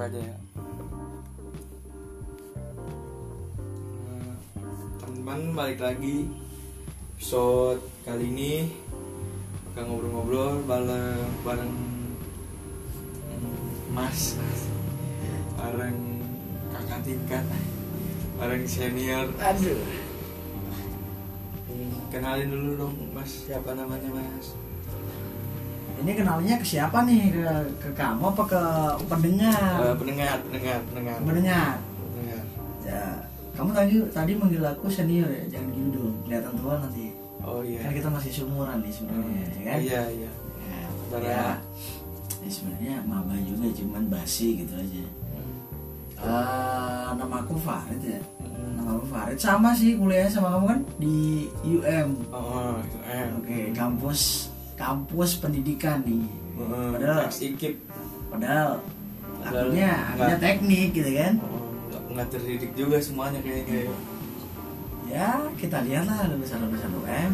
aja ya. Teman-teman, balik lagi episode kali ini kita ngobrol-ngobrol bareng Mas, bareng kakak tingkat, bareng senior. Aduh. Kenalin dulu dong Mas, siapa namanya Mas? Ini kenalnya ke siapa nih? Ke kamu apa ke pendengar? Pendengar. Pendengar. Ya, kamu tadi manggil aku senior ya, jangan gitu dong. Kelihatan tua nanti. Oh iya. Kan kita masih seumuran nih sebenarnya, ya kan? Iya. Ya, sebenarnya maba juga, cuman basi gitu aja. Nama aku Farid ya. Nama aku Farid, sama sih kuliah sama kamu kan di UM. Oh, UM. Oke, kampus pendidikan nih. Padahal akunya teknik gitu kan. Nggak terdidik juga semuanya kayaknya ya. Ya, kita lihatlah lulusan UM.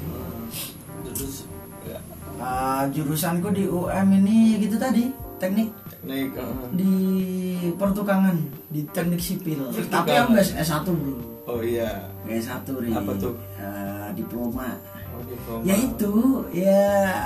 Terus ya. Jurusanku di UM ini gitu tadi, teknik di pertukangan, di teknik sipil. Tapi aku nggak S1 bro. Oh iya. S1 nih. Apa tuh? Diploma. Oh, diploma. Ya itu, ya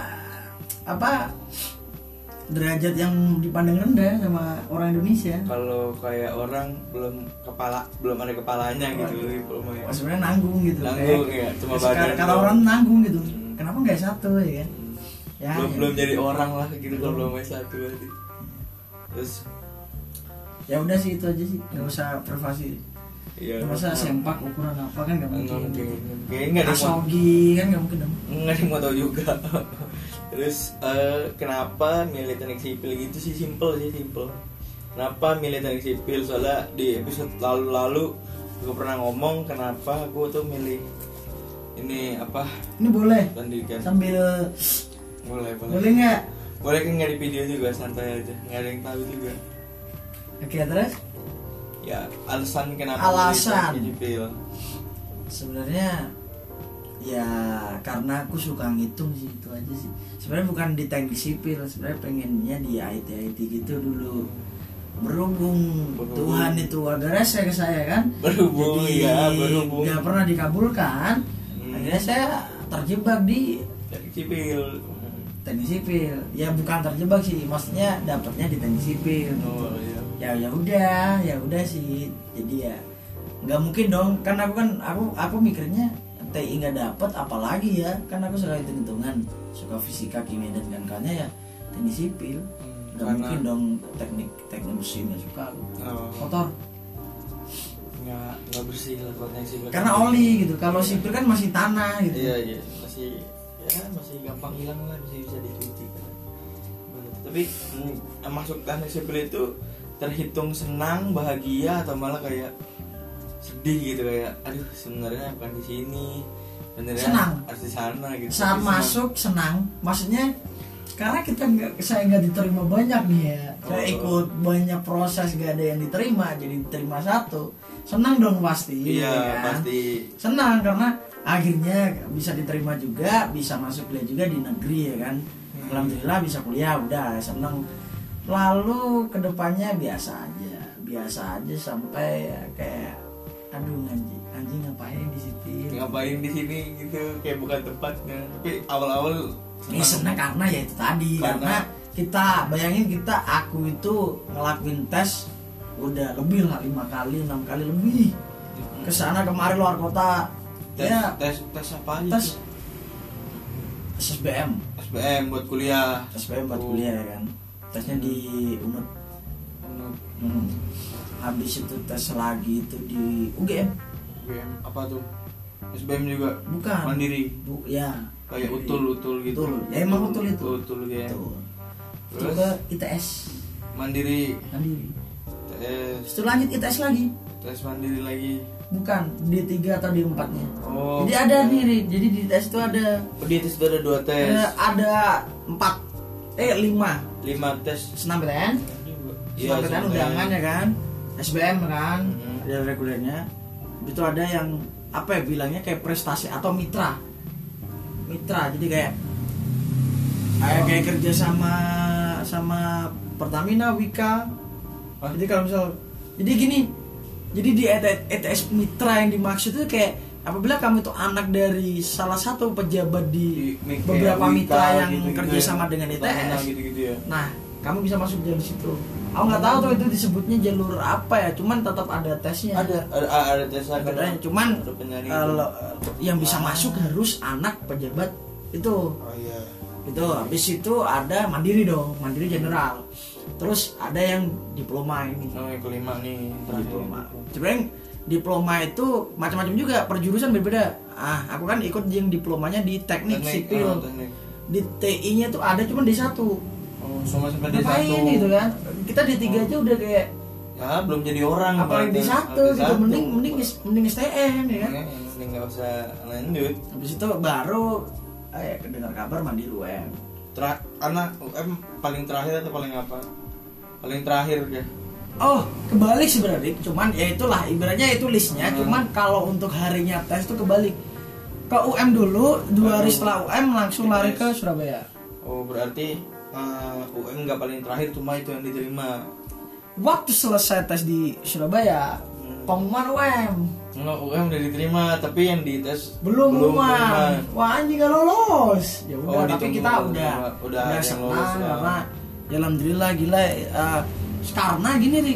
apa? Derajat yang dipandang rendah sama orang Indonesia. Kalau kayak orang belum ada kepalanya gitu diploma ya. Sebenarnya nanggung gitu. Nanggung ya, cuma badan. Kalau orang nanggung gitu. Kenapa nggak S1 ya kan? Ya, belum jadi orang lah gitu kalau belum S1 tadi. Terus ya udah sih itu aja sih, nggak usah privasi. Iya. Masa sempak ukuran apa kan nggak mungkin. Nggak ada Asogi kan nggak mungkin dong. Nggak ada yang mau tahu juga. Terus kenapa milih teknik sipil gitu sih, simple. Kenapa milih teknik sipil? Soalnya di episode lalu gue pernah ngomong kenapa gue tuh milih ini apa? Ini boleh. Pendidikan. Sambil Boleh. Boleh nggak? Boleh kan, nggak di video juga, santai aja, nggak ada yang tahu juga. Oke, terus? Ya alasan kenapa Alasan milih sipil? Sebenarnya ya karena aku suka ngitung sih, itu aja sih. Sebenarnya bukan di teknik sipil, sebenarnya pengennya di IT gitu dulu. Berhubung Tuhan itu agak rese ke saya kan. Berhubung. Nggak pernah dikabulkan. Akhirnya saya terjebak di teknik sipil. Ya bukan terjebak sih, maksudnya dapatnya di teknik sipil. Oh iya. Ya udah sih. Jadi ya nggak mungkin dong, kan aku mikirnya TI nggak dapat apalagi ya, kan aku suka hitung-hitungan, suka fisika, kimia dan kawan-kawannya ya teknik sipil. Nggak mungkin dong teknik mesin, nggak suka aku. Motor nggak bersih lah kalau teknik sipil karena oli gitu. Kalau sipil kan masih tanah gitu. Iya masih gampang hilang lah, masih bisa dicuci kan. Tapi masuk teknik sipil itu terhitung senang, bahagia, atau malah kayak sedih gitu, kayak aduh sebenarnya bukan di sini, sebenarnya senang harus di sana gitu. Saat masuk senang, maksudnya karena saya nggak diterima banyak nih ya, saya ikut banyak proses gak ada yang diterima, jadi diterima satu, senang dong pasti. Iya ya kan? Pasti senang karena akhirnya bisa diterima juga, bisa masuk kuliah juga di negeri ya kan. Alhamdulillah bisa kuliah, udah senang. Lalu kedepannya biasa aja sampai ya, kayak aduh anjing ngapain di sini gitu, kayak bukan tempatnya. Tapi awal-awal senang karena ya itu tadi, karena kita bayangin aku itu ngelakuin tes udah lebih lah 5 kali 6 kali lebih kesana kemari luar kota. Tes apa aja? Tes SBM buat kuliah. Ya kan. Tesnya di UNUD. Habis itu tes lagi itu di UGM. Apa tuh? SBM juga? Bukan. Mandiri. Ya. Kayak utul gitu. Ya emang utul itu. Utul ya. Terus ke ITS. Mandiri. Terus itu lanjut ITS lagi. Tes mandiri lagi. Bukan, di 3 atau di 4-nya. Oh. Jadi ada nih, jadi di ITS itu ada. Di ITS itu ada 2 tes. Ada 5 tes. Senam-PTN. Senam-PTN undangan ya kan. SBM kan. Ada regulernya. Itu ada yang apa ya bilangnya, kayak prestasi atau mitra. Jadi kayak kerja sama Pertamina, Wika, Hah? Jadi kalau misal, jadi gini, jadi di ETS Mitra yang dimaksud itu kayak apabila kamu itu anak dari salah satu pejabat di beberapa mitra yang kerjasama dengan ETS, gitu ya. nah kamu bisa masuk jalur situ. Aku nggak tahu tuh itu disebutnya jalur apa ya, cuman tetap ada tesnya. Ada tesnya. Cuman ada penyaring yang bisa masuk harus anak pejabat itu. Oh iya. Itu habis itu ada mandiri dong, mandiri general. Terus ada yang diploma ini. Oh, yang kelima nih, Diploma. Sebenarnya diploma itu macam-macam juga, per jurusan berbeda. Aku kan ikut yang diplomanya di teknik sipil. Di TI-nya tuh ada cuma di satu. Oh, sama di satu. Ngapain gitu kan? Kita di tiga aja udah kayak ya belum jadi orang. Apalagi di satu gitu, mending STM ya kan? Mending nggak usah lanjut. Habis itu baru kedengar kabar mandiri UM. Anak UM paling terakhir atau paling apa? Paling terakhir ya. Oh, kebalik sebenarnya. Cuman ya itulah ibaratnya itu listnya. Cuman kalau untuk harinya tes itu kebalik. Ke UM dulu, 2 hari setelah UM langsung lari ke Surabaya. Oh, berarti UM nggak paling terakhir, cuma itu yang diterima. Waktu selesai tes di Surabaya, pengumuman UM. UM udah diterima, tapi yang di tes belum pengumuman. Wah, anjing nggak lolos. Ya udah, tapi kita udah senang karena ya alhamdulillah gila. Karena gini nih,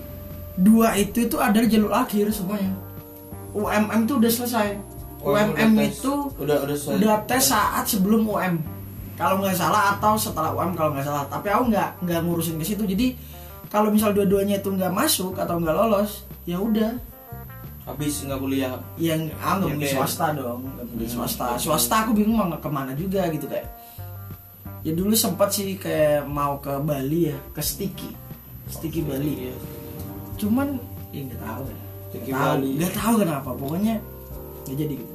2 itu ada jalur akhir semuanya. UMM itu udah selesai. UMM itu udah tes saat sebelum UM. Kalau nggak salah atau setelah UM kalau nggak salah. Tapi aku nggak ngurusin ke situ. Jadi kalau misal dua-duanya itu nggak masuk atau nggak lolos, ya udah. Habis nggak kuliah. Yang nggak milih swasta dong, nggak milih swasta. Swasta aku bingung mau kemana juga gitu kayak. Ya dulu sempat sih kayak mau ke Bali ya, ke Sticky Bali. Cuman ya nggak tahu ya. Nggak tahu kenapa. Pokoknya nggak jadi gitu.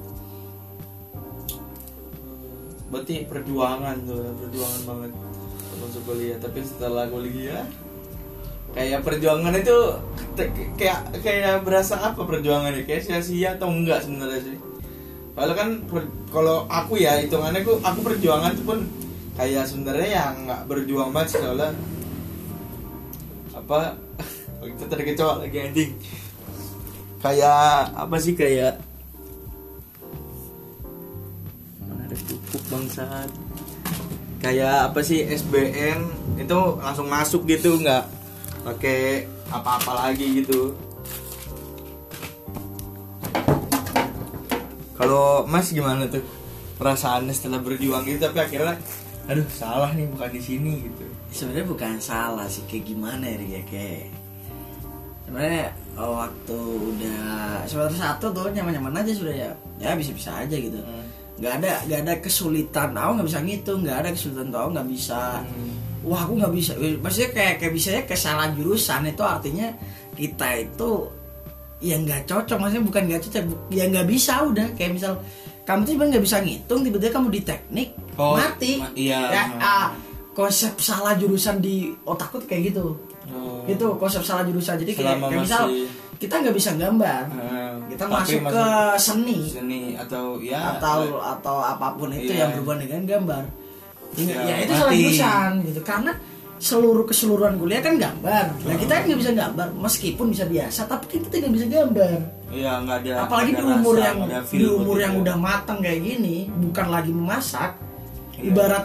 Berarti perjuangan banget masuk kuliah. Tapi setelah kuliah kayak perjuangan itu kayak berasa apa perjuangannya? Kayak sia-sia atau enggak sebenarnya sih? Padahal kan kalau aku ya hitungannya aku perjuangan itu pun kayak sebenarnya ya nggak berjuang banget soalnya apa itu tadi kecoa lagi anjing. Kayak apa sih kayak mana ada pupuk bangsat. Kayak apa sih SBM itu langsung masuk gitu nggak pakai apa-apa lagi gitu. Kalau Mas gimana tuh perasaannya setelah berjuang gitu tapi akhirnya aduh salah nih bukan di sini gitu. Sebenarnya bukan salah sih, kayak gimana ya kayak sebenarnya waktu udah semester 1 tuh nyaman-nyaman aja sudah ya bisa-bisa aja gitu. Nggak ada kesulitan, aku nggak bisa ngitung, nggak ada kesulitan tuh aku nggak bisa. Wah aku nggak bisa, maksudnya kayak bisanya kesalahan jurusan itu artinya kita itu ya nggak cocok, maksudnya bukan nggak cocok, ya nggak bisa udah kayak misal kamu tuh sebenarnya nggak bisa ngitung, tiba-tiba kamu di teknik mati. Konsep salah jurusan di otakku tuh kayak gitu. Itu konsep salah jurusan. Jadi kayak misal kita nggak bisa gambar, kita masuk ke seni atau apapun itu yang berhubungan dengan gambar. Ya itu salah jurusan gitu, karena keseluruhan kuliah kan gambar. Nah kita kan nggak bisa gambar, meskipun bisa biasa, tapi kita nggak bisa gambar. Iya nggak ada. Apalagi di umur yang udah matang kayak gini, bukan lagi memasak. Ibarat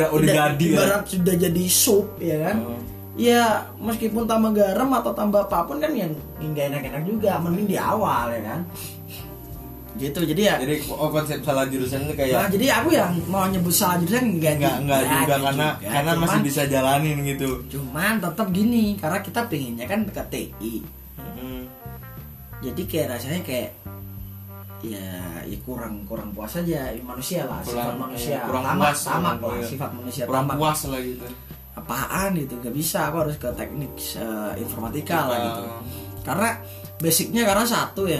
sudah jadi sup ya kan. Ya meskipun tambah garam atau tambah apapun kan yang nggak enak-enak juga, mending di awal ya kan. Gitu jadi konsep salah jurusan itu kayak. Nah, jadi aku yang mau nyebut salah jurusan enggak juga karena masih bisa jalanin gitu. Cuman tetap gini, karena kita pengennya kan ke TI. Jadi kayak rasanya kayak ya kurang puas aja manusia lah, sifat manusia tamak lah, sifat manusia kurang tamak. Puas lah gitu. Apaan gitu, gak bisa, aku harus ke teknik informatika lah gitu. Karena basicnya karena satu ya,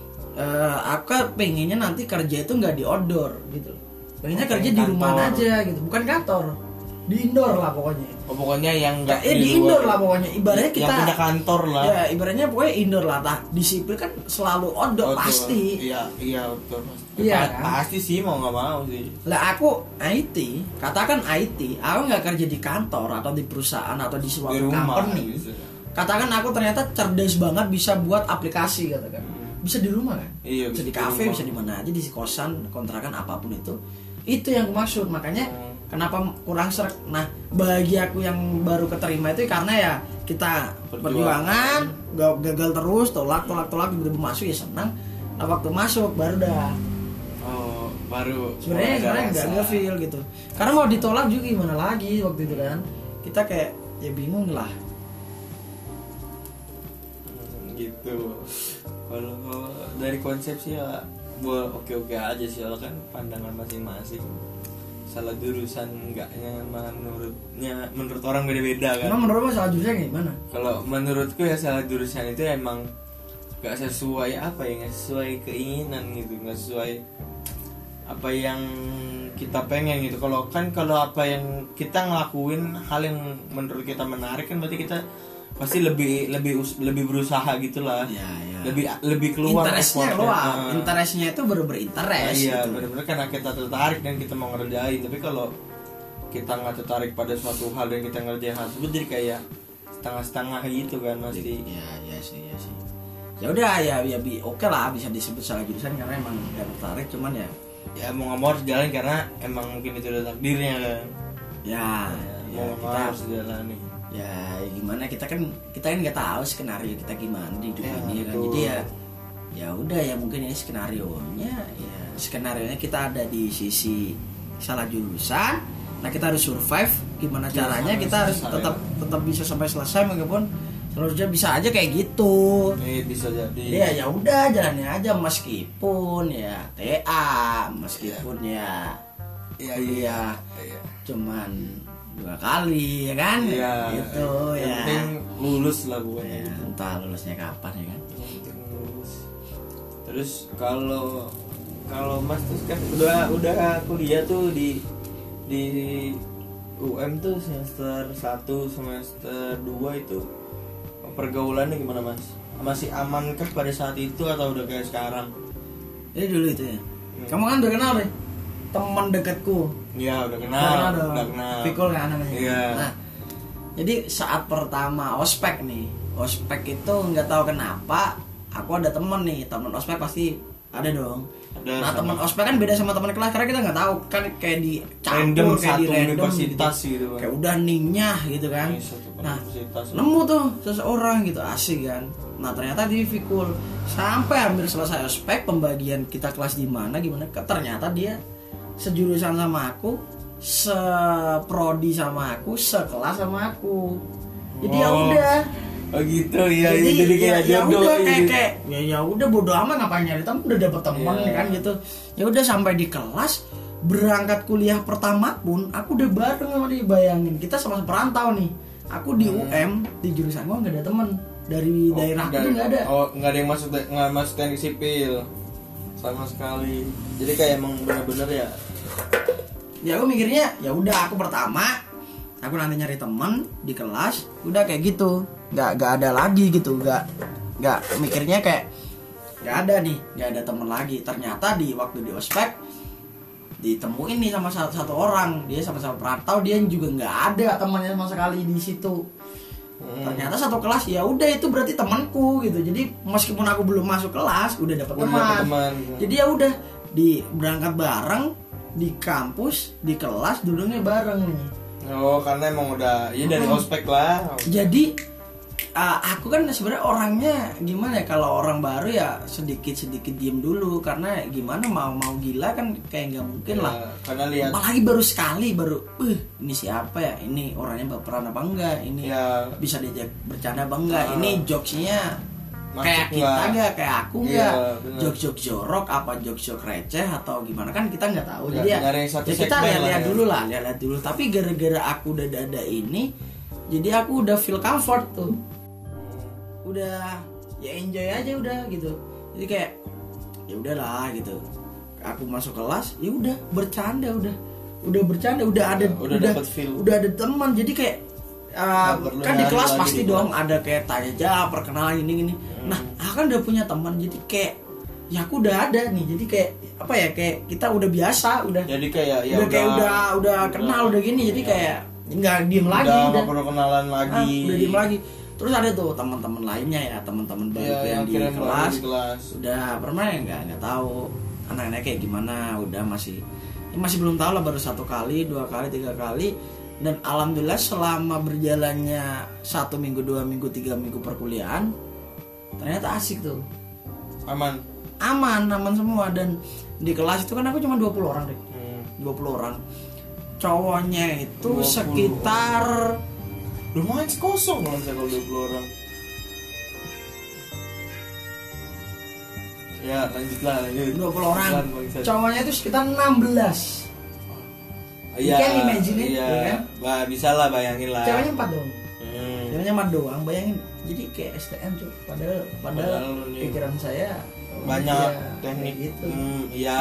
aku pengennya nanti kerja itu nggak di outdoor gitu, pengennya kerja di rumah aja gitu, bukan kantor, di indoor lah pokoknya. Pokoknya yang nggak di indoor lah pokoknya, ibaratnya kita yang punya kantor lah ya, ibaratnya pokoknya indoor lah. Nah, di sipil kan selalu outdoor pasti. Iya outdoor pasti. Iya kan? Pasti sih mau nggak mau sih. Lah aku IT, katakan IT, aku nggak kerja di kantor atau di perusahaan atau di suatu company. katakan aku ternyata cerdas banget bisa buat aplikasi katakan. Bisa di rumah kan? Iya, bisa di kafe, bisa di mana aja, di kosan, kontrakan apapun itu. Itu yang aku maksud. Makanya kenapa kurang serak. Nah, bagi aku yang baru keterima itu karena ya kita perjuangan, gagal terus, tolak begitu masuk ya senang. Nah, waktu masuk baru dah. Oh, baru. Sebenarnya nggak feel gitu. Karena mau ditolak juga gimana lagi waktu itu kan? Kita kayak ya bingung lah. Gitu. Kalau dari konsep sih ya oke aja sih, soalnya kan pandangan masing-masing. Salah jurusan enggaknya menurut orang beda-beda kan. Emang menurut salah jurusan gimana? Kalau menurutku ya salah jurusan itu emang nggak sesuai nggak sesuai keinginan gitu, nggak sesuai apa yang kita pengen gitu. Kalau apa yang kita ngelakuin hal yang menurut kita menarik kan berarti kita pasti lebih berusaha gitulah. Ya. Lebih keluar interestnya itu baru berinterest iya, gitu. benar-benar karena kita tertarik dan kita mau ngerjain. Tapi kalau kita nggak tertarik pada suatu hal dan kita ngerjain hal tersebut, jadi kayak setengah-setengah gitu kan pasti. Iya sih. Ya udah ya oke lah, bisa disebut salah jurusan karena emang gak tertarik, cuman ya mau nggak mau harus jalan karena emang mungkin itu udah takdirnya kan. Ya kita harus jalani. Ya gimana, kita kan nggak tahu skenario kita gimana di hidup ini kan. Jadi ya udah ya mungkin ini skenarionya kita ada di sisi salah jurusan. Nah, kita harus survive gimana caranya, kita harus tetap bisa sampai selesai, meskipun seharusnya bisa aja kayak gitu. Bisa jadi. Ya udah jalani aja meskipun ya TA, meskipun ya cuman 2 kali ya kan, gitu ya. Yang penting lulus lah pokoknya. Ya, entah lulusnya kapan ya kan. Lulus. Terus kalau Mas tuh kan udah kuliah tuh di UM tuh semester 1 semester 2 itu pergaulannya gimana Mas? Masih amankah pada saat itu atau udah kayak sekarang? Ini dulu itu ya. Kamu kan udah kenal deh teman dekatku. Iya, udah kenal. Pikul kan namanya. Iya. Nah, jadi saat pertama ospek itu nggak tahu kenapa aku ada temen ospek pasti ada dong. Nah, teman ospek kan beda sama teman kelas karena kita nggak tahu kan, kayak di campur, kayak di random universitas gitu kan. Kayak udah ninyah gitu kan. Nah, nemu tuh seseorang gitu, asik kan. Nah, ternyata di Fikul sampai hampir selesai ospek, pembagian kita kelas di mana gimana, ternyata dia sejurusan sama aku, seprodi sama aku, sekelas sama aku. Jadi ya udah. Oh gitu ya. Jadi kayak jodoh. Ya udah bodo amat, ngapain nyari teman, udah dapet teman kan gitu. Ya udah sampai di kelas, berangkat kuliah pertama pun aku udah bareng sama dia. Bayangin, kita sama perantau nih. Aku di UM, di jurusan gua enggak ada teman. Dari daerah itu enggak ada. Oh, enggak ada yang masuk teknik sipil. Sama sekali. Jadi kayak emang benar-benar ya. Ya aku mikirnya ya udah, aku pertama, aku nanti nyari teman di kelas, udah kayak gitu. Nggak ada lagi gitu, nggak mikirnya kayak nggak ada teman lagi. Ternyata di waktu di ospek ditemuin nih sama satu orang, dia sama-sama perantau, dia juga nggak ada temannya sama sekali di situ. Ternyata satu kelas, ya udah itu berarti temanku gitu. Jadi meskipun aku belum masuk kelas udah dapet teman. Jadi ya udah berangkat bareng di kampus, di kelas duduknya bareng nih. Oh, karena emang udah dari ospek lah. Jadi aku kan sebenarnya orangnya gimana ya, kalau orang baru ya sedikit diem dulu, karena gimana mau gila kan kayak nggak mungkin lah. Karena lihat. Apalagi baru sekali ini siapa ya, ini orangnya baperan apa enggak, ini bisa diajak bercanda apa enggak, ini jokesnya kayak kita enggak, kayak aku enggak, jokes jorok apa jokes receh atau gimana kan kita nggak tahu. Jadi ya kita lihat dulu. Tapi gara-gara aku udah ada ini, jadi aku udah feel comfort tuh, udah ya enjoy aja udah gitu. Jadi kayak ya udahlah gitu, aku masuk kelas ya udah bercanda, udah ada teman. Jadi kayak kan di kelas pasti dong ada kayak tanya jawab, perkenalan ini. Nah, aku kan udah punya teman, jadi kayak ya aku udah ada nih. Jadi kayak apa ya, kayak kita udah biasa, jadi kayak ya udah kenal udah gini. Jadi kayak nggak diem lagi, udah perlu kenalan lagi. Udah diem lagi. Terus ada tuh teman-teman lainnya ya, teman-teman baru yang di kelas, kelas. udah pernah ya nggak tahu anak-anaknya kayak gimana, udah masih belum tahu lah, baru 1 kali, 2 kali, 3 kali. Dan alhamdulillah selama berjalannya 1 minggu, 2 minggu, 3 minggu perkuliahan, ternyata asik tuh, Aman semua. Dan di kelas itu kan aku cuma 20 orang deh, 20 orang. Cowoknya itu 20 sekitar lumayan kosong kalau saya kalau 20 orang. Ya lanjut 20 orang. Bang, Cowoknya itu sekitar 16. Iya, You can imagine it, iya. ya kan? Bah, bisa lah bayangin lah. Ceweknya 4 doang. Hmm. Ceweknya 4 doang, bayangin. Jadi kayak STM tuh. Padahal nih, pikiran saya banyak ya, teknik gitu. Iya.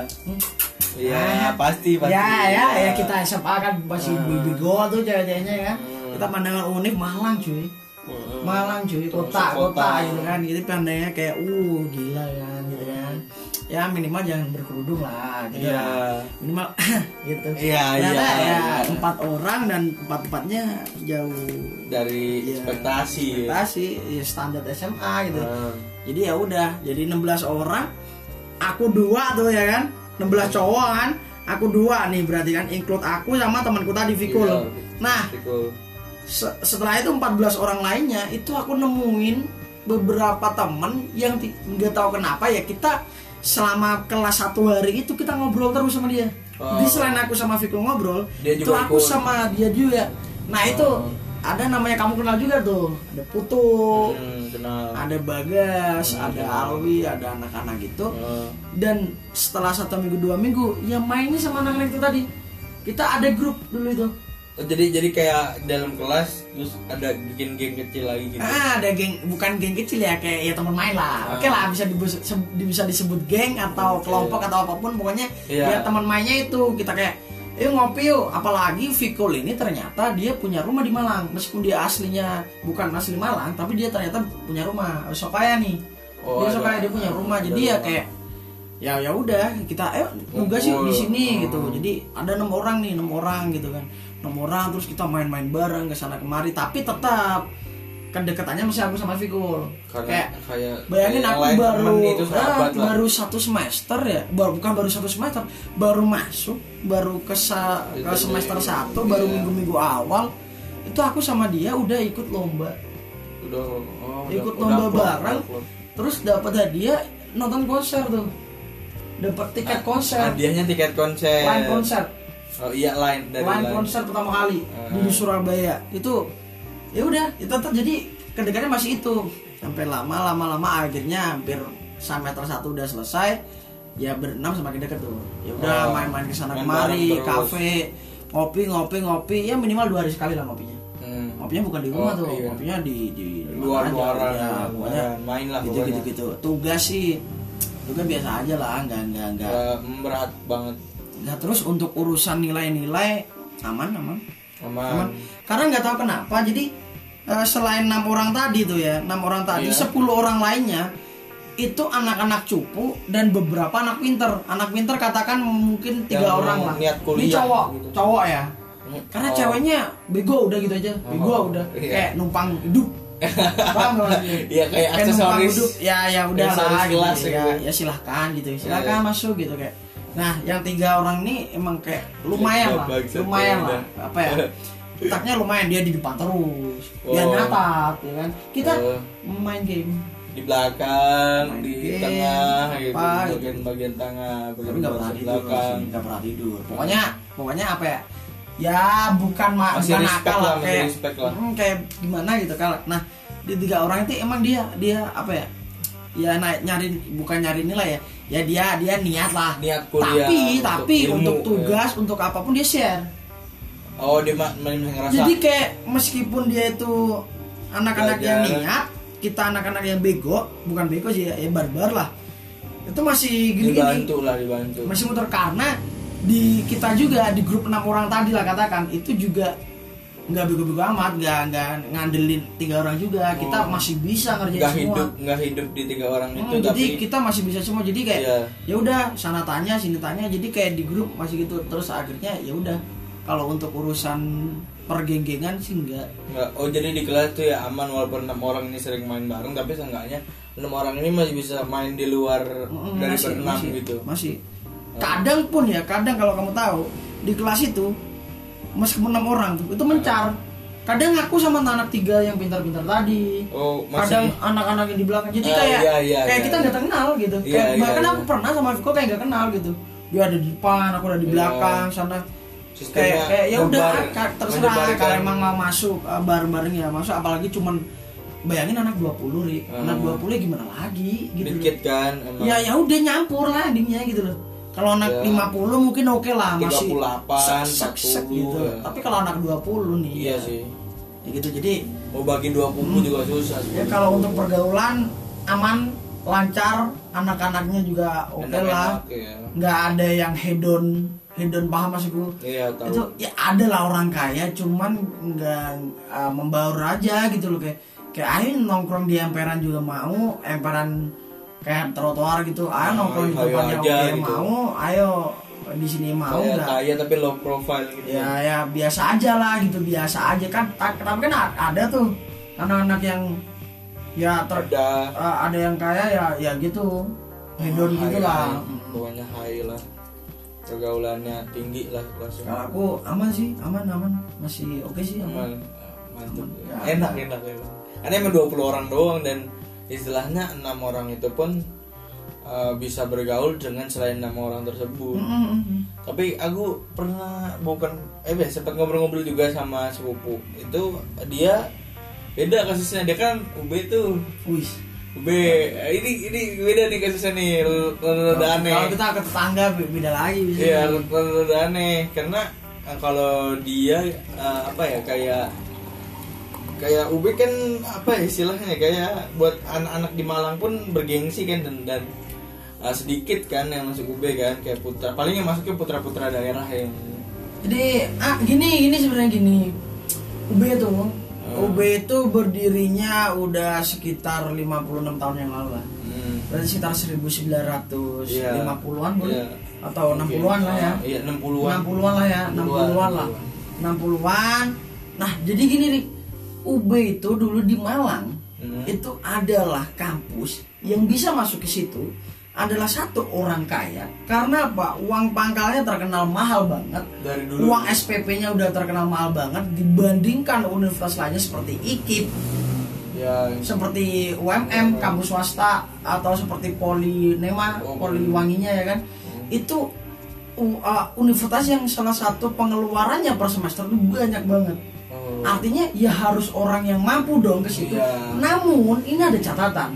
Iya, pasti. Ya kita SMA kan masih bego tuh cewek-ceweknya kan. Kita pandangan unik Malang cuy. Malang cuy, kota gitu kan. Jadi pandangnya kayak gila kan gitu kan. Ya minimal jangan berkerudung lah gitu. Iya. Minimal gitu. Iya. Ya 4 orang dan 4-4-nya jauh dari ekspektasi. Ya, standar SMA gitu. Jadi ya udah, jadi 16 orang, aku 2 tuh ya kan. 16 cowok kan, aku 2 nih berarti kan, include aku sama temanku tadi Vikul. Iya, nah, Vikul. Setelah itu 14 orang lainnya itu aku nemuin beberapa temen yang nggak tahu kenapa ya, kita selama kelas 1 hari itu kita ngobrol terus sama dia. Jadi selain aku sama Vikul ngobrol, dia itu aku ikut sama dia juga. Nah itu ada namanya, kamu kenal juga tuh, ada Putu, kenal. ada Bagas, ada Alwi, ada anak-anak gitu. Dan setelah 1 minggu 2 minggu ya mainnya sama anak-anak itu tadi. Kita ada grup dulu itu. Jadi kayak dalam kelas terus ada bikin geng kecil lagi gitu. Ada geng, bukan geng kecil ya, kayak ya teman main lah. Oke lah, bisa disebut geng atau kelompok atau apapun, pokoknya ya teman mainnya itu. Kita kayak ngopi yuk. Apalagi Vikul ini ternyata dia punya rumah di Malang, meskipun dia aslinya bukan asli Malang, tapi dia ternyata punya rumah Sokaya nih. Dia punya rumah, jadi ya kayak ya udah kita nugas yuk di sini gitu. Jadi ada 6 orang gitu kan, 6 orang, terus kita main-main bareng ke sana kemari, tapi tetap kedekatannya masih aku sama Vikul. Kayak bayangin aku baru 1 semester ya, bukan baru 1 semester, baru masuk, baru ke semester 1, baru minggu-minggu awal itu aku sama dia udah ikut lomba, ikut lomba bareng, terus dapat hadiah nonton konser tuh, dapat tiket konser. Hadiahnya tiket konser. Line konser. Oh iya, line konser pertama kali di Surabaya. Itu ya udah, itu tetap jadi kedekatannya masih itu. Sampai lama akhirnya hampir semester 1 udah selesai. Ya berenam semakin dekat tuh. Ya udah main-main ke sana kemari, kafe, ngopi. Ya minimal 2 hari sekali lah ngopinya. Ngopinya bukan di rumah tuh, ngopinya di luar-luaran ya, pokoknya main lah gitu. Tugas sih juga biasa aja lah, enggak berat banget. Nah terus untuk urusan nilai-nilai aman. Karena nggak tahu kenapa, jadi selain 6 orang tadi tuh ya, 6 orang tadi, 10 orang lainnya itu anak-anak cupu dan beberapa anak pinter. Anak pinter katakan mungkin 3 orang lah. Ini cowok ya. Karena ceweknya bego udah gitu aja, kayak numpang hidup. Paham gak? Iya kayak aksesoris. Ya udah lah gitu. Ya silahkan gitu, masuk gitu kayak. Nah yang 3 orang ini emang kayak lumayan lah, apa ya? Taknya lumayan, dia di depan terus, dia nyatat, ya kan? Kita main game di belakang, di tengah, gitu, bagian tengah, tapi nggak pernah tidur. Pokoknya apa ya? Ya bukan nakal lah, kayak gimana gitu kan. Nah di 3 orang itu emang dia apa ya? Ya bukan nyari nilai ya dia niat lah. Niat kuliah. Tapi untuk tugas, untuk apapun dia share. Dia ngerasa. Jadi kayak meskipun dia itu anak-anak yang niat, kita anak-anak yang bego, bukan bego sih ya barbar lah. Itu masih gini-gini. Dibantu. Masih muter karena di kita juga di grup 6 orang tadi lah katakan, itu juga nggak bego-bego amat, nggak ngandelin 3 orang juga. Kita masih bisa ngerjain semua. Nggak hidup di 3 orang itu. Jadi kita masih bisa semua. Jadi kayak ya udah sana tanya sini tanya. Jadi kayak di grup masih gitu. Terus akhirnya ya udah Kalau untuk urusan pergenggengan sih enggak. Oh jadi di kelas tuh ya aman walaupun 6 orang ini sering main bareng, tapi seenggaknya 6 orang ini masih bisa main di luar dari berenam gitu. Masih. Kadang pun ya, kadang kalau kamu tahu di kelas itu meskipun 6 orang tuh itu mencar. Kadang aku sama anak 3 yang pintar-pintar tadi. Oh, kadang anak-anak yang di belakang. Jadi kayak kita nggak kenal gitu. Bahkan aku pernah sama Viko kayak nggak kenal gitu. Dia ada di depan, aku ada di belakang sana. Kayak ya udah terserah kalau emang mau masuk bareng-bareng ya masuk, apalagi cuman bayangin anak 20 Ri. Anak 20 gimana lagi gitu. Dikit kan emang. Ya udah nyampur lah endingnya gitu loh. Kalau anak 50 mungkin oke lah, masih 38, 40 gitu. Ya. Tapi kalau anak 20 nih. Iya sih. Ya gitu, jadi mau bagi 20 juga susah sih. Ya kalau untuk pergaulan aman, lancar, anak-anaknya juga oke lah. Ya. Nggak ada yang hedon paham maksudku. Iya, tahu. Itu ya ada lah orang kaya, cuman nggak membaur aja gitu loh, kayak ayo nongkrong di emperan juga mau, emperan kayak trotoar gitu, ayo nongkrong di tempatnya oke gitu. Mau, ayo di sini mau nggak? Kaya tapi low profile gitu. Ya biasa aja lah gitu, biasa aja kan. Tapi kan ada tuh anak-anak yang ya ada yang kaya ya gitu, hedon gitu lah. Pokoknya high lah, pergaulannya tinggi lah kelasnya. Kalau aku aman sih, aman masih oke sih, aman. Mantap. Ya, enak. Karena emang 20 orang doang dan istilahnya 6 orang itu pun bisa bergaul dengan selain 6 orang tersebut. Tapi aku pernah sempat ngobrol-ngobrol juga sama sepupu. Itu dia beda kasusnya, dia kan UB tuh. UB ini beda nih kasusnya nih, rada aneh. Kalau kita ke tetangga beda lagi bisa. Iya, rada aneh karena kalau dia kayak UB kan istilahnya kayak buat anak-anak di Malang pun bergengsi kan dan sedikit kan yang masuk UB kan, kayak putra paling yang masuknya putra-putra daerah yang. Jadi gini sebenarnya gini. UB itu berdirinya udah sekitar 56 tahun yang lalu lah. Berarti sekitar 1950-an boleh? Atau 60-an lah ya. Iya, 60-an. 60-an lah ya, 60-an lah. 60-an. Nah, jadi gini Rik, UB itu dulu di Malang itu adalah kampus yang bisa masuk ke situ adalah satu orang kaya. Karena apa? Uang pangkalnya terkenal mahal banget. Dari dulu. Uang SPP-nya udah terkenal mahal banget dibandingkan universitas lainnya seperti IKIP, seperti UMM, kampus swasta, atau seperti Polinema, Poliwanginya ya kan. Itu universitas yang salah satu pengeluarannya per semester itu banyak banget. Artinya ya harus orang yang mampu dong ke situ. Namun ini ada catatan.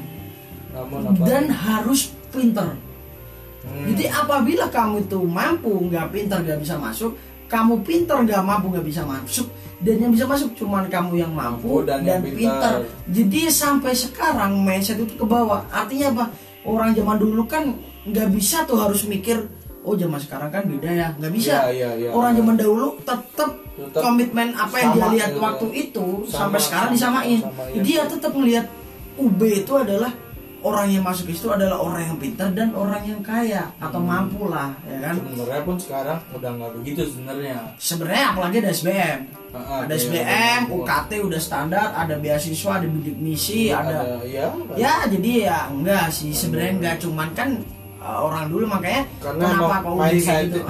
Dan harus pinter. Jadi apabila kamu itu mampu nggak pinter nggak bisa masuk, kamu pinter nggak mampu nggak bisa masuk, dan yang bisa masuk cuman kamu yang mampu dan pinter. Jadi sampai sekarang mindset itu ke bawah. Artinya apa? Orang zaman dulu kan nggak bisa tuh harus mikir, oh zaman sekarang kan beda ya, nggak bisa. Orang zaman dahulu tetap komitmen apa yang dia lihat waktu itu sampai sekarang disamain. Dia tetap melihat UB itu adalah orang yang masuk itu adalah orang yang pintar dan orang yang kaya atau mampu lah, ya kan? Sebenarnya pun sekarang udah nggak begitu sebenarnya. Sebenarnya apalagi ada SBM, ada SBM, UKT udah standar, ada beasiswa, ada bidik misi, ada jadi ya enggak sih sebenarnya enggak cuman kan orang dulu makanya kenapa kok udah kayak gitu,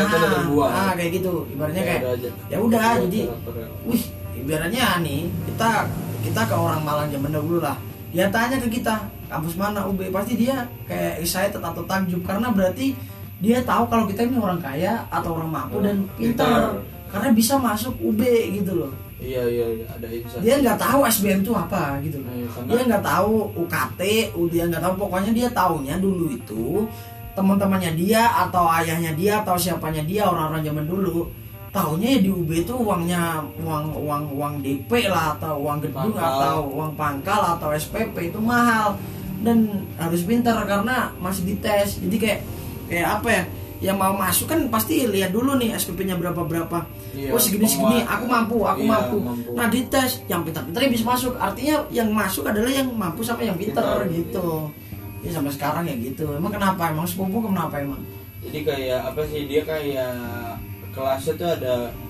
kayak gitu, ibaratnya kayak ya udah jadi, ibaratnya nih kita ke orang Malang zaman dahulu lah. Dia tanya ke kita, kampus mana UB, pasti dia kayak excited atau takjub karena berarti dia tahu kalau kita ini orang kaya atau orang mampu dan pintar karena bisa masuk UB gitu loh. Iya ada insight. Dia nggak tahu SBM itu apa gitu loh. Dia nggak tahu UKT, dia nggak tahu, pokoknya dia taunya dulu itu teman-temannya dia atau ayahnya dia atau siapanya dia, orang-orang zaman dulu tahunya ya di UB itu uangnya uang DP lah atau uang gedung atau uang pangkal atau SPP itu mahal dan harus pintar karena masih dites. Jadi kayak apa ya, yang mau masuk kan pasti lihat dulu nih SPP-nya berapa oh segini aku mampu. Nah dites yang pintar-pintar bisa masuk, artinya yang masuk adalah yang mampu sama yang pintar gitu ya. Sampai sekarang ya gitu. Emang kenapa, emang sepupu kenapa emang? Jadi kayak apa sih, dia kayak kelasnya tuh ada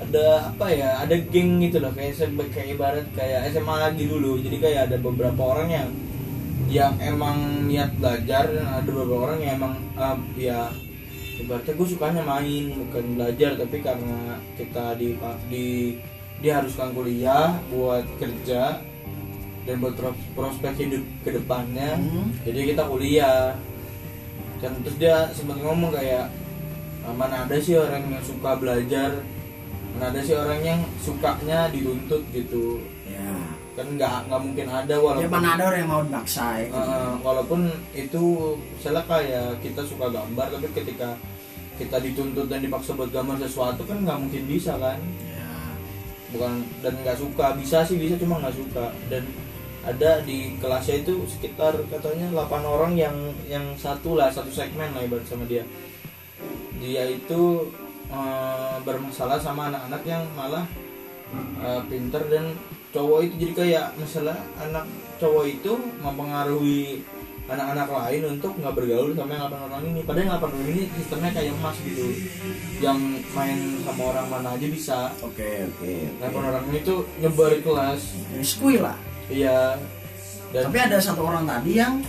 ada apa ya, ada geng gitu loh, kayak ibarat kayak SMA lagi dulu. Jadi kayak ada beberapa orang yang emang niat belajar, dan ada beberapa orang yang emang ya ibaratnya gue sukanya main bukan belajar, tapi karena kita diharuskan kuliah buat kerja dan buat prospek hidup kedepannya, jadi kita kuliah. Dan terus dia sempat ngomong kayak, mana ada sih orang yang suka belajar, mana ada sih orang yang sukanya dituntut gitu Ya. Kan nggak mungkin ada, walaupun Ya mana ada orang yang mau dipaksa ya. walaupun itu misalnya kayak kita suka gambar, tapi ketika kita dituntut dan dipaksa buat gambar sesuatu kan nggak mungkin bisa kan. Ya. Bukan, dan nggak suka, bisa cuma nggak suka. Dan ada di kelasnya itu sekitar katanya 8 orang yang satu segmen lah ibarat sama dia itu bermasalah sama anak-anak yang malah pinter dan cowok itu. Jadi kayak misalnya anak cowok itu mempengaruhi anak-anak lain untuk nggak bergaul sama yang 8 orang ini, padahal yang 8 orang ini sistemnya kayak emas gitu, yang main sama orang mana aja bisa. Oke. 8 orang ini tuh nyebar kelas. Skui lah. Iya. Dan Tapi ada satu orang tadi yang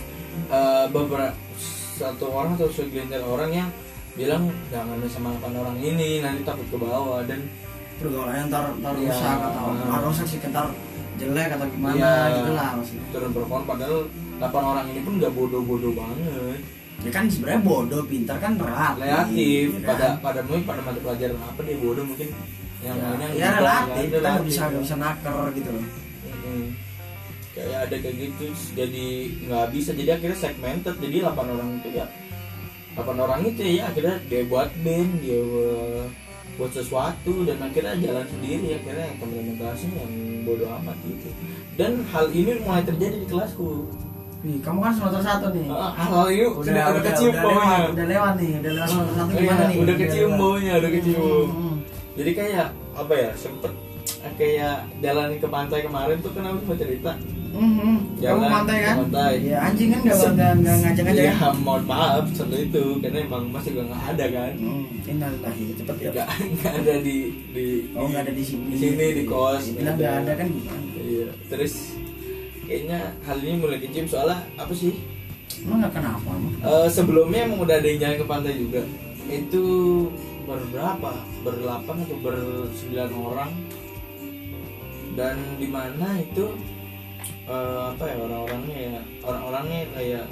satu orang atau segelintir orang yang bilang jangan main sama 8 orang ini, nanti takut ke bawah dan pergaulannya ntar Iya. rusak atau rusak sih, ntar jelek atau gimana Iya. gitu lah maksudnya. turun berkon. Padahal 8 orang ini pun nggak bodoh-bodoh banget, Ya kan sebenarnya bodoh, pintar kan relatif ya kan? pada mata pelajaran apa dia bodoh, mungkin yang lainnya ya relatif, kita nggak bisa naker gitu loh. Kayak ada kayak gitu, jadi nggak bisa, jadi akhirnya segmented. Jadi 8 orang itu ya 8 orang itu ya akhirnya dia buat band, dia buat sesuatu, dan akhirnya jalan sendiri. Akhirnya yang teman-teman kelasnya yang bodoh amat gitu. Dan hal ini mulai terjadi di kelasku. Nih, kamu kan semester 1 nih. Hal ini udah kecium baunya. Udah lewat nih, udah lewat semester 1 gimana nih? Udah kecium baunya, udah kecium. Hmm. Jadi kayak apa ya, sempet kayak jalan ke pantai kemarin tuh, kan aku mau cerita. Kamu Jalan pantai kan? ke pantai. Ya anjing kan nggak ngajak-ngajak Ya kan? mohon maaf soal itu, karena emang masih juga nggak ada kan. Innalillahi, cepet ya. Nggak ada di Nggak ada di sini. di sini di kos. Bilang nggak ada kan gimana? Iya. Terus kayaknya hal ini mulai kecium, soalnya apa sih? Emang nggak kenapa? Sebelumnya emang udah ada yang jalan ke pantai juga. Itu berberapa? Ber-8 atau ber-9 orang. Dan di mana itu apa ya, orang-orangnya kayak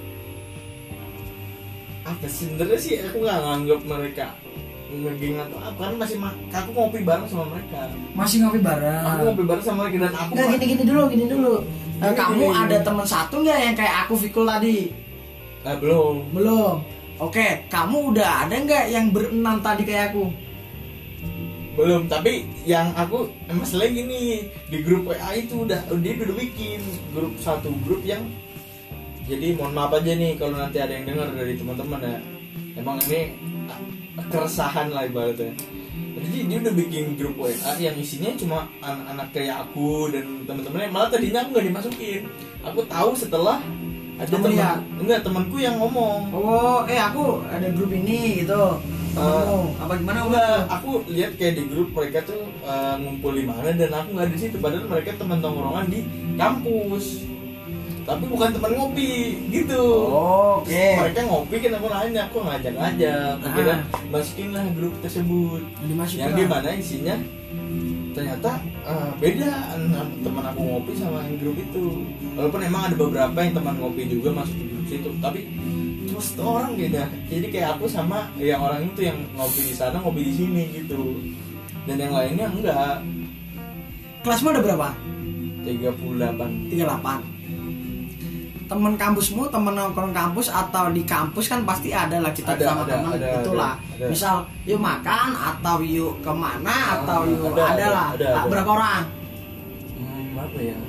apa sih, sebenarnya sih aku nggak nganggap mereka ngegeng atau apa, kan masih aku ngopi bareng sama mereka. Masih ngopi bareng. Aku ngopi bareng sama mereka, dan aku Nggak, gini dulu. Kamu gini. ada teman satu nggak yang kayak aku Fikul tadi? belum. Oke, kamu udah ada nggak yang berenam tadi kayak aku? Belum, tapi yang aku masalahnya gini, di grup WA itu dia udah bikin satu grup yang, jadi mohon maaf aja nih kalau nanti ada yang dengar dari teman-teman ya, emang ini keresahan lah ibaratnya. Jadi dia udah bikin grup WA yang isinya cuma anak-anak kayak aku dan teman-temannya, malah tadinya aku nggak dimasukin. Aku tahu setelah ada temanku yang ngomong. Oh, aku ada grup ini gitu. Apa gimana? Enggak, aku lihat kayak di grup mereka tuh ngumpul di mana, dan aku nggak di situ. Padahal mereka teman tongkrongan di kampus, tapi bukan teman ngopi gitu. Oke. Mereka ngopi kan, aku nanya, aku ngajak aja. Akhirnya masukin lah grup tersebut. Yang di mana isinya ternyata beda, teman aku ngopi sama yang grup itu. Walaupun emang ada beberapa yang teman ngopi juga masuk di grup situ, tapi terus orang beda. Jadi kayak aku sama yang orang itu yang ngopi di sana, ngopi di sini gitu. Dan yang lainnya enggak. Kelasmu ada berapa? 38. 38. Temen kampusmu, temen nongkrong kampus atau di kampus kan pasti ada lah kita sama teman itulah. Ada. Misal yuk makan atau yuk kemana atau yuk ada lah. Berapa orang? Apa ya?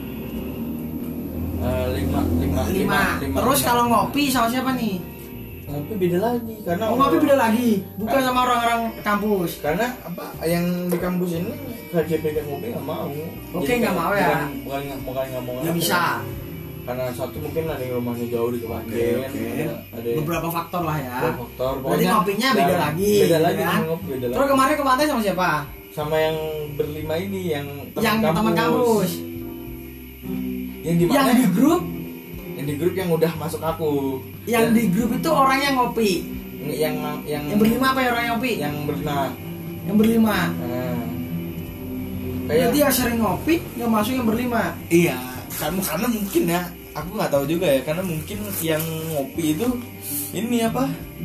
5. Terus kalau ngopi sama siapa nih? Ngopi beda lagi, karena ngopi beda lagi, bukan sama orang-orang kampus. Karena apa? Yang di kampus ini KJP ngopi nggak mau. Oke, nggak mau ya? Bukan nggak mau. Nggak bisa. Karena satu mungkin ada yang rumahnya jauh di Kepanjen. Ada beberapa faktor lah ya. Faktor. Berarti ngopinya beda lagi. Beda lagi. Kan? Beda lagi. Terus kemarin ke pantai sama siapa? sama yang berlima ini yang teman kampus. Yang di mana? Yang di grup. Yang di grup yang udah masuk aku. Yang di grup itu orang yang ngopi. Yang berlima apa ya orang yang ngopi? Yang berlima. Yang berlima. Nah. Jadi yang sering ngopi yang masuk yang berlima. Iya, karena mungkin ya, aku nggak tahu juga ya, karena mungkin yang ngopi itu ini apa?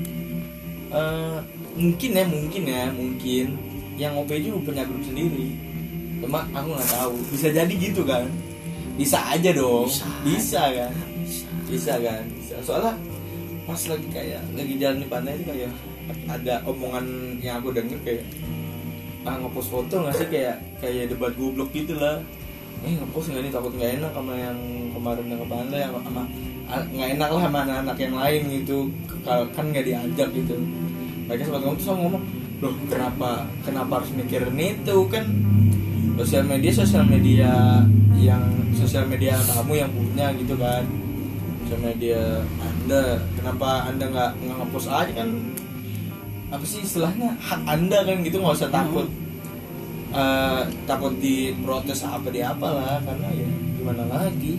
Mungkin yang ngopi itu punya grup sendiri. Cuma aku nggak tahu. Bisa jadi gitu kan? Bisa aja dong. Bisa kan? Bisa. Soalnya pas lagi jalan di pantai itu kayak ada omongan yang aku denger kayak ngepost foto nggak sih kayak debat goblok gitu lah. Ngepost nggak nih, takut nggak enak sama yang kemarin yang ke pantai, sama nggak enak lah sama anak-anak yang lain gitu, kan nggak diajak gitu. Mereka sempat ngomong loh, kenapa harus mikirin itu, kan sosial media yang sosial media kamu yang punya gitu kan, sosial media Anda, kenapa Anda nggak ngepost aja kan, apa sih istilahnya, hak Anda kan gitu, nggak usah takut diprotes apa di apalah, karena ya gimana lagi.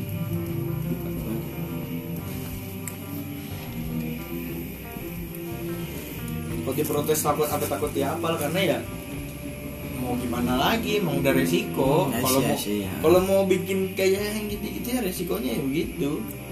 Kalau diprotes takut di apa, karena ya mau gimana lagi, mau udah resiko. Kalau mau bikin kayak yang gitu ya resikonya ya begitu.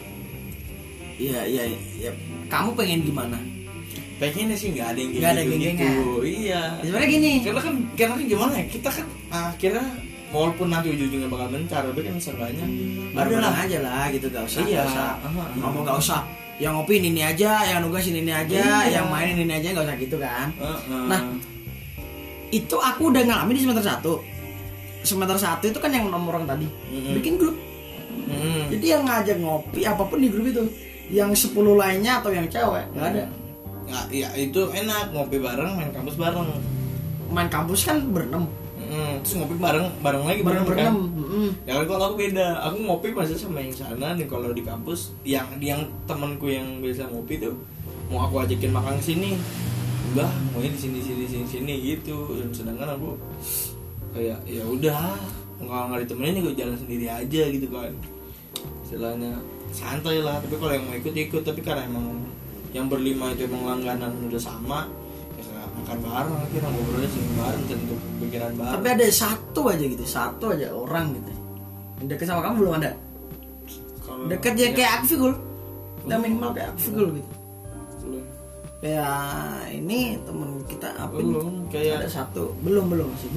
Iya. Kamu pengen gimana? Pengennya sih nggak ada yang gitu. Iya. Sebenarnya gini. Karena kan gimana ya, kita kan akhirnya walaupun nanti ujung-ujungnya bakal bencar, tapi kan seenggaknya bareng aja lah gitu, gak usah. Iya. Ngomong gak usah. Yang ngopi ini aja, yang nugas ini aja, yang main ini aja, gak usah gitu kan. Nah, itu aku udah ngalamin di semester 1. Semester 1 itu kan yang nomor orang tadi bikin grup. Jadi yang ngajak ngopi apapun di grup itu, yang 10 lainnya atau yang cewek nggak ada. Ya itu enak, ngopi bareng, main kampus bareng. Main kampus kan berenam. Terus ngopi bareng lagi berenam kan. Ya kalau aku beda, aku ngopi pasti sama yang sana nih. Kalau di kampus yang temanku yang biasa ngopi tuh mau aku ajakin makan sini, udah maunya di sini gitu. Dan sedangkan aku kayak ya udah nggak ditemenin, gue jalan sendiri aja gitu kan, istilahnya santai lah. Tapi kalau yang mau ikut, tapi karena emang yang berlima itu emang langganan udah sama, ya makan bareng, akhirnya ngobrolnya sering bareng, tentu pikiran bareng. Tapi ada satu aja orang gitu yang deket sama kamu, belum ada? Deket ya kayak aku Fikul, udah minimal kayak aku Fikul gitu. Belum. Kayak ini temen kita Apin, belum, kayak ada satu, belum.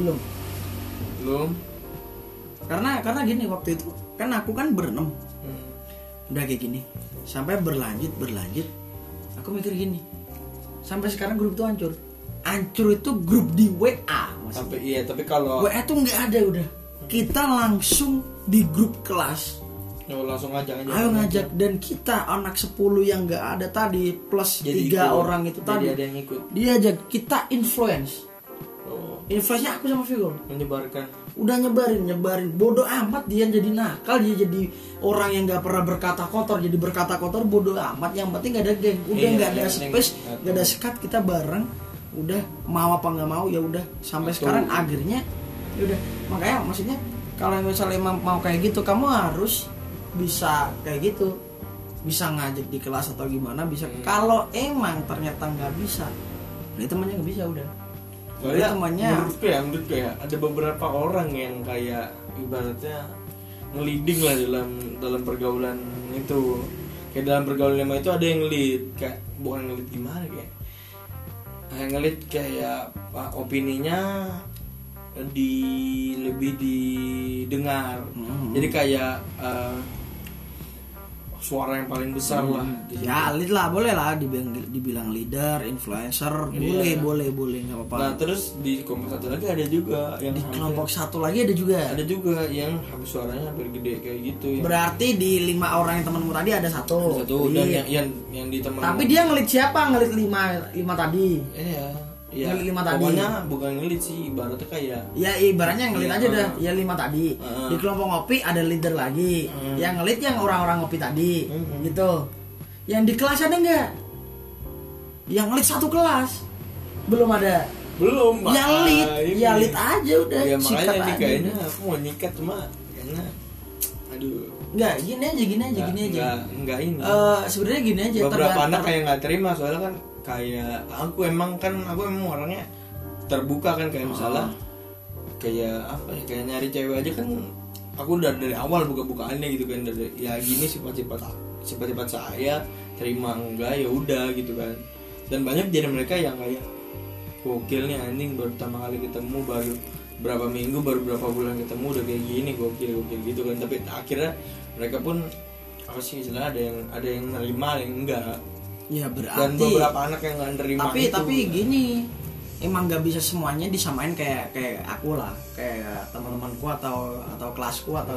Karena gini, waktu itu kan aku kan berenam, udah kayak gini, sampai berlanjut, aku mikir gini, sampai sekarang grup itu hancur itu grup di WA. Tapi kalau WA tuh nggak ada udah, kita langsung di grup kelas. Langsung ngajak. Ayo ngajak, dan kita anak 10 yang nggak ada tadi plus 3 orang itu tadi. Ada yang ikut. Dia ajak kita influence. Influence-nya aku sama Vigor. Menyebarkan. Udah nyebarin. Bodoh amat dia jadi nakal, dia jadi orang yang nggak pernah berkata kotor, jadi berkata kotor, bodoh amat. Yang penting nggak ada geng, udah nggak ada space, nggak ada sekat, kita bareng. Udah mau apa nggak mau ya udah sampai sekarang akhirnya ya udah. Makanya maksudnya kalau misalnya mau kayak gitu, kamu harus bisa kayak gitu, bisa ngajak di kelas atau gimana bisa. Kalau emang ternyata nggak bisa, berarti temannya nggak bisa udah. Soalnya menurutku ya ada beberapa orang yang kayak ibaratnya ngeliding lah dalam pergaulan itu. Kayak dalam pergaulan itu ada yang ngelit, kayak bukan ngelit gimana kayak ngelit kayak opininya lebih didengar. Jadi kayak suara yang paling besar lah. Ya lead lah, boleh lah dibilang leader, influencer, boleh nggak apa-apa. Nah terus di kelompok satu lagi ada juga yang di kelompok satu lagi ada juga yang habis suaranya hampir gede kayak gitu. Berarti di 5 orang yang temanmu tadi ada satu. Dan yang di teman. Tapi dia ngelit siapa? Ngelit 5 tadi. Iya. Ngelit 5 tadi. Pokoknya bukan ngelit sih, ibaratnya kayak. Ya ibaratnya ngelit aja dah. Ya 5 tadi. Di kelompok ngopi ada leader lagi. Yang ngelit yang orang-orang ngopi tadi. Gitu. Yang di kelas ada enggak? Yang ngelit satu kelas belum ada. Belum. Ya lit aja udah. Ya sikat makanya nih aja kayaknya udah. aku mau nyikat cuma kayaknya aduh. Enggak, gini aja. Enggak ini. Sebenarnya gini aja. Beberapa anak kayak nggak terima soalnya kan kayak aku emang orangnya terbuka kan kayak misalnya kayak apa ya, kayak nyari cewek aja kan aku udah dari awal buka-bukaannya gitu kan, dari ya gini sifat-sifat saya, terima enggak ya udah gitu kan. Dan banyak jadi mereka yang kayak gokil nih anjing, baru pertama kali ketemu, baru berapa minggu, baru berapa bulan ketemu udah kayak gini, gokil gitu kan. Tapi akhirnya mereka pun apa sih istilahnya, ada yang nerima, ada yang enggak. Ya berarti. Dan beberapa anak yang nggak nerima itu. Tapi gini, emang nggak bisa semuanya disamain kayak aku lah, kayak teman-temanku atau kelasku atau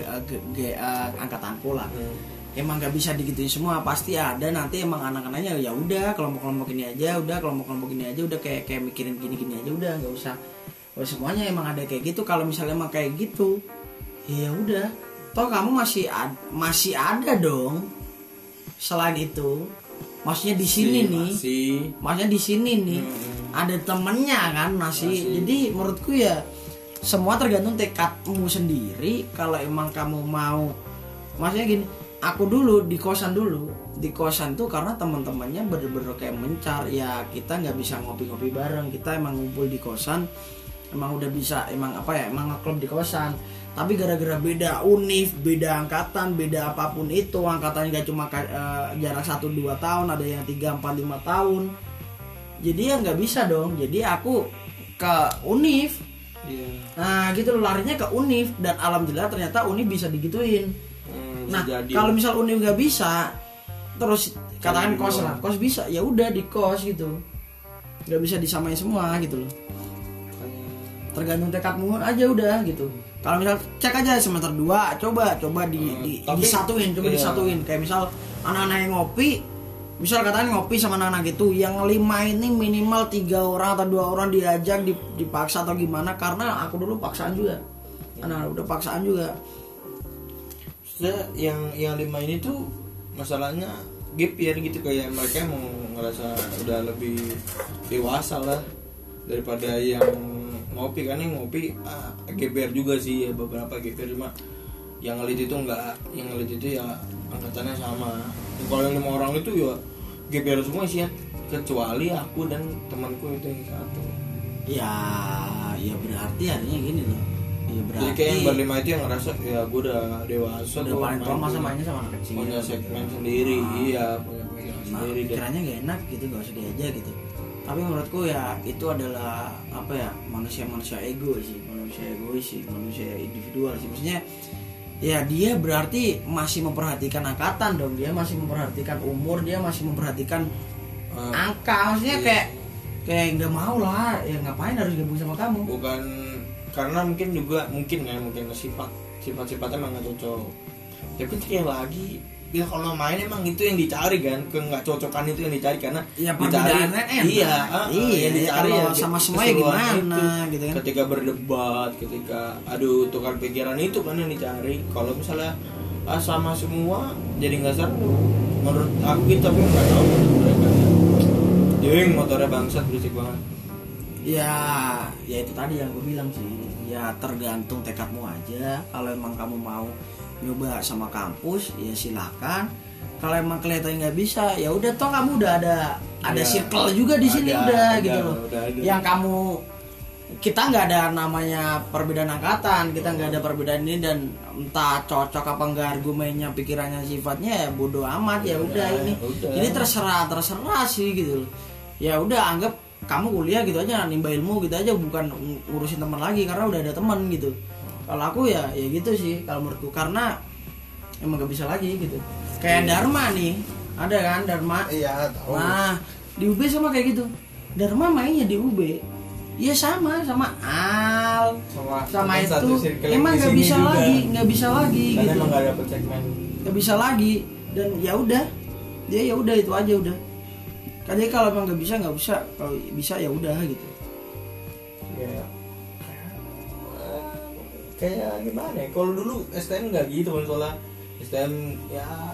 angkatanku lah. Emang nggak bisa digituin semua, pasti ada nanti emang anak-anaknya ya udah kelompok-kelompok ini aja, udah kayak mikirin gini aja udah, nggak usah. Kalau semuanya emang ada kayak gitu, kalau misalnya emang kayak gitu, ya udah. Toh kamu masih ada dong. Selain itu, maksudnya di sini nih, maksudnya di sini nih ada temennya kan masih. Jadi menurutku ya semua tergantung tekadmu sendiri. Kalau emang kamu mau, maksudnya gini. Aku dulu di kosan tuh karena teman-temannya bener-bener kayak mencar ya, kita nggak bisa ngopi-ngopi bareng, kita emang ngumpul di kosan, emang udah bisa emang ngeklub di kosan. Tapi gara-gara beda univ, beda angkatan, beda apapun itu, angkatannya gak cuma jarak 1-2 tahun, ada yang 3-4-5 tahun, jadi ya nggak bisa dong. Jadi aku ke univ, nah gitu loh, larinya ke univ, dan alhamdulillah ternyata univ bisa digituin. Nah kalau misal univ nggak bisa, terus katakan kos lah, kos bisa, ya udah di kos gitu, nggak bisa disamain semua gitu loh. Tergantung tekadmu aja udah gitu. Kalau misal cek aja semester 2, coba disatuin, disatuin. Kayak misal anak-anak yang ngopi, misal katakan ngopi sama anak-anak gitu, yang 5 ini minimal 3 orang atau 2 orang diajak, dipaksa atau gimana, karena aku dulu paksaan juga. Anak udah paksaan juga. Yang 5 ini tuh masalahnya gap year gitu, kayak mereka mau ngerasa udah lebih dewasa lah daripada yang ngopi. Kan yang ngopi gap year juga sih ya, beberapa gap year, cuma yang ngelit itu enggak, yang ngelit itu ya angkatannya sama. Kalau yang 5 orang itu ya gap year semua sih ya, kecuali aku dan temanku itu yang satu. Ya berarti artinya gini loh. Ya berarti jadi kayak yang berlima itu yang ngerasa ya gue udah dewasa, udah paling tua, masa mainnya sama anak kecil, punya segmen sendiri. Iya, punya pemikiran sendiri. Pikirannya gak enak gitu, gak usah diajak gitu. Tapi menurutku ya itu adalah apa ya, manusia egois sih, manusia individual sih. Maksudnya ya dia berarti masih memperhatikan angkatan dong, dia masih memperhatikan umur, dia masih memperhatikan angka. Maksudnya kayak nggak mau lah, ya ngapain harus gabung sama kamu? Bukan karena mungkin sifat-sifatnya emang gak cocok. Tapi sekali lagi ya kalau main emang itu yang dicari kan, nggak cocokan itu yang dicari, karena ya dicari yang dicari kalau ya, sama semuanya gimana itu, gitu kan. ketika berdebat, ketika tukar pikiran itu kan yang dicari. Kalau misalnya sama semua jadi nggak seru menurut aku gitu. Tapi nggak tahu mereka jeng motornya bangsat, berisik banget. Ya itu tadi yang gue bilang sih, ya tergantung tekadmu aja. Kalau emang kamu mau nyoba sama kampus ya silakan. Kalau emang kelihatan nggak bisa, ya udah, toh kamu udah ada circle juga di sini gitu loh. Yang kita nggak ada namanya perbedaan angkatan, kita nggak ada perbedaan ini, dan entah cocok apa enggak argumennya, pikirannya, sifatnya ya bodoh amat. Ya udah ini terserah sih gitu loh. Ya udah, anggap kamu kuliah gitu aja, nimba ilmu gitu aja, bukan ngurusin teman lagi karena udah ada teman gitu. Kalau aku ya gitu sih kalau menurutku, karena emang gak bisa lagi gitu. Kayak Dharma nih, ada kan Dharma? Iya, tahu. Nah, di UB sama kayak gitu. Dharma mainnya di UB. Ya sama Al, sama itu. Emang nggak bisa lagi karena gitu. Emang nggak dapet segmen. Nggak bisa lagi, dan ya udah, itu aja udah. Kadang kalau emang nggak bisa, kalau bisa ya udah gitu. Ya kayak gimana ya? Kalau dulu STM nggak gitu kan, soalnya STM ya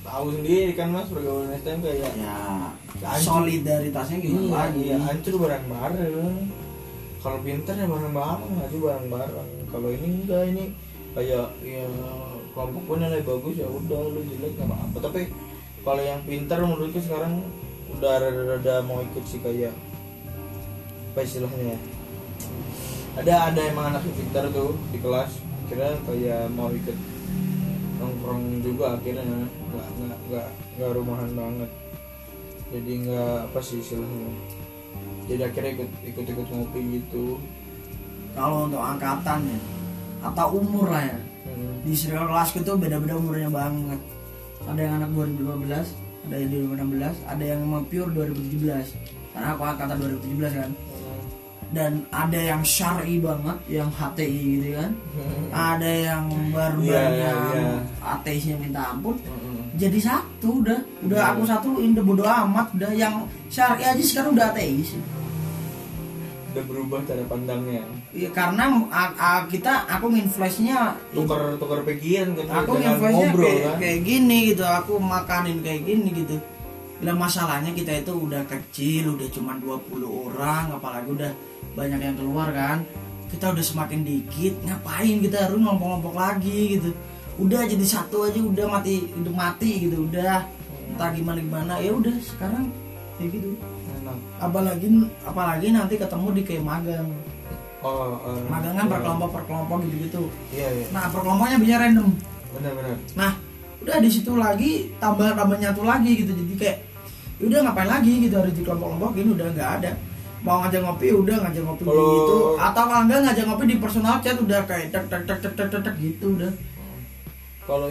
tahu sendiri kan mas, pergaulan STM kayak Ya hancur. solidaritasnya gimana lagi? Iya, hancur bareng-bareng. Kalau pintar ya bareng-bareng, maju bareng-bareng. Kalau ini enggak, ini kayak ya kelompok pun nilai bagus ya udah, lu jelek nggak apa-apa. Tapi kalau yang pintar menurutku sekarang udah rada mau ikut sih, kayak apa istilahnya ya, ada emang anak yang pintar tuh di kelas, akhirnya kayak mau ikut nongkrong juga, akhirnya nggak rumahan banget, jadi nggak apa sih istilahnya, jadi akhirnya ikut ngopi gitu. Kalau untuk angkatan ya atau umur lah ya, di circle kelas itu beda-beda umurnya banget. Ada yang anak 2015, ada yang 2016, ada yang emang pure 2017, karena aku angkatan 2017 kan. Dan ada yang syar'i banget, yang HTI gitu kan. Ada yang barbarnya ateisnya minta ampun. Jadi satu udah aku satuin, udah bodo amat, udah yang syar'i aja sekarang udah ateis. Udah berubah cara pandangnya. Iya, karena aku nginflashnya tukar pikiran gitu. Aku nginflashnya kayak gini gitu, aku makanin kayak gini gitu. Lah masalahnya kita itu udah kecil, udah cuma 20 orang, apalagi udah banyak yang keluar kan. Kita udah semakin dikit, ngapain kita harus ngompong-ngompong lagi gitu. Udah jadi satu aja udah hidup mati gitu, udah entah gimana ya udah sekarang kayak gitu. Enak. Apalagi nanti ketemu di kayak magang. Magang kan per kelompok gitu. Iya. Nah, per kelompoknya bisa random. Benar. Nah, udah di situ lagi tambah nyatu lagi gitu. Jadi kayak udah ngapain lagi gitu, harus di kelompok-kelompok gini udah nggak ada. Mau ngajak ngopi udah ngajak ngopi gitu, atau kalau enggak ngajak ngopi di personal chat udah kayak tek gitu udah. Kalau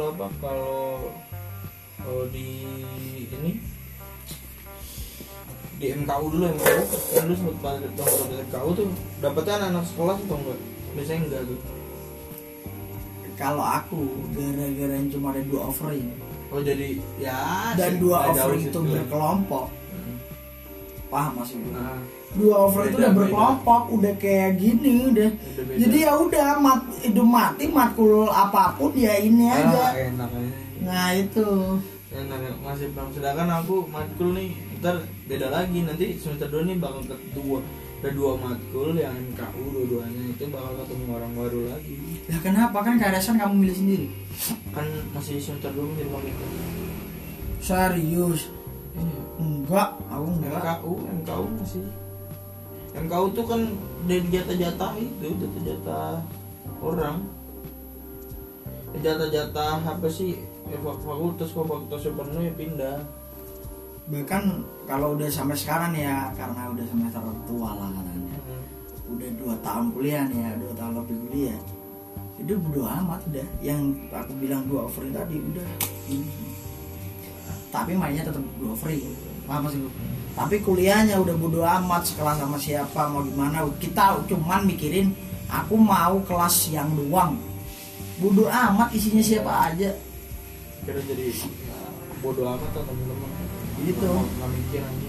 di ini di MKU dulu, kan lu sempat daftar MKU tuh, dapetnya anak sekolah atau enggak? Biasanya enggak tuh. Kalau aku gara-gara cuma ada 2 offering. Oh jadi ya. Dan 2 offering itu berkelompok. Paham maksud gue? Nah, 2 offering itu udah berkelompok, udah kayak gini udah. Jadi ya udah hidup mati matkul apapun ya ini aja. Enak aja. Nah itu. Enak masih belum, sedangkan aku matkul nih ntar beda lagi, nanti semester 2 nih bakal kedua. Ada 2 matkul yang MKU dua-duanya itu bakal ketemu orang baru lagi. Ya kenapa, kan keresan kamu milih sendiri? Kan masih semester 2 mungkin itu. Serius? Enggak, aku enggak. MKU masih. MKU tuh kan dari jatah-jatah itu, jatah-jatah orang. Jatah-jatah apa sih? Fakultas penuh ya pindah. Bahkan kalau udah sampai sekarang ya, karena udah semester tua lah katanya. Udah 2 tahun kuliah nih ya, 2 tahun lebih kuliah. Itu bodo amat udah. Yang aku bilang 2 offering tadi udah ini. Tapi mainnya tetap 2 offering. Paham sih lu? Tapi kuliahnya udah bodo amat, sekelas sama siapa mau gimana. Kita cuman mikirin aku mau kelas yang doang. Bodo amat isinya siapa aja. Kira jadi bodo amat atau teman-teman. Gitu. Nggak mikir aja.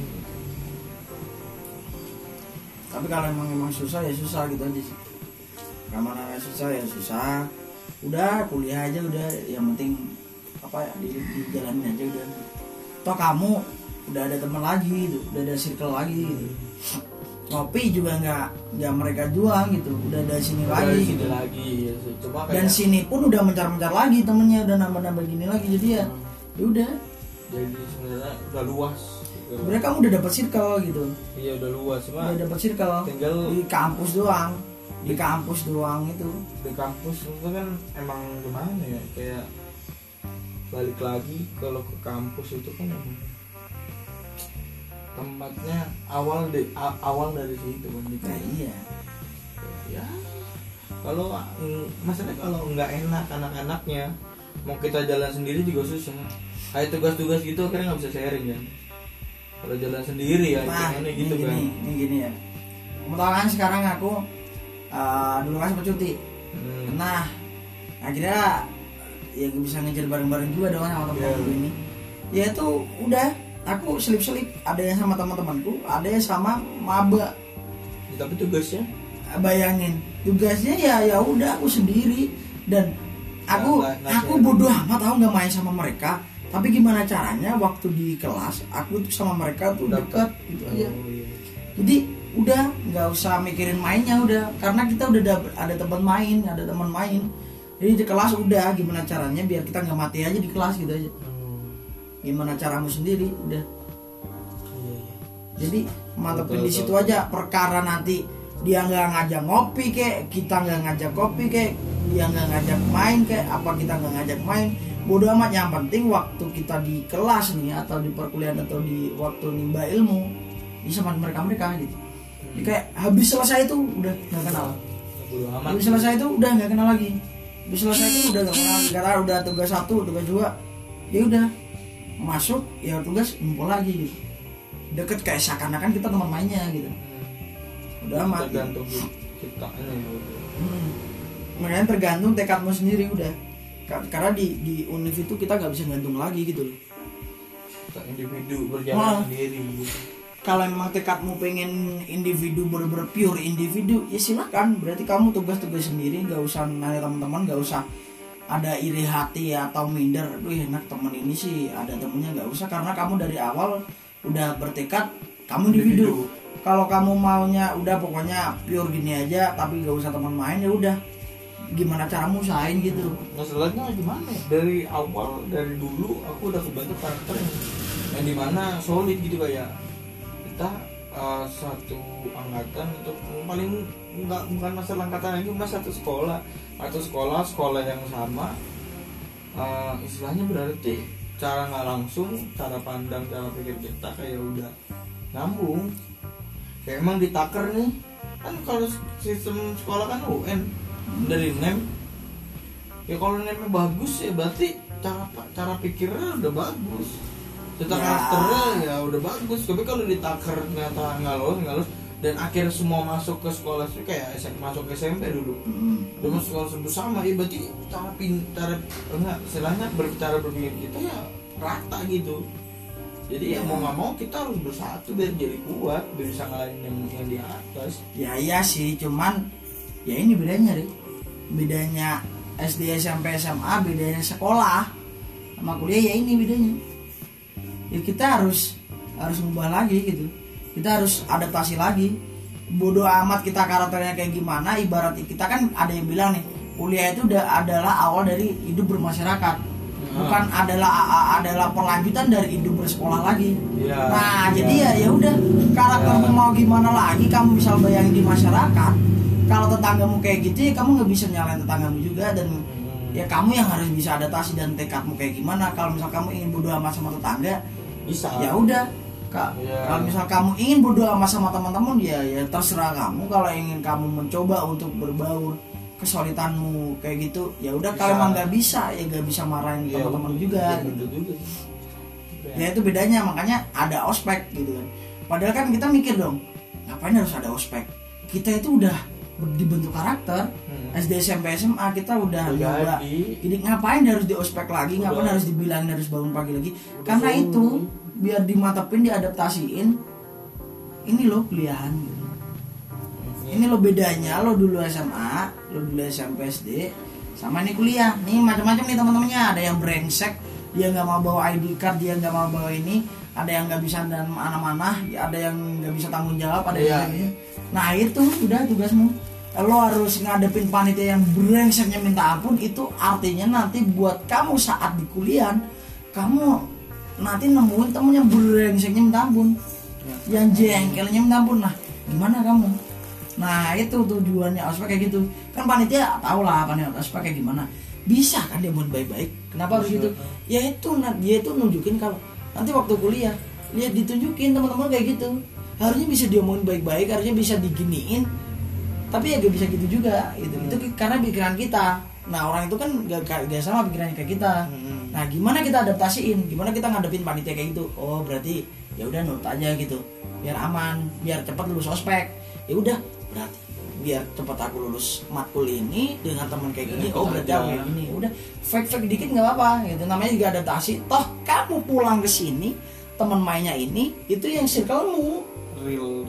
Tapi kalau emang susah ya susah gitu aja sih. Keamanan susah ya susah. Udah kuliah aja udah, yang penting apa ya dijalanin aja udah. Toh kamu udah ada teman lagi gitu, udah ada circle lagi gitu. Ngopi juga nggak mereka jual gitu, udah ada sini lagi gitu. Lagi ya. Cuma kayak Dan sini pun udah mencar-mencar lagi temennya, udah nambah-nambah gini lagi, jadi ya udah. Jadi sebenarnya udah luas. Sebenarnya kamu udah dapat circle gitu. Iya udah luas, cuma Udah dapat circle. tinggal Di kampus doang. Di kampus doang itu. di kampus itu kan emang gimana ya, kayak balik lagi kalau ke kampus itu kan emang tempatnya awal dari situ kan gitu. Nah, iya. Ya kalau masalahnya kalau nggak enak anak-anaknya, mau kita jalan sendiri juga susah. Kayak tugas-tugas gitu akhirnya nggak bisa sharing kan. Kalau jalan sendiri ya Nah, gitu ini kan. Ini gini ya. Kamu tahu kan sekarang aku dulu kan sempat cuti. Nah, akhirnya ya bisa ngejar bareng-bareng juga dong sama teman-teman ini. Ya itu udah, aku selip-selip, ada yang sama teman-temanku, ada yang sama maba. Ya, tapi tugasnya Bayangin, tugasnya ya udah aku sendiri, dan aku nggak bodoh amat tahu nggak main sama mereka. Tapi gimana caranya waktu di kelas aku tuh sama mereka tuh dekat gitu aja. Jadi udah nggak usah mikirin mainnya udah, karena kita udah ada teman main. Jadi di kelas udah gimana caranya biar kita nggak mati aja di kelas gitu aja. Gimana caramu sendiri udah. Jadi mantepin di situ aja. Perkara nanti dia nggak ngajak ngopi kek, kita nggak ngajak kopi kek, dia nggak ngajak main kek, apa kita nggak ngajak main, bodo amat. Yang penting waktu kita di kelas nih atau di perkuliahan atau di waktu nimba ilmu bisa sama mereka gitu. Jadi kayak habis selesai itu udah nggak kenal. Habis selesai itu udah nggak kenal lagi. Habis selesai itu udah nggak kenal. Karena udah tugas 1, tugas 2, ya udah masuk ya tugas ngumpul lagi gitu. Deket kayak seakan-akan kita teman mainnya gitu. Udah amat. Tergantung kita Makanya tergantung tekadmu sendiri udah. Karena di univ itu kita nggak bisa gantung lagi gitu loh. Kita individu berjalan sendiri gitu. Kalau memang tekadmu pengen individu bener-bener pure individu, ya silakan. Berarti kamu tugas-tugas sendiri, nggak usah nanya teman-teman, nggak usah ada iri hati atau minder. Duh enak temen ini sih ada temennya, nggak usah, karena kamu dari awal udah bertekad kamu individu. Kalau kamu maunya udah pokoknya pure gini aja, tapi nggak usah teman main, ya udah. Gimana caramu usahain gitu. Masalahnya gimana ya? Dari awal, dari dulu aku udah kebentuk karakter yang dimana solid gitu kayak kita satu angkatan untuk paling bukan masalah angkatan lagi, cuma satu sekolah atau sekolah yang sama. Istilahnya berarti cara nggak langsung, cara pandang, cara pikir kita kayak udah nyambung. Kayak emang ditaker nih kan, kalau sistem sekolah kan UN dari NEM ya, kalau NEM-nya bagus ya berarti cara pikirnya udah bagus, cara karakternya ya udah bagus. Tapi kalau ditaker ternyata nggak lolos dan akhirnya semua masuk ke sekolah itu kayak masuk ke SMP dulu, udah masuk sekolah sama ya, berarti istilahnya cara berpikir kita ya rata gitu. Jadi ya mau nggak mau kita harus bersatu biar jadi kuat, biar bisa ngalahin yang di atas. Ya iya sih, cuman ya ini bedanya deh. Bedanya SD, SMP, SMA, bedanya sekolah sama kuliah, ya ini bedanya. Ya kita harus ngubah lagi gitu. Kita harus adaptasi lagi. Bodoh amat kita karakternya kayak gimana, ibarat kita kan ada yang bilang nih, kuliah itu adalah awal dari hidup bermasyarakat. Bukan adalah perlanjutan dari hidup bersekolah lagi. Nah, jadi ya udah, karaktermu mau gimana lagi, kamu misal bayangin di masyarakat. Kalau tetanggamu kayak gitu ya kamu nggak bisa nyalain tetanggamu juga, dan ya kamu yang harus bisa adaptasi dan tekadmu kayak gimana. Kalau misal kamu ingin bodo amat sama tetangga, bisa. Ya udah. Kalau misal kamu ingin bodo amat sama teman-teman, ya terserah kamu. Kalau ingin kamu mencoba untuk berbaur, kesulitanmu kayak gitu, ya udah. Kalau emang nggak bisa, ya nggak bisa marahin teman-teman juga. Gitu. Ya itu bedanya, makanya ada ospek gitu kan. Padahal kan kita mikir dong, ngapain harus ada ospek? Kita itu udah dibentuk karakter. SD, SMP, SMA kita udah nyoba. Jadi ngapain harus di ospek lagi? Ngapain harus dibilangin harus bangun pagi lagi? Karena itu biar dimatepin, diadaptasiin. Ini loh kuliahan gitu. Ini lo bedanya, lo dulu SMA, lo dulu SMP, SD, sama ini kuliah. Nih macam-macam nih teman-temannya. Ada yang brengsek, dia nggak mau bawa ID card, dia nggak mau bawa ini. Ada yang nggak bisa dan mana-mana, ada yang nggak bisa tanggung jawab, ada yang ini. Nah itu udah tugasmu. Lo harus ngadepin panitia yang brengseknya minta ampun. Itu artinya nanti buat kamu saat di kuliah, kamu nanti nemuin temen yang brengseknya minta ampun, yang jengkelnya minta ampun. Nah gimana kamu? Nah itu tujuannya ospek kayak gitu. Kan panitia tau lah panitia ospek kayak gimana. Bisa kan dia buat baik-baik. Kenapa harus gitu? Ya itu dia itu nunjukin kalau nanti waktu kuliah dia ditunjukin teman-teman kayak gitu. Harusnya bisa diomongin baik-baik, harusnya bisa diginiin. Tapi ya gak bisa gitu juga gitu. Itu karena pikiran kita. Nah orang itu kan gak sama pikirannya kayak kita. Nah gimana kita adaptasiin? Gimana kita ngadepin panitia kayak gitu? Oh berarti ya udah nurut aja gitu. Biar aman, biar cepat lulus ospek. Ya udah, berarti biar cepat aku lulus matkul ini dengan teman kayak gini. Oh berarti aku kayak gini. Udah fake dikit nggak apa-apa gitu. Namanya juga adaptasi. Toh kamu pulang ke sini, teman mainnya ini itu yang circlemu real,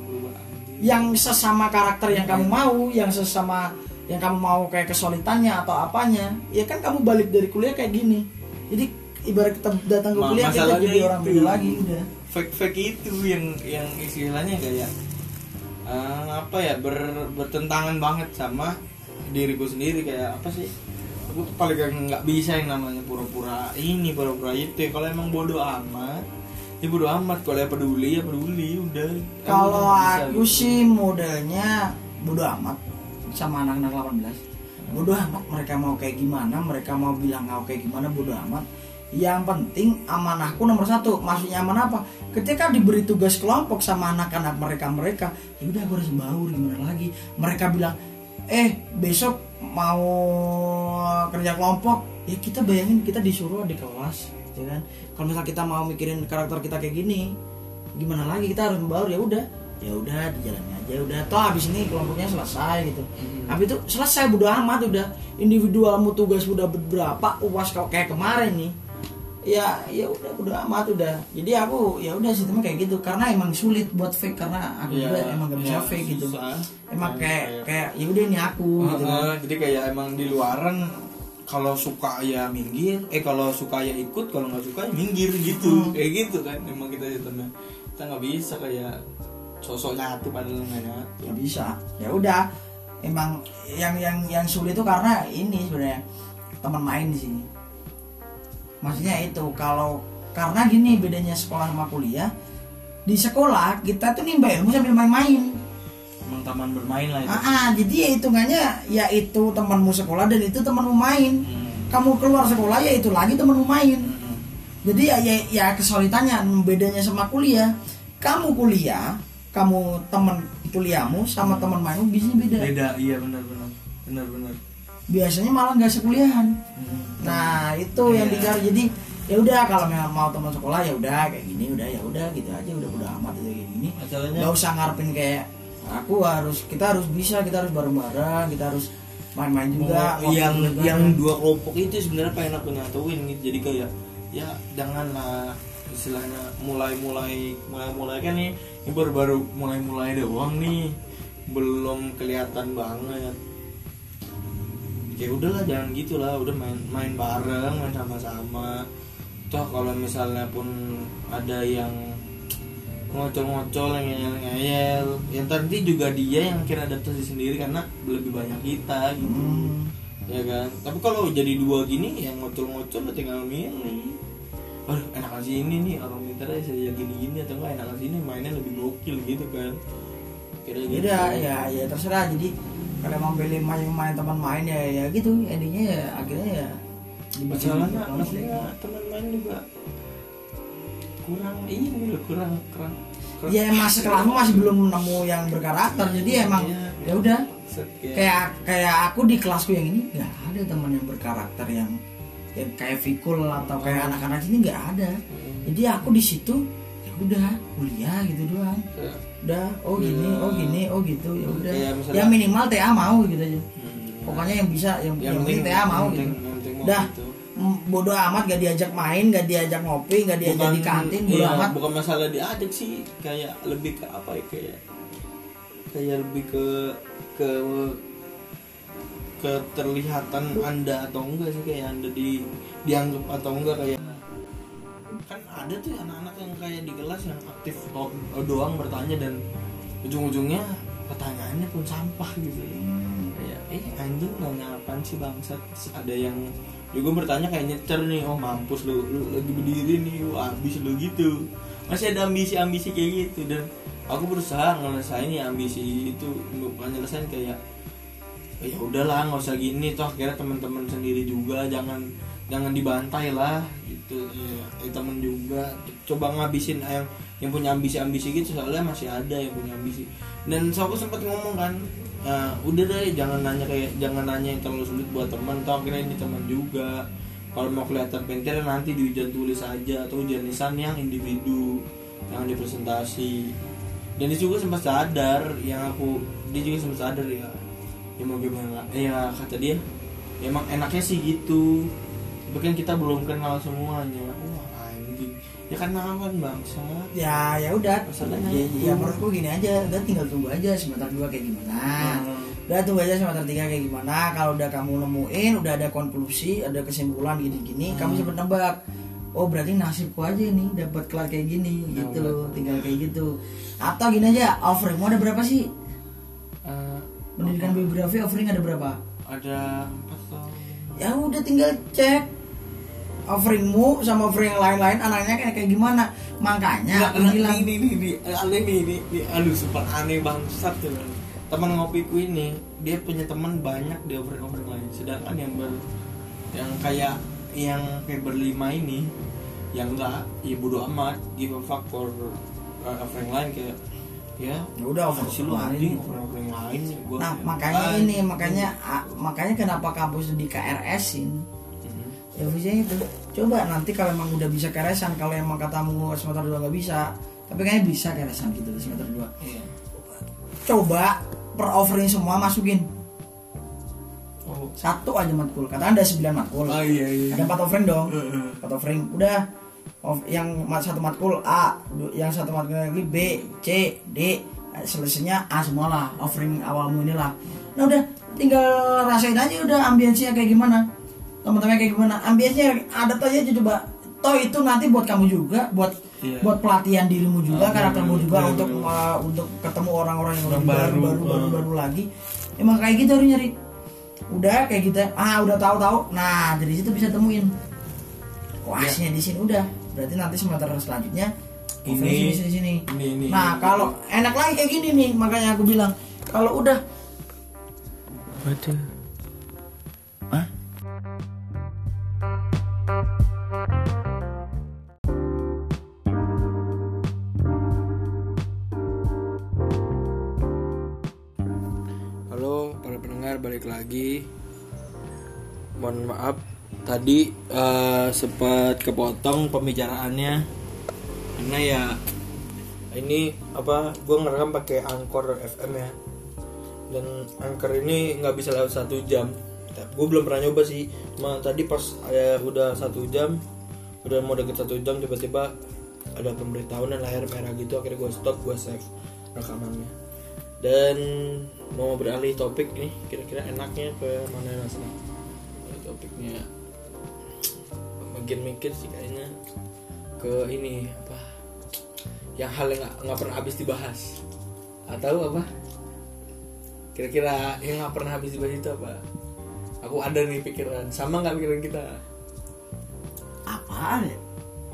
yang sesama karakter yang kamu mau, yang sesama yang kamu mau kayak kesulitannya atau apanya. Ya kan kamu balik dari kuliah kayak gini. Jadi ibarat kita datang ke kuliah kita jadi orang beda lagi udah. Fake itu yang istilahnya kayak apa ya, bertentangan banget sama diriku sendiri. Kayak apa sih, aku paling nggak bisa yang namanya pura-pura ini pura-pura itu ya. Kalau emang bodoh amat ya bodoh amat, kalau ya peduli udah. Kalau aku sih modelnya bodoh amat sama anak-anak 18. Bodoh amat mereka mau kayak gimana, mereka mau bilang mau kayak gimana, bodoh amat. Yang penting amanahku nomor 1. Maksudnya amanah apa? Ketika diberi tugas kelompok sama anak-anak mereka, ya udah gue harus baur, gimana lagi? Mereka bilang, besok mau kerja kelompok, ya kita bayangin kita disuruh di kelas, ya kan? Kalau misalnya kita mau mikirin karakter kita kayak gini, gimana lagi? Kita harus membaur, ya udah dijalani aja, udah. Toh habis ini kelompoknya selesai gitu. Habis itu selesai, bodo amat, udah individualmu tugas udah berapa, UAS kalau kayak kemarin nih. Ya udah bodo amat udah. Jadi aku ya udah sistemnya kayak gitu karena emang sulit buat fake karena aku juga emang gak bisa fake gitu. Emang kayak ya udah ini aku gitu kan. Jadi kayak emang di luaran kalau suka ya minggir, kalau suka ya ikut, kalau nggak suka ya minggir gitu. Kayak gitu kan emang kita sistemnya. Kita nggak bisa kayak sosok nyatu padahal nggak nyatu. Ya bisa. Ya udah. Emang yang sulit itu karena ini sebenarnya teman main sih. Maksudnya itu karena gini bedanya sekolah sama kuliah. Di sekolah kita tuh nimba ilmu sambil main-main. Emang taman bermain lah itu. Jadi ya hitungannya ya itu temanmu sekolah dan itu temanmu main. Kamu keluar sekolah ya itu lagi temanmu main. Jadi ya kesulitannya bedanya sama kuliah. Kamu kuliah, kamu teman kuliahmu sama teman mainmu bisanya beda. Beda, iya benar. Biasanya malah nggak sekuliahan. Nah itu yang dicari. Jadi ya udah kalau mau teman sekolah ya udah kayak gini, udah ya udah gitu aja, udah amat aja kayak gini. Nggak usah ngarepin kayak kita harus bisa, kita harus bareng-bareng, kita harus main-main juga. Yang dua kelompok itu sebenarnya pengen aku nyatuin gitu. Jadi kayak ya janganlah istilahnya mulai kan nih, ini baru mulai doang nih, belum kelihatan banget. Ya udahlah jangan gitulah, udah main bareng, main sama-sama. Toh kalau misalnya pun ada yang ngocol-ngocol, yang ngeyel, yang nanti juga dia yang kira adaptasi sendiri karena lebih banyak kita gitu. Ya kan? Tapi kalau jadi dua gini yang ngocol-ngocol tinggal milih. Aduh, enakan sini nih orang pintar aja saya gini-gini, atau enggak enakan sini mainnya lebih gokil gitu kan. Kira gitu. Ya terserah. Jadi kalau mau pilih main teman main ya gitu, endingnya ya akhirnya ya masalahnya teman main juga kurang ya mas sekolahmu masih belum nemu yang berkarakter. Jadi emang ya udah kayak aku di kelasku yang ini nggak ada teman yang berkarakter yang kayak Fikul atau kayak anak-anak sini nggak ada. Jadi aku di situ ya udah kuliah gitu doang. Udah gini gitu ya udah. Ya minimal TA mau gitu aja. Pokoknya yang bisa yang penting TA mau gitu. Udah bodoh amat, gak diajak main, gak diajak ngopi, gak diajak di kantin, bodoh amat. Bukan masalah diajak sih, kayak lebih ke apa ya, kayak lebih ke keterlihatan Anda atau enggak sih, kayak Anda dianggap atau enggak. Kayak kan ada tuh anak-anak yang kayak di kelas yang aktif doang bertanya dan ujung-ujungnya pertanyaannya pun sampah gitu. Kayak anjing nanya apaan sih bangsat. Ada yang juga bertanya kayak nyecer nih, oh mampus lu lagi berdiri nih, habis lu gitu. Masih ada ambisi kayak gitu, dan aku berusaha ngelesain ya ambisi itu. Bukan nyelesain kayak ya udahlah nggak usah gini, toh akhirnya teman-teman sendiri juga jangan dibantai lah gitu ya. Temen juga coba ngabisin yang punya ambisi gitu, soalnya masih ada yang punya ambisi. Dan aku sempat ngomong kan, udah deh jangan nanya yang terlalu sulit buat teman, toh akhirnya ini teman juga. Kalau mau kelihatan pintar nanti di ujian tulis aja atau ujian lisan yang individu, jangan di presentasi. Dan dia juga sempat sadar, dia juga sempat sadar ya mau gimana ya, kata dia ya, emang enaknya sih gitu, tapi kan kita belum kenal semuanya. Wah anjing, ya kenalan bangsa. Ya udah ya menurutku gini aja, udah tinggal tunggu aja semester 2 kayak gimana. Udah tunggu aja semester 3 kayak gimana. Kalau udah kamu nemuin, udah ada konklusi, ada kesimpulan gini-gini, kamu sempat nebak oh berarti nasibku aja nih dapat kelas kayak gini gitu, tinggal kayak gitu. Atau gini aja, offering mau ada berapa sih? Pendidikan biografi offering ada berapa? Ada 4 tahun. Ya udah tinggal cek offeringmu sama offering yang lain-lain anaknya kayak gimana. Makanya aku bilang ini aduh super aneh bangsat tuh. Teman ngopiku ini dia punya teman banyak di offering lain, sedangkan yang kayak berlima ini yang enggak, ya bodo amat, give a fuck for offering lain kayak ya udah offer lu anjing offering lain gua. Nah, makanya kenapa kampus di KRS-in? Ya visinya itu. Coba nanti kalau emang udah bisa KRS-an, kalau emang katamu semester 2 nggak bisa, tapi kayaknya bisa KRS-an gitu di semester 2. Iya. Coba per offering semua masukin. Oh. 1 aja matkul. Katakan ada 9 matkul. Oh iya. Ada 4 offering dong. 4 offering. Udah yang satu matkul A, yang satu matkul lagi B, C, D, selesainya A semualah offering awalmu inilah. Nah udah tinggal rasain aja udah ambiensinya kayak gimana, teman-teman kayak gimana, ambiensinya ada aja coba. Toh itu nanti buat kamu juga, buat pelatihan dirimu juga, karaktermu juga untuk ketemu orang-orang yang baru lagi. Emang kayak gitu harus nyari. Udah kayak gitu, udah tahu. Nah dari situ bisa temuin. Wahnya di sini udah. Berarti nanti semester selanjutnya ini di sini. Nah, kalau enak lagi kayak gini nih, makanya aku bilang kalau udah baca. Halo para pendengar, balik lagi. Mohon maaf tadi sempat kepotong pembicaraannya karena ya ini gue ngerekam pakai Anchor FM ya, dan Anchor ini nggak bisa lewat 1 jam. Gue belum pernah nyoba sih, cuma tadi pas udah 1 jam, udah mau deket 1 jam tiba-tiba ada pemberitahuan dan layar merah gitu. Akhirnya gue stop, gue save rekamannya dan mau beralih topik nih. Kira-kira enaknya ke mana mas nih topiknya? Makin mikir sih kayaknya ke ini yang hal yang nggak pernah habis dibahas, atau apa kira-kira yang nggak pernah habis dibahas itu apa? Aku ada nih pikiran, sama nggak pikiran kita? apaan ya?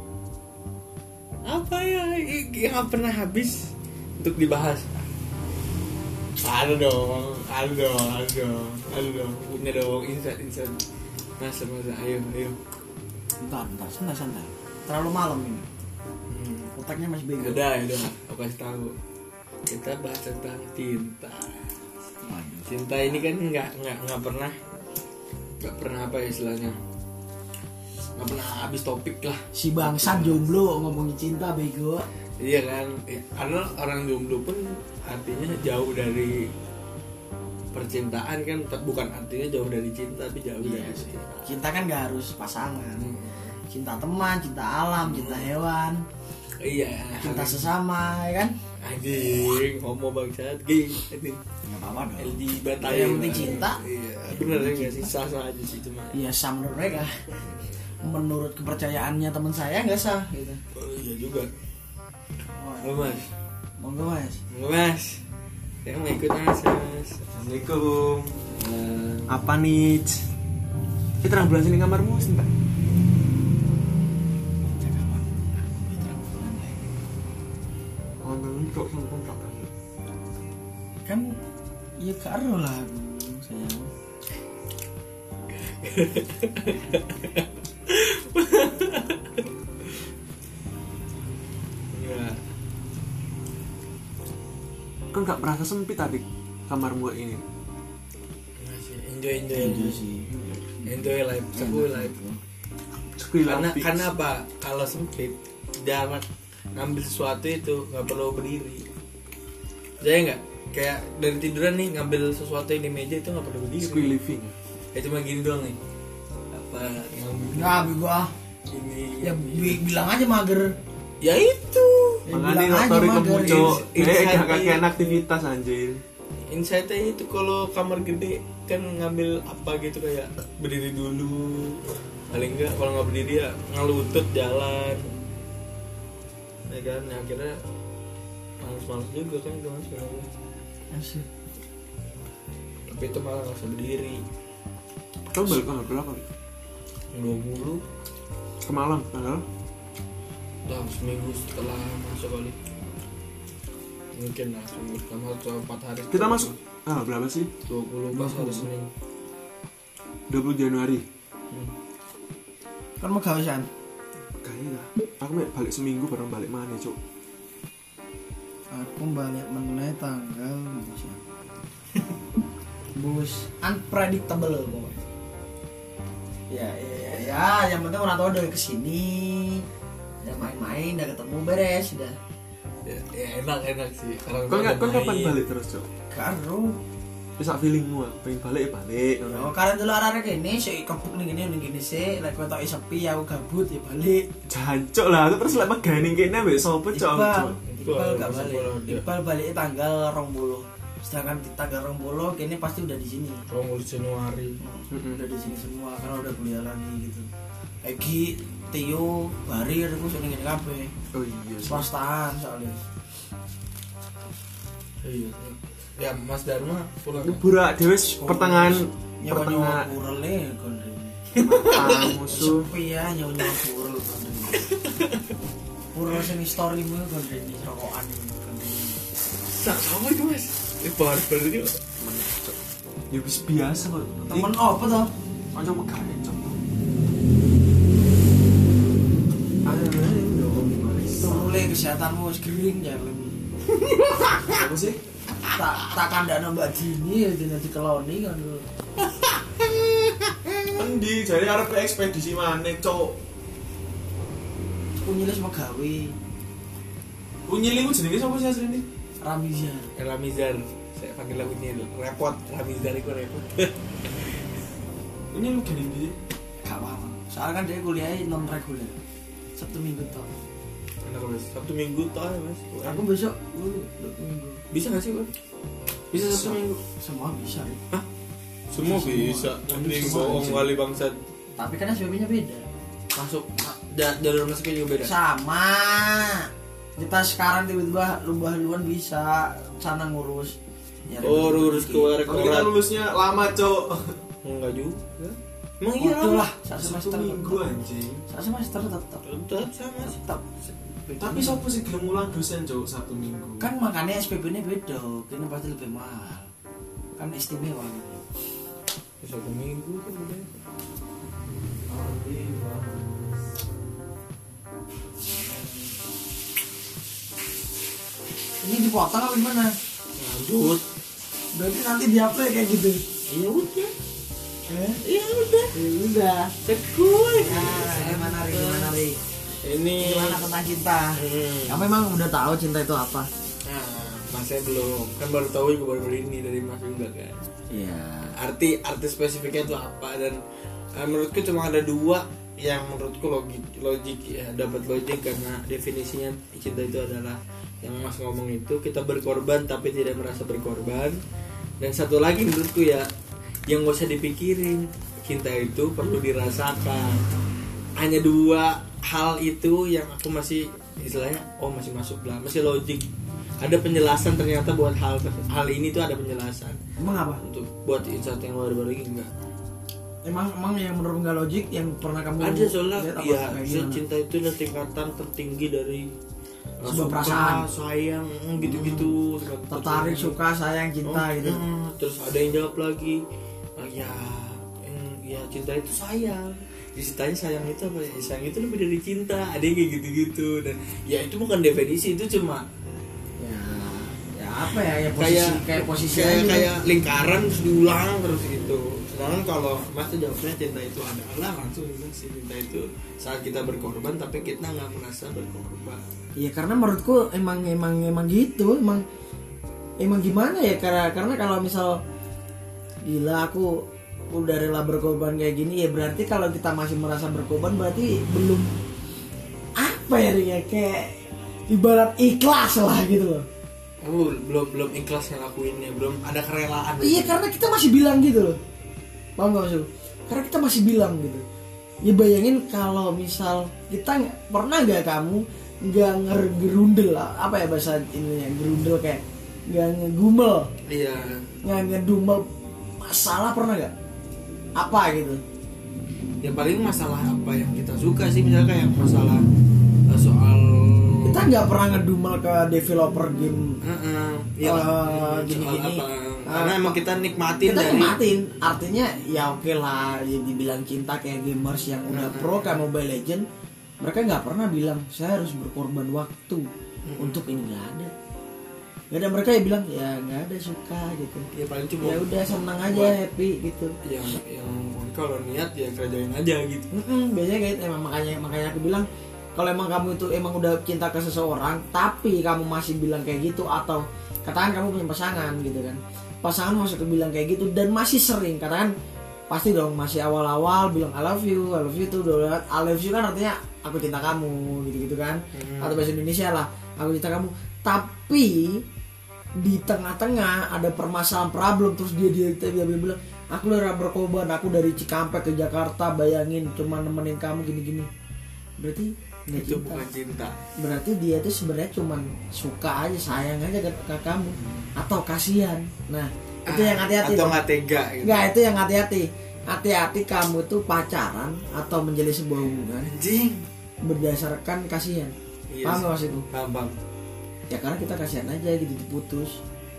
Apa ya yang nggak pernah habis untuk dibahas? Ada dong, punya dong insight. Masa, ayo. Bentar, santai. Terlalu malam ini. Otaknya masih bego. Udah, aku kasih tahu. Kita bahas tentang cinta. Cinta ini kan nggak pernah apa ya istilahnya? Nggak pernah habis topik lah. Si bangsat jomblo ngomongin cinta bego. Iya kan, karena orang jomblo pun artinya jauh dari percintaan kan, bukan artinya jauh dari cinta, tapi jauh dari cinta. Cinta kan gak harus pasangan. Cinta teman, cinta alam, cinta hewan. Iya. Cinta sesama, ya kan? Anjing, homo bangsat, gay. Nggak apa-apa dong. LGBT. Yang penting cinta. Iya. Bener ya nggak sih, sah aja sih cuma. Iya sah menurut mereka. Menurut kepercayaannya teman saya nggak sah gitu. Oh iya juga. Mas. Monggo mas. Saya mau ikut mas. Assalamualaikum. Apa nih? Terang bulan sini kamarmu sentak. Kan ya karo lah sayang. Kan gak merasa sempit tadi kamarmu ini. Masih enjoy sih. Enjoy life, karena apa? Kalau sempit, jangan ngambil sesuatu itu nggak perlu berdiri. Jadi nggak kayak dari tiduran nih ngambil sesuatu yang di meja itu nggak perlu berdiri. Squee living. Cuma gini doang nih. Apa ngambil? Nggak bego Ini. Ya bilang aja mager. Ya itu. Makanya otori kemuncul. Kakek aktivitas anjir. Insight-nya itu kalau kamar gede kan ngambil apa gitu kayak berdiri dulu, paling enggak kalau nggak berdiri ya ngelutut jalan ya kan, ya akhirnya males juga kan itu mas sebenarnya. Asik. Tapi itu malah nggak bisa berdiri. Kamu balik tanggal berapa? 20 Kemalam tanggal? dah seminggu setelah masuk kali, mungkin lah seminggu sama atau 4 hari Kita masuk berapa sih? 20 pas hari Senin. 20 Januari. Kan mau gawesan. Kayaknya aku balik seminggu baru balik mana cuk. Aku balik meneh tanggal bisa. Bus unpredictable pokoknya. Ya, yang penting orang tua udah kesini, udah main-main, udah ketemu beres, udah. Ya enak sih. Kan kapan balik terus cuk? Karo. Bisa feelingmu pengen balik ya balik. Oh, karena dulu arah gini, sih kebuk nih gini sih, like kau tak sepi, aku gabut ya balik. Jancuk lah, aku terus lek megani kene wis sopo cuk. Iqbal gak balik. Iqbal balik tanggal 20. Sedangkan di tanggal 20 kini pasti udah di sini. 20 Januari. Udah di sini semua karena udah kuliah lagi gitu. Egi, Tio, Barir aku sering ngene kabeh. Oh iya. Swastaan soalnya. Iya. Ya Mas Dharma pulang. Burak dhewe pertengahan Nyawa kurele kon rene. musuh. Sepi ya nyawa kurel kon rene. Kurel sing story mu kon rene rokokan kon rene. Sama itu Mas. Barber itu. Ya wis biasa kok. Temen apa toh? Kanca megane cuk. Mulai kesehatanmu wis gering ya lebih. Apa sih? Tak kandakno Mbak Dini ya dene dikeloni kan. Endi jare arep ekspedisi maneh cuk. Kunyiles megawe Unyil iku jenenge sapa sih asline? Ramizan. Ramizar. Saya panggil lagunya repot. Ramizar itu repot. Unyil gini iki. Gak paham. Soalnya kan dia kuliahnya non reguler. Sabtu Minggu toh. Enak Mas. Sabtu Minggu toh ya Mas. Aku besok Minggu. Bisa nggak sih Mas? Bisa Sabtu Minggu. Semua bisa. Hah? Semua bisa. Mending Semua bohong bisa. kali bangsat. Tapi kan SPP-nya beda. Masuk jalur masuknya juga beda. Sama. Kita sekarang tiba-tiba luan bisa sana ngurus. Ya, Urus keluar Tapi kita lulusnya lama cuk. Enggak juga. Emang iya Betul lah. lah, satu semester Minggu anjing. Satu semester tetap. Tetap sama sih. Tetap. Tapi siapa sih gelem mulang dosen cuk Sabtu Minggu? Kan makanya SPP-nya beda, kini pasti lebih mahal. Kan istimewa gitu. Sabtu Minggu kan udah. Ini dipotong apa gimana? Lanjut. Berarti nanti di-upload kayak gitu. Iya udah. Iya udah. Ya udah. Cekuy. Nah, gimana Ri? Ini Gimana tentang cinta? Hmm. Kamu emang udah tahu cinta itu apa? Nah, Masnya belum. Kan baru tahu juga baru ini dari Mas juga kan. Iya. Arti spesifiknya itu apa dan menurutku cuma ada dua yang menurutku logik ya, dapat logik karena definisinya cinta itu adalah yang Mas ngomong itu kita berkorban tapi tidak merasa berkorban, dan satu lagi menurutku ya yang gak usah dipikirin, cinta itu perlu dirasakan. Hanya dua hal itu yang aku masih istilahnya masih masuk lah, masih logik, ada penjelasan ternyata buat hal ini tuh ada penjelasan. Emang apa? Untuk buat insight yang baru-baru ini enggak Emang yang menurut nggak logik yang pernah kamu ada soalnya lihat apa? ya Kayak gimana? cinta itu adalah tingkatan tertinggi dari Sebuah suka, perasaan. sayang gitu-gitu Tertarik, suka, sayang, cinta gitu. Terus ada yang jawab lagi ya cinta itu sayang. Ditanya sayang itu apa ya? Sayang itu lebih dari cinta. Ada yang kayak gitu-gitu dan ya itu bukan definisi, itu cuma Ya apa ya posisi kayak lingkaran terus diulang terus gitu. Sedangkan kalau Mas tuh jawabnya cinta itu adalah langsung sih, cinta itu saat kita berkorban tapi kita nggak merasa berkorban. Iya karena menurutku emang gitu emang gimana ya karena kalau misal gila aku udah rela berkorban kayak gini ya berarti kalau kita masih merasa berkorban berarti belum apa ya kayak ibarat ikhlas lah gitu loh. Belum ikhlas ngelakuinnya, belum ada kerelaan. Iya karena kita masih bilang gitu loh. Paham gak maksud? Karena kita masih bilang gitu. Ya bayangin kalau misal kita pernah nggak kamu nggak ngergerundel lah, apa ya bahasa ininya, gerundel kayak nggak ngegumel, Iya. nggak ngedumel masalah, pernah nggak? Apa gitu? Ya paling masalah apa yang kita suka sih, misalnya kayak masalah soal Kita nggak pernah ngedumel ke developer game. ya, gini-gini. soal apa. Karena emang kita nikmatin Kita dari nikmatin, artinya ya oke lah, ya dibilang cinta kayak gamers yang udah pro kayak Mobile Legend, mereka nggak pernah bilang saya harus berkorban waktu untuk ini, nggak ada. Nggak ada, mereka ya bilang ya nggak ada, suka gitu. ya paling cuma Ya udah senang aja, buat happy gitu. yang kalau niat ya kerjain aja gitu. Biasanya kayak gitu, emang makanya aku bilang kalau emang kamu itu emang udah cinta ke seseorang tapi kamu masih bilang kayak gitu, atau katakan kamu punya pasangan gitu kan, pasangan masih bilang kayak gitu dan masih sering, katakan pasti dong masih awal-awal bilang I love you tuh, I love you kan artinya aku cinta kamu gitu kan, atau bahasa Indonesia lah aku cinta kamu, tapi di tengah-tengah ada permasalahan problem, terus dia bilang aku udah berkorban, aku dari Cikampek ke Jakarta, bayangin cuma nemenin kamu gini-gini, berarti nggak Itu cinta. bukan cinta. Berarti dia tuh sebenarnya cuma suka aja, sayang aja ke kamu, atau kasihan. Nah itu yang hati-hati atau tuh. nggak tega gitu. Nggak, itu yang hati-hati. Hati-hati kamu tuh pacaran atau menjalin sebuah hubungan Anjing. berdasarkan kasihan. Iya Paham sih. gak maksudku? Paham. Ya karena kita kasihan aja gitu diputus.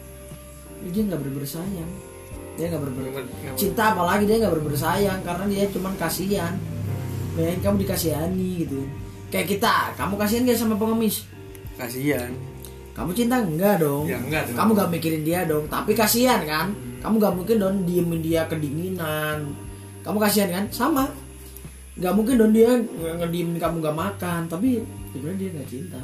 Dia nggak bener-bener sayang. Dia nggak bener-bener cinta, apalagi dia nggak bener-bener sayang karena dia cuma kasihan. Bayangin kamu dikasihani gitu. Kayak kita, kamu kasihan gak sama pengemis? Kasihan. Kamu cinta enggak dong? Ya enggak dong. Kamu gak mikirin dia dong, tapi kasihan kan? Kamu gak mungkin dong diemin dia kedinginan. Kamu kasihan kan? Sama. Gak mungkin dong dia ngediemin kamu gak makan, tapi sebenarnya dia gak cinta.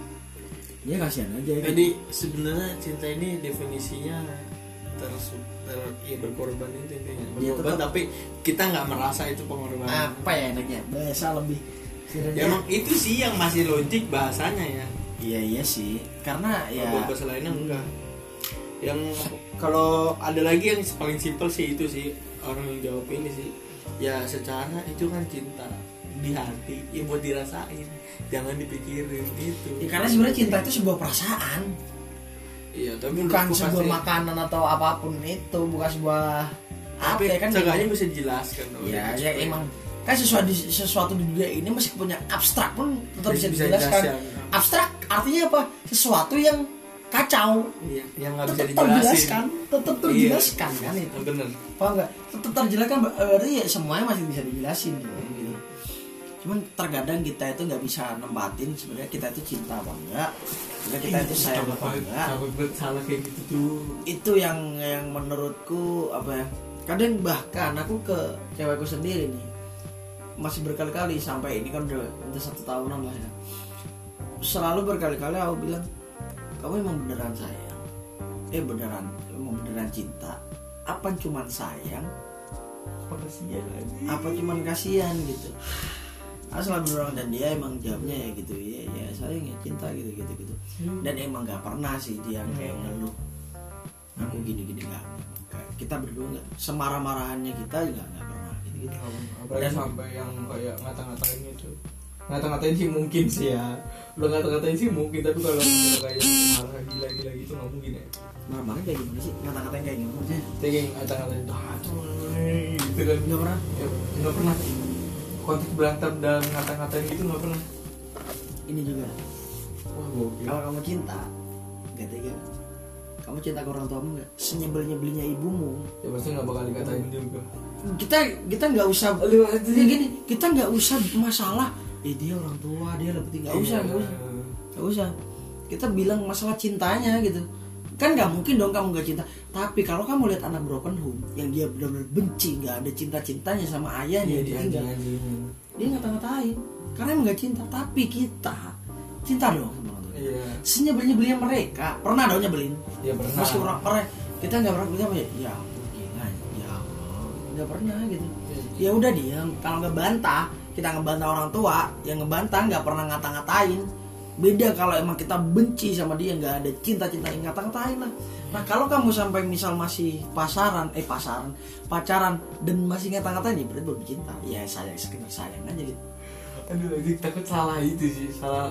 Dia kasihan aja. Jadi sebenarnya cinta ini definisinya ya berkorban itu intinya. Ya, Berkorban tetap. tapi kita nggak merasa itu pengorbanan. Apa ya enaknya? Bahasa lebih. Ya, emang itu sih yang masih logik bahasanya ya. Iya sih. Karena ya. Kalau bahasa lainnya enggak. Yang kalau ada lagi yang paling simpel sih itu sih orang yang jawab ini sih. Ya secara itu kan cinta di hati, ya buat dirasain, jangan dipikirin itu. Ya, karena sebenarnya cinta itu sebuah perasaan. Iya, tapi Bukan menurutku sebuah pasti- makanan atau apapun itu, bukan sebuah Tapi apa ya kan? seenggaknya bisa dijelaskan. Ya emang kan sesuatu di dunia ini meskipun punya abstrak pun tetap bisa dijelaskan. dijelaskan. Abstrak artinya apa? Sesuatu yang kacau, Iya, yang nggak bisa tetap dijelasin. terjelaskan, tetap terjelaskan kan itu. Bener. Paham nggak? Tetap terjelaskan, berarti ya semuanya masih bisa dijelasin gitu. Cuman terkadang kita itu nggak bisa nempatin sebenarnya kita itu cinta apa enggak, sebenarnya kita itu sayang apa enggak. Salah kayak gitu tuh. Itu yang menurutku apa ya, kadang bahkan aku ke cewekku sendiri nih masih berkali-kali sampai ini kan udah 1 tahunan lah ya, selalu berkali-kali aku bilang kamu emang beneran sayang, emang beneran cinta, apa cuman sayang, apa cuman kasihan gitu. Selalu dorong, dan dia emang jawabnya ya gitu, ya sayang ya cinta gitu. Dan emang nggak pernah sih dia kayak ngeluh aku gini nggak. Kita berdua nggak semarah-marahannya kita juga nggak pernah gitu. Apalagi Dan- sampai yang kayak ngata-ngatain itu. Ngata-ngatain sih mungkin sih ya. Udah ngata-ngatain sih mungkin, tapi kalau udah kayak marah gila-gila gitu nggak mungkin ya. Marah-marah kayak gimana sih, ngata-ngatain kayak gimana sih? Saya kayak ngata-ngatain gitu kan. Nggak pernah. Ya, nggak pernah. Konteks berantem dan ngata-ngatain gitu nggak pernah. Ini juga Wah gokil. kalau kamu cinta nggak tega, kamu cinta ke orang tuamu nggak, senyebel-nyebelnya ibumu, Ya pasti nggak bakal dikatain juga. kita nggak usah gini, kita nggak usah masalah dia orang tua, dia lebih tinggi, nggak usah nggak usah, kita bilang masalah cintanya gitu kan. Nggak mungkin dong kamu nggak cinta. Tapi kalau kamu lihat anak broken home yang dia benar-benar benci, nggak ada cinta-cintanya sama ayahnya, dia dia ngata-ngatain karena emang nggak cinta. Tapi kita cinta dong sama orang tua. Iya. Senyebel-nyebelnya mereka pernah dong nyebelin. Ya pernah. Meski orang pernah, kita nggak pernah bilang ya ampun gila, ya Allah, nggak pernah gitu. Ya udah diam. Kalau ngebantah, kita ngebantah orang tua, yang ngebantah nggak pernah ngata-ngatain. Beda kalau emang kita benci sama dia, nggak ada cinta-cinta, ngata-ngatain lah. Nah kalau kamu sampai misal masih pacaran dan masih ngata-ngatain, ya berarti belum cinta. Ya sayang, sekedar sayang aja gitu. Aduh, takut salah itu sih,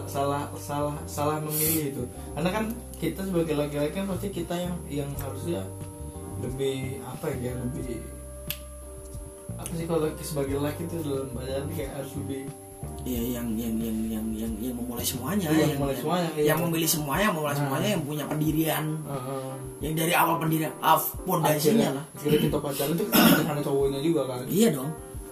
salah memilih itu. Karena kan kita sebagai laki-laki kan pasti kita yang harusnya lebih apa ya, lebih apa sih kalau sebagai laki itu dalam pacaran kayak harus lebih yang memulai semuanya, yang memulai semuanya, yang memilih semuanya, memulai semuanya, yang punya pendirian, yang dari awal pendirian, fondasinya lah. Akhirnya kita pacaran itu karena cowoknya juga kan. Iya dong.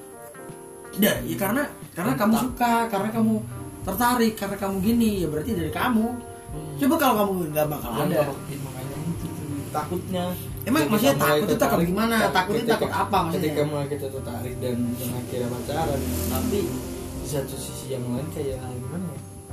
Ya karena kamu suka, karena kamu tertarik, karena kamu gini, ya berarti dari kamu. Coba kalau kamu nggak bakal ada. Makanya itu takutnya. Emang maksudnya takut itu takut gimana? Takutnya takut apa maksudnya? Ketika mulai kita tertarik dan akhirnya pacaran, tapi di satu sisi yang lain kayak gimana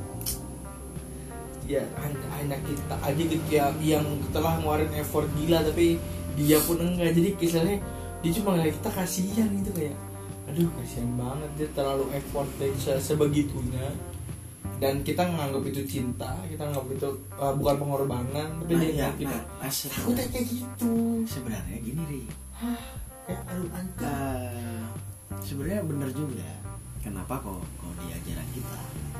ya? Ya hanya kita aja gitu yang telah ngeluarin effort gila, tapi dia pun enggak. Jadi kisahnya dia cuma ngeliat kita kasihan gitu kayak, aduh kasihan banget, dia terlalu effort sebegitunya. Dan kita nganggap itu cinta, kita nganggap itu bukan pengorbanan, tapi dia kita takutnya kayak gitu. Sebenarnya gini Ri, kayak aduh sebenarnya bener juga. Kenapa kok di ajaran kita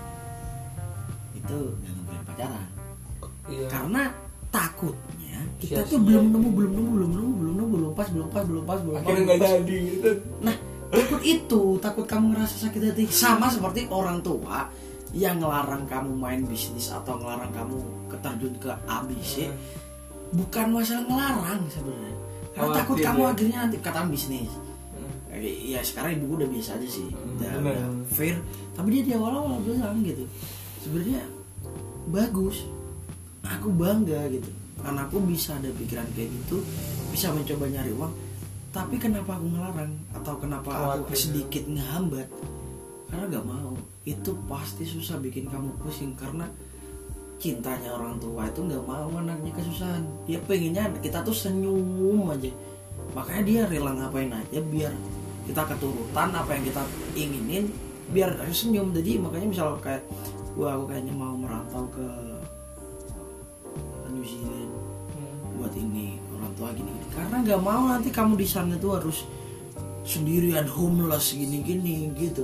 itu nggak ngomongin pacaran? Iya. Karena takutnya kita tuh belum nemu, belum pas. Akhirnya nggak jadi. Nah takut kamu ngerasa sakit hati, sama seperti orang tua yang ngelarang kamu main bisnis atau ngelarang kamu terjun ke ABC. Bukan masalah ngelarang sebenarnya, karena takut kamu akhirnya nanti kata bisnis. Ya sekarang ibu udah biasa aja sih, udah fair. Tapi dia di awal bilang gitu, sebenarnya bagus, aku bangga gitu, karena aku bisa ada pikiran kayak gitu, bisa mencoba nyari uang. Tapi kenapa aku ngelarang atau kenapa aku sedikit ngehambat? Karena gak mau. Itu pasti susah bikin kamu pusing, karena cintanya orang tua itu gak mau anaknya kesusahan. Dia pengennya kita tuh senyum aja, makanya dia rela ngapain aja biar kita keturutan apa yang kita inginin, biar senyum. Jadi makanya misal kayak aku kayaknya mau merantau ke New Zealand buat ini, orang tua gini, karena nggak mau nanti kamu di sana tuh harus sendirian, homeless gini gitu.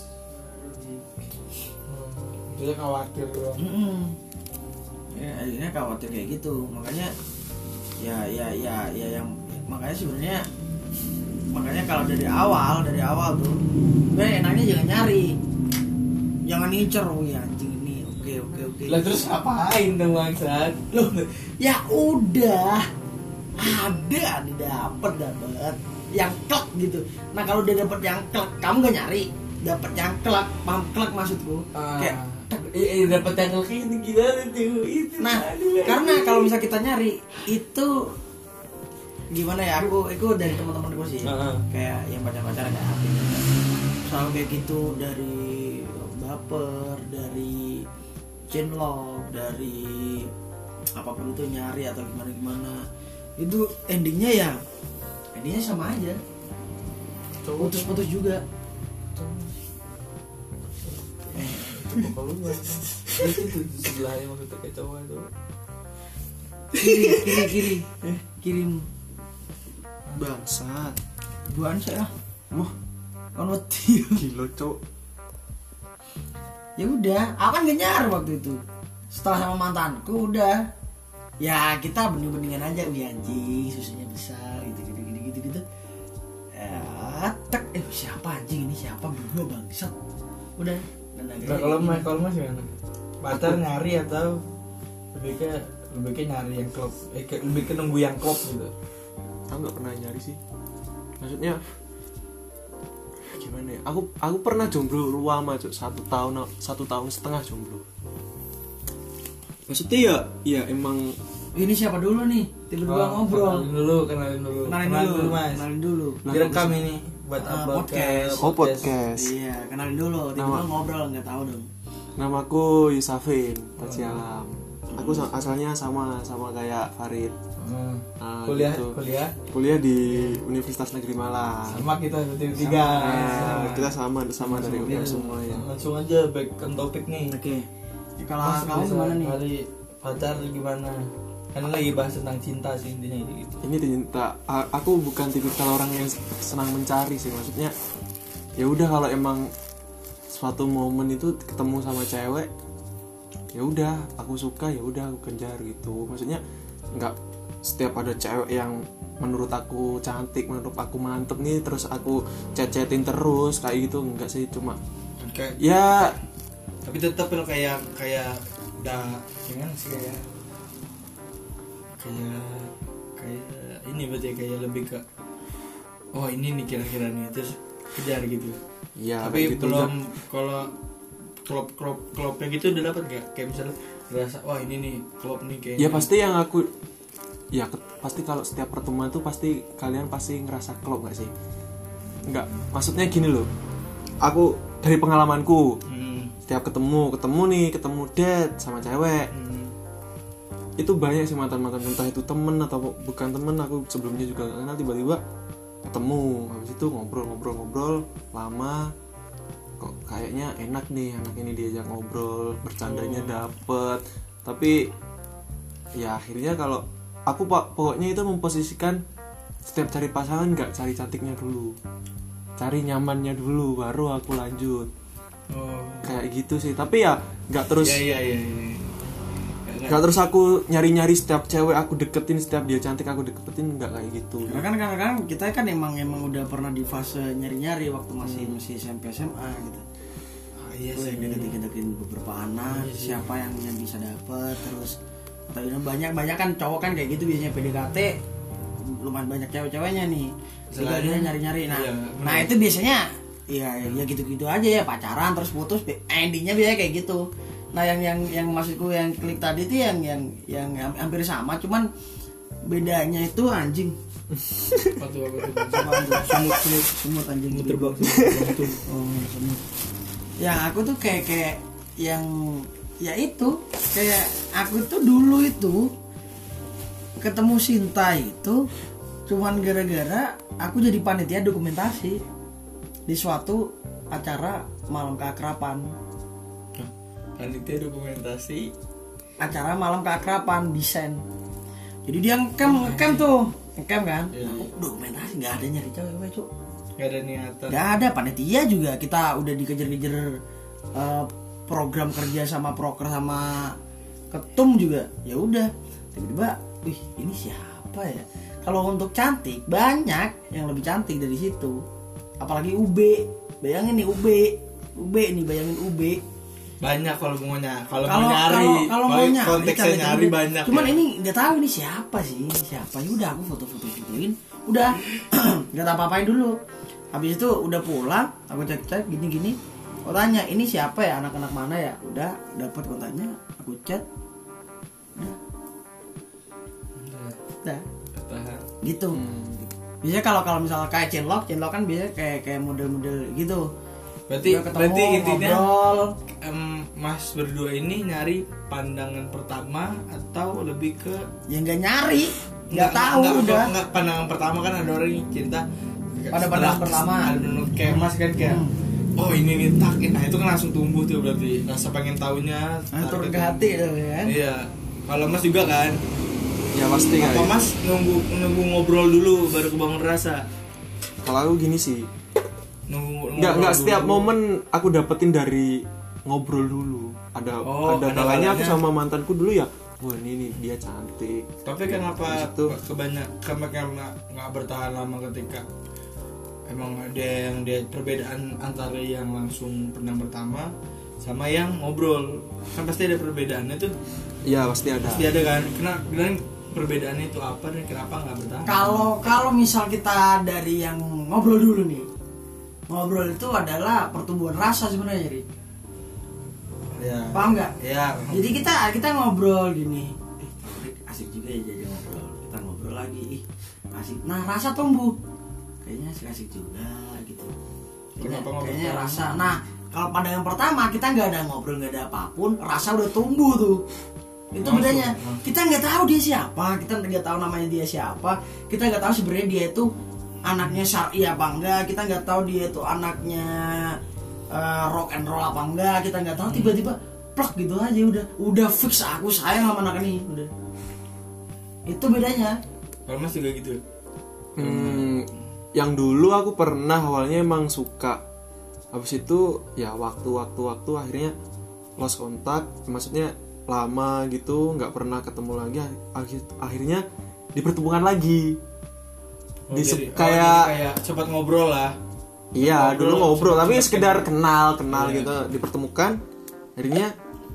Dia khawatir doang. Ya akhirnya khawatir kayak gitu, makanya ya yang makanya sebenarnya kalau dari awal tuh enaknya jangan nyari, jangan ngincer. Ya anjing ini oke. Lah terus apain dong maksud? Loh, ya udah ada dapet yang klek gitu. Nah kalau udah dapet yang klek, kamu gak nyari, dapet yang klek, paham klek maksudku? Kayak dapet yang klek ini gimana tuh? Itu. Nah, karena kalau misal kita nyari itu gimana ya, aku dari teman-temanku sih, kayak yang pacaran kayak aku selalu kayak gitu, dari baper, dari cinlok, dari apapun itu nyari atau gimana itu endingnya sama aja, putus juga. Kalau lu itu sebelahnya maksudnya kayak cowok itu kirim bangsat ya kan wedi gila cok. Ya udah, aku kan gak nyari waktu itu. Setelah sama mantanku udah, ya kita bening-beningan aja, anjing susunya besar gitu. Siapa anjing ini, siapa berdua bangsat. Udah. Nah, kalau mas gimana? Pacar nyari atau lebih ke nyari yang klop, lebih ke nunggu yang klop gitu? Aku nggak pernah nyari sih. Maksudnya gimana ya? Aku pernah jomblo lama cok, 1 tahun setengah jomblo. Maksudnya ya emang. Ini siapa dulu nih? Tiba-tiba ngobrol. Kenalin dulu. Direkam ini buat podcast. Podcast. Iya, kenalin dulu. Tiba-tiba ngobrol, nggak tahu dong. Namaku Yusafin Tajialam. Aku asalnya sama kayak Farid. Kuliah di Universitas Negeri Malang. Sama kita bertiga. Kita sama dari UGM semua ya. Langsung aja back on topik nih. Oke. Kalau Mas kamu bisa gimana nih? Kali pacar gimana? Kan lagi bahas tentang cinta sih intinya gitu. Ini cinta. Aku bukan tipikal orang yang senang mencari sih, maksudnya ya udah kalau emang suatu momen itu ketemu sama cewek, ya udah aku suka, ya udah aku kejar gitu. Maksudnya nggak setiap ada cewek yang menurut aku cantik, menurut aku mantep nih, terus aku cecetin terus kayak gitu, enggak sih. Cuma Kayak ya tapi tetap lo kayak udah gimana sih kayak ini berarti kayak lebih ke oh ini nih kira-kira nih terus kejar gitu. ya Tapi kayak gitu belum juga. kalau klopnya gitu udah dapat gak? Kayak misalnya ngerasa wah ini nih klop nih kayaknya. Ya pasti yang aku pasti kalau setiap pertemuan tuh pasti kalian pasti ngerasa klop gak sih? Enggak, maksudnya gini loh. Aku dari pengalamanku setiap ketemu date sama cewek itu banyak sih mantan entah itu temen atau bukan temen, aku sebelumnya juga gak kenal, tiba-tiba ketemu, habis itu ngobrol lama, kok kayaknya enak nih anak ini diajak ngobrol, bercandanya dapet, tapi ya akhirnya kalau aku pokoknya itu memposisikan setiap cari pasangan nggak cari cantiknya dulu, cari nyamannya dulu baru aku lanjut. Kayak gitu sih, tapi ya nggak terus nggak terus aku nyari setiap cewek aku deketin, setiap dia cantik aku deketin, nggak kayak gitu. Nah, kan kadang-kadang kita kan emang udah pernah di fase nyari-nyari waktu masih SMP SMA gitu. Iya Tuh sih. yang deketin beberapa anak, siapa yang bisa dapet, terus atau banyak kan cowok kan kayak gitu biasanya PDKT lumayan banyak cewek-ceweknya nih. Juga dia nyari-nyari. Nah, iya, nah itu biasanya ya gitu-gitu aja ya, pacaran terus putus, endingnya biasanya kayak gitu. Nah yang maksudku yang klik tadi itu yang hampir sama, cuman bedanya itu anjing. Apa tuh? Sama semut anjing Terbang semut. Ya aku tuh kayak yang ya itu kayak aku tuh dulu itu ketemu Sinta itu cuman gara-gara aku jadi panitia dokumentasi di suatu acara malam keakraban. Panitia dokumentasi Acara malam keakraban desain. Jadi dia ngecam tuh, ngecam kan? Iya. Dokumentasi nggak ada nyari cewek, Cuk. nggak ada niatan. Nggak ada, panitia juga kita udah dikejar-kejar program kerja sama proker sama ketum juga. Ya udah, tiba-tiba, wih ini siapa ya? Kalau untuk cantik banyak yang lebih cantik dari situ. Apalagi UB, bayangin nih UB nih, bayangin UB. Banyak kalau mau nyari. Kalau mau nyari konteksnya nyari banyak. Cuman ya. ini nggak tahu ini siapa sih, siapa. Ya udah aku foto-fotoin, udah nggak apa-apain dulu. Habis itu udah pulang, aku cek gini. Aku tanya ini siapa ya, anak-anak mana ya? Udah dapat kontaknya, aku chat. Udah. Tahan. Gitu. Biasanya kalau misalnya kayak chinlock kan biasanya kayak model-model gitu. Berarti Udah ketemu, intinya ngobrol. Mas berdua ini nyari pandangan pertama atau lebih ke Ya nggak nyari, nggak tahu udah. Enggak, pandangan pertama kan ada orang yang cinta Pada setelah- pandangan pertama. ada kayak Mas kan kayak oh ini nih tak, nah itu kan langsung tumbuh tuh berarti rasa pengen tahunya. Nah, turun ke hati gitu kan. Iya. Kalau Mas juga kan? Ya pasti Apa kayak Mas nunggu ngobrol dulu baru kebangun rasa? kalau aku gini sih, Nunggu nggak dulu. setiap momen aku dapetin dari ngobrol dulu. Ada ada kalanya aku kalanya. sama mantanku dulu ya, wah ini nih dia cantik. Tapi kenapa Habis itu karena nggak bertahan lama ketika emang ada yang dia perbedaan antara yang langsung pandang pertama sama yang ngobrol, kan pasti ada perbedaannya tuh, ya pasti ada. pasti ada kan? Kenapa perbedaannya itu apa dan kenapa nggak bertahan? Kalau misal kita dari yang ngobrol dulu nih, ngobrol itu adalah pertumbuhan rasa sebenarnya, jadi ya, paham nggak? ya, Jadi kita ngobrol gini, asik juga ya jadi ngobrol. Kita ngobrol lagi, asik. Nah rasa tumbuh, kayaknya asik juga gitu. Kenapa ngobrol Kayaknya pertama? rasa. Nah kalau pada yang pertama kita nggak ada ngobrol, nggak ada apapun, rasa udah tumbuh tuh. Itu Langsung, bedanya. langsung. Kita nggak tahu dia siapa, kita nggak tahu namanya dia siapa, kita nggak tahu sebenarnya dia itu anaknya syar'i apa enggak, kita nggak tahu dia itu anaknya rock and roll apa enggak, kita nggak tahu. Tiba-tiba plek gitu aja udah fix aku sayang sama anak ini udah. Itu bedanya. Kalau Mas juga gitu. Yang dulu aku pernah awalnya emang suka, habis itu ya waktu akhirnya lost kontak, maksudnya lama gitu nggak pernah ketemu lagi, akhirnya dipertemukan lagi. Jadi kayak cepat ngobrol lah. iya ngobrol, dulu ngobrol tapi sempet sekedar kenal Iya. gitu, dipertemukan akhirnya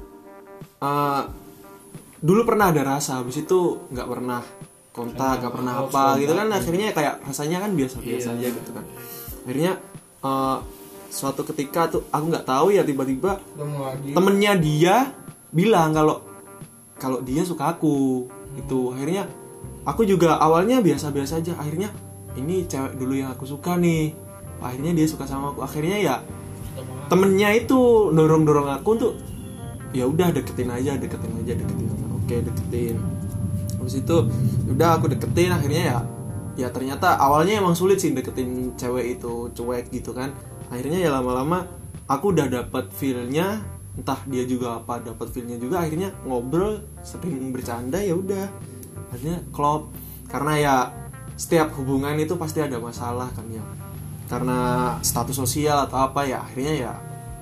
dulu pernah ada rasa, habis itu nggak pernah kontak, nggak pernah lost apa gitu kontak. kan, akhirnya kayak rasanya kan biasa-biasa Iya. aja gitu kan. Akhirnya suatu ketika tuh aku nggak tahu ya, tiba-tiba Ketemu lagi. temennya dia bilang kalau dia suka aku gitu. Akhirnya aku juga awalnya biasa-biasa aja, akhirnya ini cewek dulu yang aku suka nih, akhirnya dia suka sama aku. Akhirnya ya temennya itu dorong aku untuk ya udah deketin aja. Oke, deketin. Habis itu udah aku deketin, akhirnya ya ternyata awalnya emang sulit sih deketin cewek itu, cuek gitu kan. Akhirnya ya lama-lama aku udah dapet feel-nya, entah dia juga apa dapet feel-nya juga. Akhirnya ngobrol, sering bercanda, ya udah akhirnya klop. Karena ya setiap hubungan itu pasti ada masalah kan ya, karena status sosial atau apa ya, akhirnya ya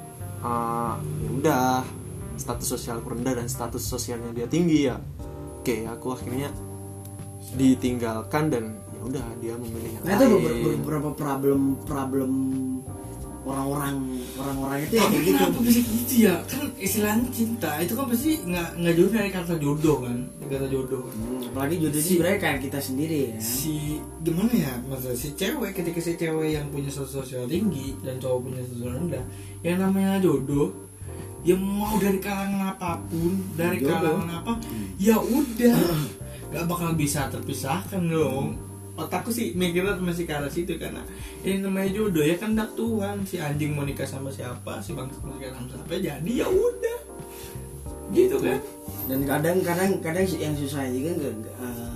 udah status sosialku rendah dan status sosialnya dia tinggi ya. Oke, aku akhirnya ditinggalkan dan ya udah dia memilih yang Nah itu lain. beberapa problem orang-orang itu ya kayak gitu. Kenapa bisa gitu ya? Kan istilahnya cinta itu kan pasti nggak jauh dari kata jodoh kan, kata jodoh. Apalagi jodoh itu sebenarnya kayak kita sendiri ya. Si gimana ya, maksudnya si cewek, ketika si cewek yang punya status sosial tinggi dan cowok punya status sosial rendah, yang namanya jodoh, yang mau dari kalangan apapun, dari Jodoh. kalangan apa, ya udah, nggak bakal bisa terpisahkan dong. Otakku sih mikirnya masih ke arah situ, karena ini namanya jodoh ya kan, dak Tuhan, si anjing mau nikah sama siapa, si bangsa mau nikah sama siapa, jadi ya udah, gitu kan. Dan kadang yang susah juga nggak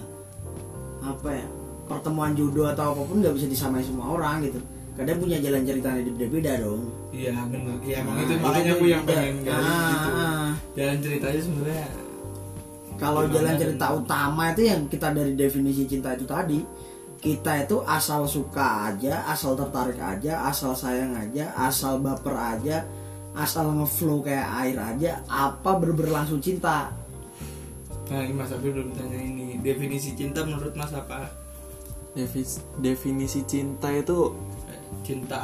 apa ya, pertemuan jodoh atau apapun nggak bisa disamai semua orang gitu. Kadang punya jalan ceritanya beda-beda dong. Iya benar. Iya emang Nah, itu itu makanya tuh aku yang juga. pengen gali gitu. Ah. Jalan ceritanya sebenarnya Kalau Gimana jalan tuh? cerita utama itu yang kita dari definisi cinta itu tadi, kita itu asal suka aja, asal tertarik aja, asal sayang aja, asal baper aja, asal ngeflow kayak air aja, apa berlangsung cinta. Nah ini Mas Abi belum tanya ini, definisi cinta menurut Mas apa? Definisi cinta itu, Cinta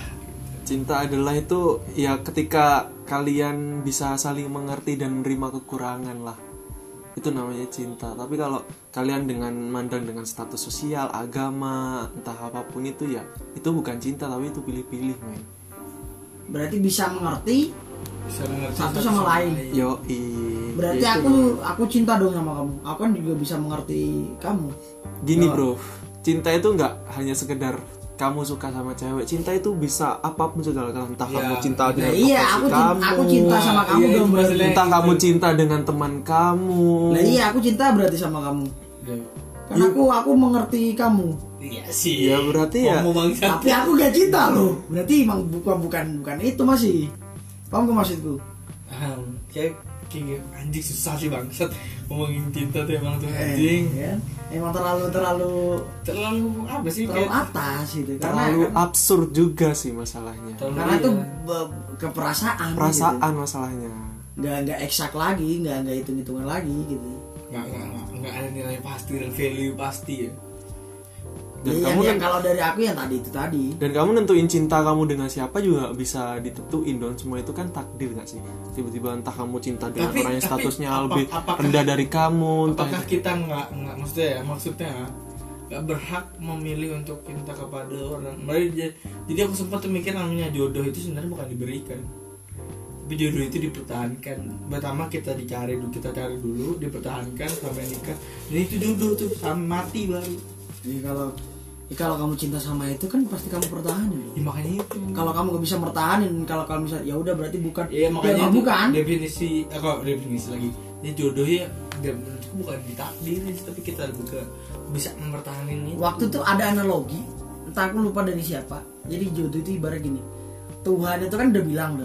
adalah itu ya ketika kalian bisa saling mengerti dan menerima kekurangan lah, itu namanya cinta. Tapi kalau kalian dengan mandang dengan status sosial, agama, entah apapun itu ya, itu bukan cinta, tapi itu pilih-pilih men. Berarti bisa mengerti bisa mengerti satu sama lain. Yoi. Berarti Gitu. aku cinta dong sama kamu. Aku kan juga bisa mengerti kamu. Gini Oh. bro, cinta itu nggak hanya sekedar kamu suka sama cewek. Cinta itu bisa apapun segala galanya. Entah Ya. kamu cinta Nah, dengan iya, profesi aku cinta Nah, sama kamu iya, dong itu berarti. maksudnya. entah kamu cinta dengan teman kamu. Nah iya, aku cinta berarti sama kamu. Ya. Karena aku mengerti kamu. Iya sih. Ya, berarti ya. Ngomong bangsat. Tapi aku gak cinta loh. Berarti emang bukan itu masih. Paham gak maksudku? Kayak anjing susah sih bangsat ngomongin cinta tuh emang tuh anjing. Ya. Emang terlalu Terlalu apa sih terlalu kayak atas gitu. Terlalu Karena absurd juga sih masalahnya. karena iya. itu keperasaan. Perasaan masalahnya. Gitu. Nggak eksak lagi, nggak hitung-hitungan lagi gitu. nggak ada nilai pasti dan value pasti ya. Dan Ya, kamu yang kalau dari aku yang tadi itu tadi. Dan kamu nentuin cinta kamu dengan siapa juga bisa ditentuin dong. Semua itu kan takdir gak sih? Tiba-tiba entah kamu cinta dengan Tapi- orang yang tapi statusnya apa- lebih apakah- rendah dari kamu, entah Apakah kita nggak maksudnya nggak berhak memilih untuk cinta kepada orang? Jadi aku sempat tuh mikir namanya jodoh itu sebenarnya bukan diberikan, tapi jodoh itu dipertahankan. Pertama kita cari dulu, dipertahankan sampai nikah. Dan itu jodoh tuh sampai mati baru. Jadi kalau kamu cinta sama itu kan pasti kamu pertahanin. Ya, makanya itu. Kalau kamu gak bisa mertahanin, kalau kamu bisa ya udah berarti bukan. Iya makanya Ya, itu bukan. definisi lagi. Ini jodohnya menurutku bukan ditakdirin, tapi kita juga bisa mempertahankan itu. Waktu tuh ada analogi, entah aku lupa dari siapa. Jadi jodoh itu ibarat gini. Tuhan itu kan udah bilang loh,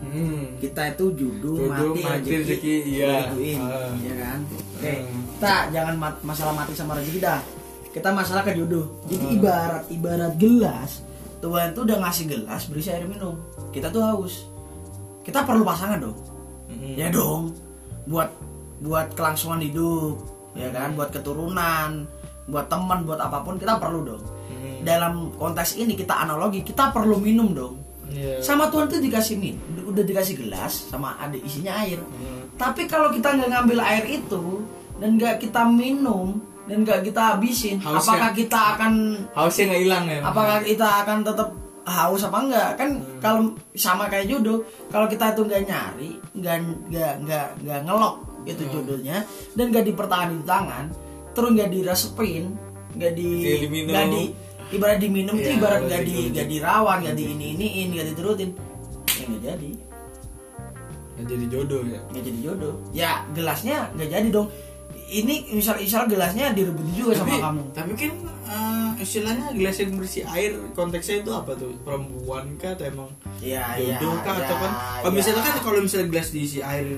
Kita itu jodoh Jodoh, mati mati, rezeki rezeki, iya. ditentuin, Ah. ya kan. Oke, kita jangan masalah mati sama rezeki dah. Kita masalah ke jodoh. Jadi ibarat gelas, Tuhan tuh udah ngasih gelas berisi air minum. Kita tuh haus. Kita perlu pasangan dong. Ya dong. Buat kelangsungan hidup, ya kan, buat keturunan, buat teman, buat apapun kita perlu dong. Dalam konteks ini kita analogi, kita perlu minum dong. Sama Tuhan tuh dikasih udah dikasih gelas sama ada isinya air. Tapi kalau kita nggak ngambil air itu dan nggak kita minum dan nggak kita habisin, apakah kita akan hausnya nggak hilang ya? Apakah kita akan tetap haus apa enggak? Kan kalau sama kayak jodoh, kalau kita tuh nggak nyari, nggak ngelok gitu jodohnya dan nggak dipertahankan di tangan, terus nggak diresepin, nggak di ibarat diminum itu ibarat nggak dirawat, nggak diiniin, nggak diturutin, ya nggak jadi. Nggak jadi jodoh ya? Nggak jadi jodoh. Ya gelasnya nggak jadi dong. Ini misal gelasnya direbut juga sama kamu. Tapi kan istilahnya gelas yang berisi air konteksnya itu apa tuh? Perempuan kah atau emang jodoh kah atau kan? Misalnya kan kalau misalnya gelas diisi air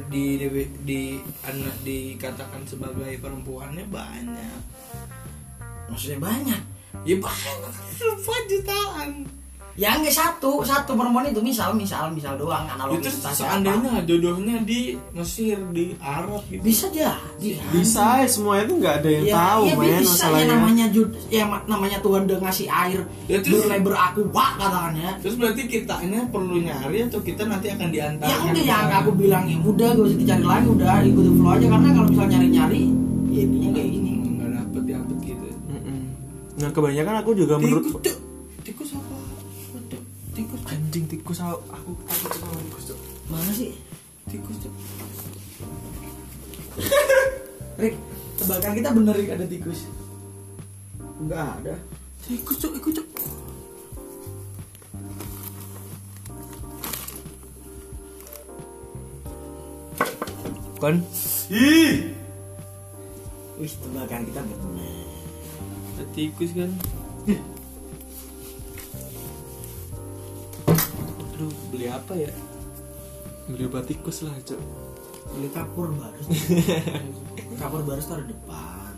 dikatakan sebagai perempuannya banyak. Maksudnya banyak? Ya banyak, 4 jutaan. Ya enggak satu perempuan itu misal doang analogi. Itu seandainya jodohnya di Mesir, di Arab gitu. Bisa jadi. Bisa, semuanya itu nggak ada yang tahu men masalahnya. Namanya Tuhan udah ngasih air ya, beraqua katanya. Terus berarti kitanya perlu nyari atau kita nanti akan diantar? Ya udah yang aku bilang ya udah gak usah dicari lagi, udah ikutin flow aja karena kalau misalnya nyari ya intinya kayak gini. Nggak dapet gitu. Nah kebanyakan aku juga menurut tikus apa? Tikus anjing tikus aku takut sama tikus cok. Mana sih tikus cok? Rick, tebakan kita bener Rick ada tikus? Enggak ada. Tikus cok, ikut cok. Kan? Wih, tebakan kita bener. Ada tikus kan? Aduh, beli apa ya? Beli obat tikus lah cok. Beli kapur baru. Kapur baru taruh depan.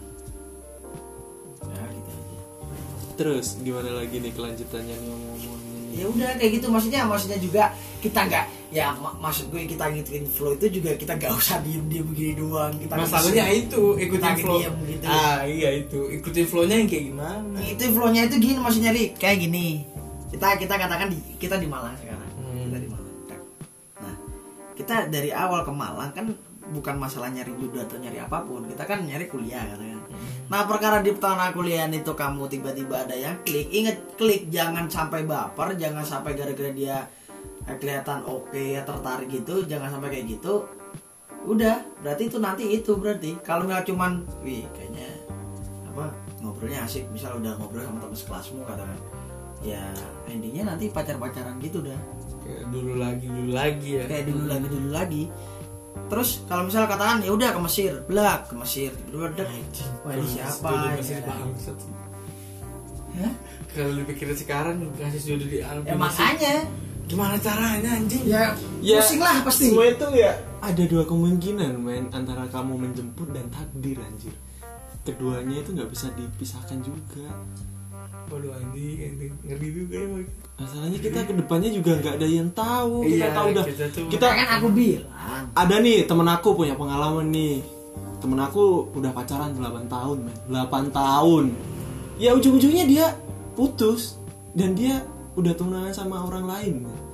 Ya gitu aja. Terus gimana lagi nih kelanjutannya nih ngomongnya? Ya udah kayak gitu maksudnya juga kita nggak ya maksud gue kita ngikutin flow itu juga kita nggak usah diem begini doang. Kita masalahnya itu ikutin flow. Gitu. Iya itu ikutin flownya yang kayak gimana? Itu flownya itu gini maksudnya Rik, kayak gini. Kita katakan kita di Malang sekarang. Kita di Malang. Nah, kita dari awal ke Malang kan bukan masalah nyari jodoh atau nyari apapun, kita kan nyari kuliah kan. Nah perkara di tengah kuliah itu kamu tiba-tiba ada yang klik, jangan sampai baper, jangan sampai gara-gara dia kelihatan oke ya tertarik gitu, jangan sampai kayak gitu. Udah, berarti itu nanti itu berarti kalau nggak cuman, kayaknya apa ngobrolnya asik, misal udah ngobrol sama teman sekelasmu katakan, ya endingnya nanti pacaran gitu dah. Kayak dulu lagi ya. Kayak dulu lagi. Terus kalau misalnya katakan ya udah ke Mesir, ke Mesir, wah ini siapa? Mesir bangsat. Hah? Kalau dipikirin sekarang kasih jodoh di Arab. Ya makanya gimana caranya anjing? Ya pusing lah pasti. Semua itu ya ada dua kemungkinan men, antara kamu menjemput dan takdir anjir. Keduanya itu nggak bisa dipisahkan juga. Waduh anjing, ngeri juga ya. Masalahnya kita kedepannya juga nggak ada yang tahu. Kita tahu udah. Kita kan aku bilang. Ada nih temen aku punya pengalaman nih. Temen aku udah pacaran 8 tahun men. 8 tahun. Ya ujung-ujungnya dia putus dan dia udah tunangan sama orang lain.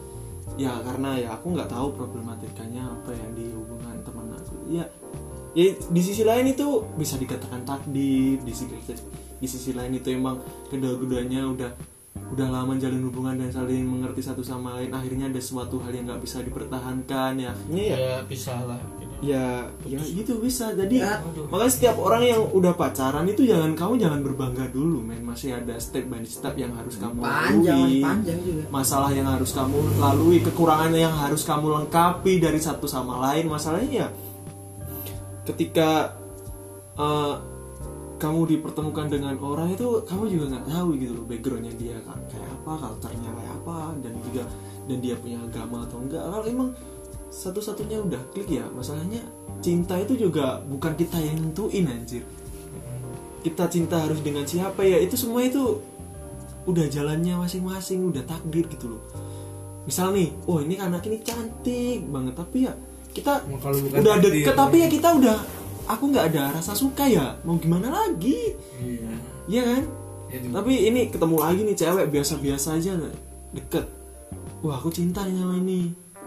Ya karena ya aku nggak tahu problematikanya apa yang di hubungan teman aku. Ya di sisi lain itu bisa dikatakan takdir, di sisi lain itu emang kedua-duanya udah lama jalin hubungan dan saling mengerti satu sama lain, akhirnya ada suatu hal yang nggak bisa dipertahankan ya akhirnya ya bisa lah ya gitu bisa. Jadi makanya setiap orang yang udah pacaran itu kamu jangan berbangga dulu men, masih ada step by step yang harus kamu lalui, panjang juga masalah yang harus kamu lalui, kekurangan yang harus kamu lengkapi dari satu sama lain. Masalahnya ya ketika kamu dipertemukan dengan orang itu kamu juga nggak tahu gitu loh backgroundnya dia kayak apa, culture-nya kayak apa, dan dia punya agama atau enggak. Kalau emang satu-satunya udah klik ya, masalahnya cinta itu juga bukan kita yang nentuin anjir. Kita cinta harus dengan siapa ya, itu semua itu udah jalannya masing-masing, udah takdir gitu loh. Misal nih, oh ini anak ini cantik banget, tapi ya kita udah deket, tapi ya kita udah, aku nggak ada rasa suka ya, mau gimana lagi? Iya kan? Ya, tapi ini ketemu lagi nih cewek biasa-biasa aja deket, wah aku cinta sama ini,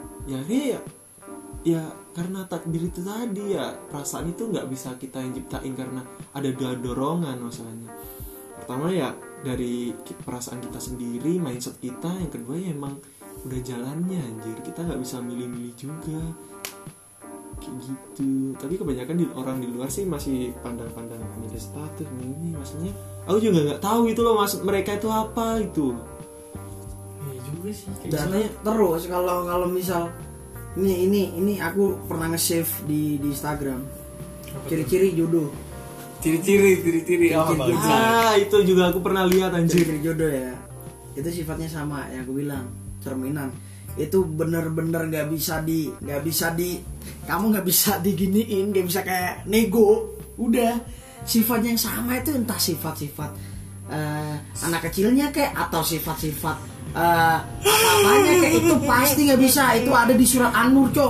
ya karena takdir itu tadi ya, perasaan itu nggak bisa kita yang ciptain karena ada dorongan masalahnya. Pertama ya dari perasaan kita sendiri, mindset kita. Yang kedua ya emang udah jalannya anjir, kita nggak bisa milih-milih juga kayak gitu. Tapi kebanyakan orang di luar sih masih pandang-pandang milih status ini, maksudnya aku juga nggak tahu itu loh maksud mereka itu apa itu. Iya juga sih. Dan terus kalau misal ini aku pernah nge-save di Instagram ciri-ciri jodoh. Ciri-ciri Itu juga aku pernah lihat anjir. Ciri-ciri jodoh ya, itu sifatnya sama yang aku bilang, cerminan. Itu bener-bener nggak bisa di kamu nggak bisa diginiin, nggak bisa kayak nego. Udah sifatnya yang sama itu, entah sifat-sifat anak kecilnya kayak atau sifat-sifat apa-apanya kayak itu pasti nggak bisa. Itu ada di surat An-Nur cok.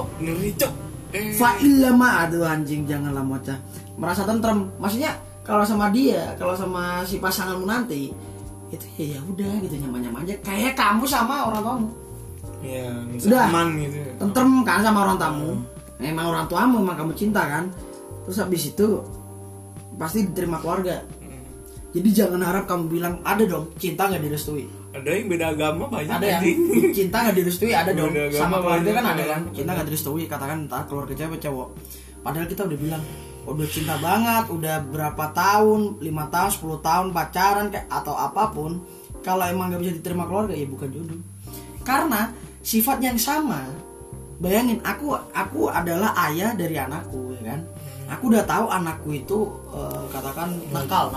Fa'ilama, aduh anjing, janganlah bocah merasa tentrem. Maksudnya kalau sama dia, kalau sama si pasanganmu nanti itu ya udah gitu, nyaman-nyaman aja kayak kamu sama orang tuamu. Ya, udah aman gitu. Tentrem kan sama orang tamu. Emang orang tuamu, emang kamu cinta kan. Terus habis itu pasti diterima keluarga. Jadi jangan harap kamu bilang ada dong cinta nggak direstui. Ada yang beda agama banyak. Ada yang cinta nggak direstui, ada dong. Sama keluarga kan ada kan. Cinta nggak direstui, katakan entah keluarga cewek cowok. Padahal kita udah bilang udah cinta banget, udah berapa tahun, 5 tahun, 10 tahun pacaran kayak atau apapun. Kalau emang nggak bisa diterima keluarga ya bukan jodoh. Karena sifat yang sama. Bayangin aku adalah ayah dari anakku ya kan. Aku udah tahu anakku itu katakan nakal.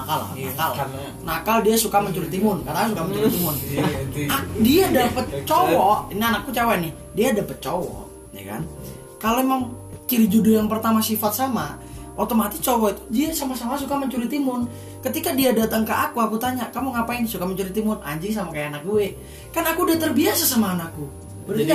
Dia suka mencuri timun, karena suka mencuri timun. Dia dapet cowok, ini anakku cewek nih, dia dapet cowok, ya kan. Kalau emang ciri jodoh yang pertama sifat sama, otomatis cowok itu dia sama-sama suka mencuri timun. Ketika dia datang ke aku tanya, kamu ngapain suka mencuri timun? Anjing, sama kayak anak gue. Kan aku udah terbiasa sama anakku. Berarti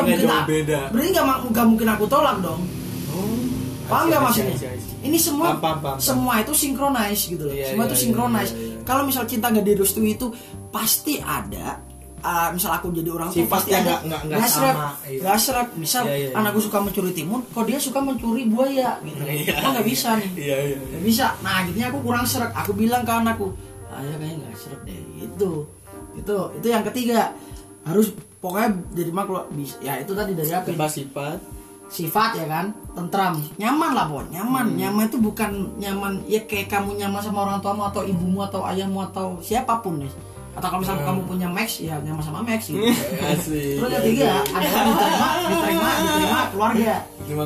nggak mungkin aku tolak dong. Paham nggak maksudnya? Ini semua itu sinkronis gitu loh. Semua itu sinkronis. Kalau misal cinta nggak direstui itu pasti ada. Misal aku jadi orang tua pasti ada nggak serak. Misal anakku suka mencuri timun, kok dia suka mencuri buaya gitu. Kok nggak bisa nih? Nggak bisa. Nah akhirnya aku kurang serak. Aku bilang ke anakku, ayah kayaknya nggak serak deh. Itu yang ketiga, harus pokoknya jadi makhluk. Ya itu tadi dari apa? Sifat ya kan, tentram, nyaman lah pokoknya. Nyaman itu bukan nyaman ya kayak kamu nyaman sama orang tuamu atau ibumu atau ayahmu atau siapapun nih. Atau kalau misalnya kamu punya Max ya nyaman sama Max gitu. Terus yang ketiga adalah diterima keluarga.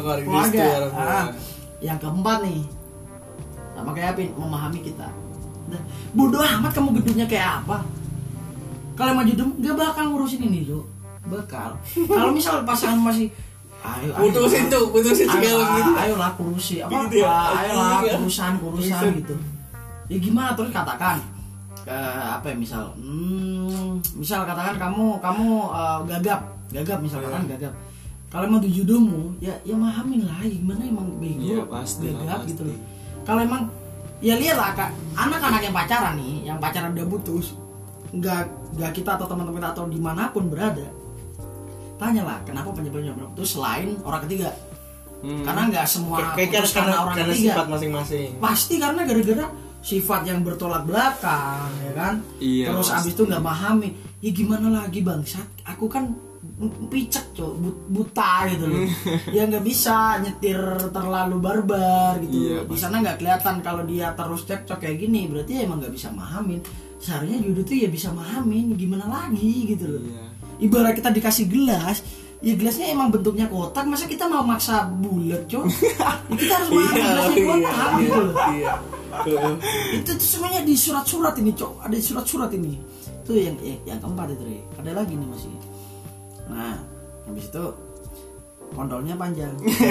Yang keempat nih, sama kayak Apin, memahami kita. Bodoh amat kamu gedungnya kayak apa. Kalau emang jodoh gak bakal ngurusin ini tuh, bakal. Kalau misal pasangan masih putusin segala gitu. Ayolah kurusi apa? Gitu ya? Ayolah kurusan gitu. Ya gimana terus katakan apa ya misal katakan kamu gagap misal katakan gagap. Kalau emang jodohmu ya mahamin lah, gimana emang bego gagap gitu loh. Kalau emang ya lihatlah Kak, anak-anak yang pacaran udah putus, nggak kita atau teman-teman kita atau dimanapun berada, tanyalah kenapa penyebabnya putus selain orang ketiga. Karena nggak semua putus karena orang ketiga, sifat masing-masing. Pasti karena gara-gara sifat yang bertolak belakang ya kan. Terus abis itu nggak memahami. Ya gimana lagi bangsat, aku kan picek buta gitu loh. Ya nggak bisa nyetir terlalu barbar gitu. Di sana nggak kelihatan kalau dia terus cekcok kayak gini, berarti emang nggak bisa mahamin. Seharusnya jodoh tuh ya bisa mahamin, gimana lagi gitu loh. Ibarat kita dikasih gelas, ya gelasnya emang bentuknya kotak, masa kita mau maksa bulat, ya kita harus memahami gelasnya kotak gitu loh. Itu tuh semuanya di surat-surat ini, Cok. Ada surat-surat ini. Itu yang keempat itu, Re. Ada lagi nih masih. Nah, habis itu kondolnya panjang.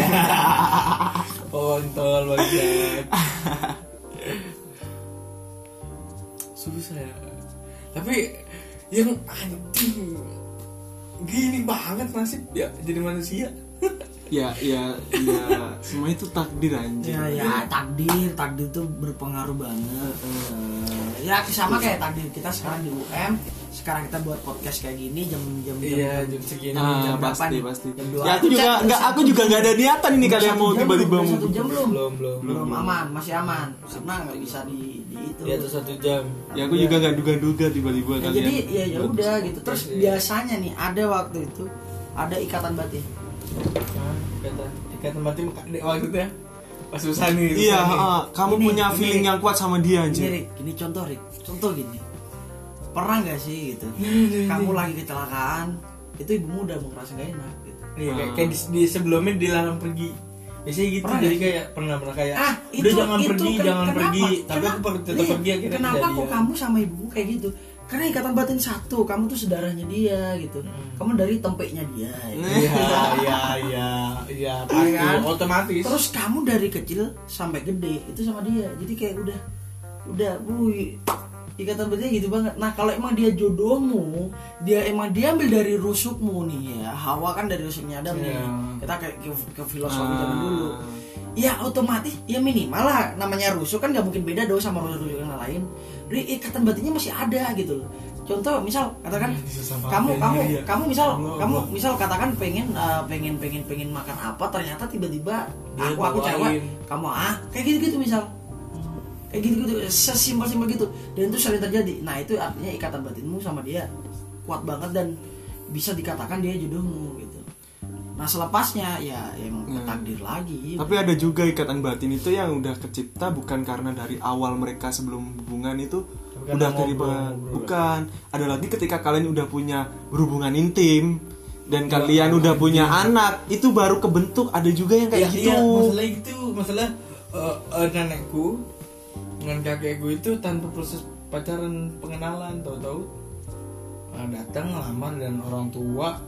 Kontol banget. Susah ya. Tapi yang anjing gini banget nasib ya jadi manusia. Ya semua itu takdir anjing. Ya takdir tuh berpengaruh banget. Ya sama kayak takdir kita sekarang di UM. Sekarang kita buat podcast kayak gini jam segini jam berapa nih? Pasti. Jam Ya aku juga nggak ada niatan ini kalian mau tiba-tiba mau. 1 jam belum aman, masih aman. Karena nggak bisa di itu. Ya itu 1 jam. Ya aku juga nggak duga-duga tiba-tiba Ya, kalian. jadi ya udah gitu. Terus biasanya nih ada waktu itu ada ikatan batin. Ikatan batin waktu itu ya. Pas susah nih. Iya, kamu Ini, punya feeling yang kuat sama dia Ini, anjir. Rick, ini contoh gini. Pernah nggak sih gitu? Kamu lagi kecelakaan, itu ibumu udah mau ngerasa gak enak gitu. Iya, kayak di sebelumnya dilarang pergi. Biasanya gitu, Pernah jadi gak? kayak pernah kayak itu, udah jangan pergi, jangan kenapa? pergi. Tapi aku tetap Nih, pergi akhirnya. Kenapa kok kejadian. kamu sama ibumu kayak gitu? Karena ikatan batin satu, kamu tuh saudaranya dia gitu. Kamu dari tempeknya dia. Gitu. Iya, pasti Kan? otomatis. Terus kamu dari kecil sampai gede itu sama dia. Jadi kayak udah, ikatan batinnya gitu banget. Nah kalau emang dia jodohmu, dia ambil dari rusukmu nih ya. Hawa kan dari rusuknya Adam nih. Kita kayak ke filosofi zaman dulu. Ya otomatis ya minimal lah, namanya rusuk kan gak mungkin beda dong sama rusuk yang lain. Jadi ikatan batinnya masih ada gitu loh. Contoh misal katakan kamu misal katakan pengen makan apa, ternyata tiba-tiba aku cewek, kamu kayak gitu misal. Kayak gitu sesimpel gitu, dan itu sering terjadi. Nah itu artinya ikatan batinmu sama dia kuat banget dan bisa dikatakan dia jodohmu gitu. Nah selepasnya ya emang takdir lagi. Tapi ada juga ikatan batin itu yang udah kecipta bukan karena dari awal mereka sebelum hubungan itu udah bukan. Ada lagi ketika kalian udah punya berhubungan intim dan kalian udah punya anak, itu baru kebentuk. Ada juga yang kayak gitu. Iya, masalah nenekku dengan kakekku itu tanpa proses pacaran pengenalan, tahu-tahu datang ngelamar, dan orang tua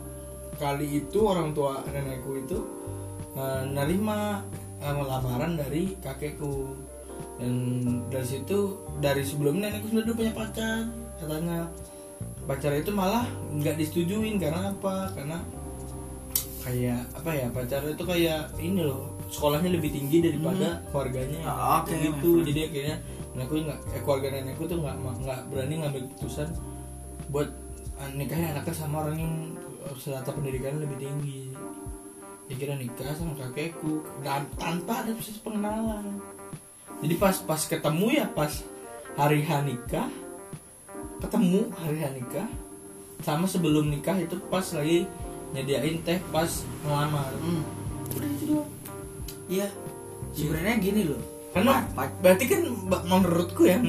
nenekku itu nerima lamaran dari kakekku, dan dari sebelumnya nenekku sudah punya pacar. Katanya pacar itu malah nggak disetujuin karena apa? Karena kayak apa ya, pacar itu kayak ini loh, sekolahnya lebih tinggi daripada keluarganya. Gitu. Jadi akhirnya keluarga nenekku tuh nggak berani ngambil keputusan buat nikahin anaknya sama orang yang strata pendidikannya lebih tinggi. Dia kira nikah sama kakekku dan tanpa ada proses pengenalan. Jadi pas ketemu ya pas hari nikah, sama sebelum nikah itu pas lagi nyediain teh pas ngelamar. Udah itu doang. Iya. Sebenarnya gini loh. Karena berarti kan menurutku ya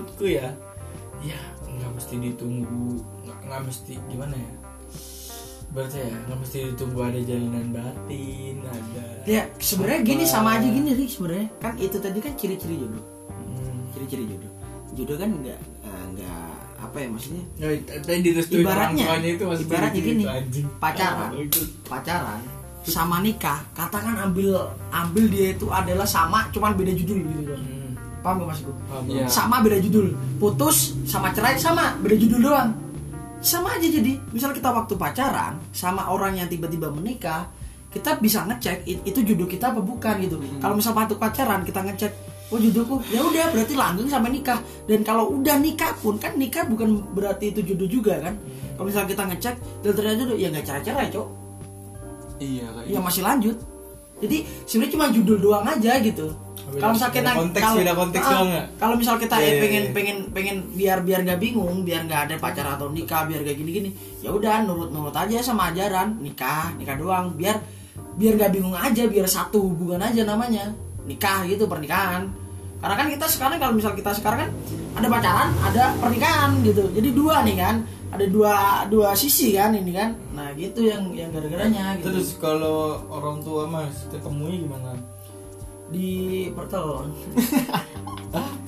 nggak mesti ditunggu, nggak mesti gimana ya. Berarti ya nggak mesti ditunggu ada jalinan batin, ada. Ya sebenarnya gini sama aja gini Rik, sebenarnya kan itu tadi kan ciri-ciri jodoh. Ciri-ciri jodoh. Jodoh kan nggak apa ya maksudnya? Tadi direstuin orang tuanya itu ibaratnya gini, pacaran sama nikah, katakan ambil dia itu adalah sama, cuman beda judul gitu kan. Paham gak maksudku? Yeah. Sama beda judul, putus sama cerai sama beda judul doang. Sama aja. Jadi misal kita waktu pacaran sama orang yang tiba-tiba menikah, kita bisa ngecek itu jodoh kita apa bukan gitu. Kalau misal waktu pacaran kita ngecek, oh jodohku, ya udah berarti langgeng sampai nikah. Dan kalau udah nikah pun kan nikah bukan berarti itu jodoh juga kan. Kalau misal kita ngecek dan ternyata jodoh, ya nggak cerai-cerai cok. Iya, ya masih lanjut. Jadi sebenarnya cuma judul doang aja gitu. Kalau misal kita beda konteks doang ya. Kalau misal kita pengen biar nggak bingung, biar nggak ada pacar atau nikah, biar kayak gini-gini, ya udah nurut aja sama ajaran nikah doang. Biar nggak bingung aja, biar satu hubungan aja namanya nikah gitu, pernikahan. Karena kan kita sekarang kalau misal kita sekarang kan ada pacaran, ada pernikahan gitu. Jadi dua nih kan. Ada dua sisi kan ini kan. Nah, gitu yang gara-garanya gitu. Terus kalau orang tua Mas ketemunya gimana? Di pertemuan.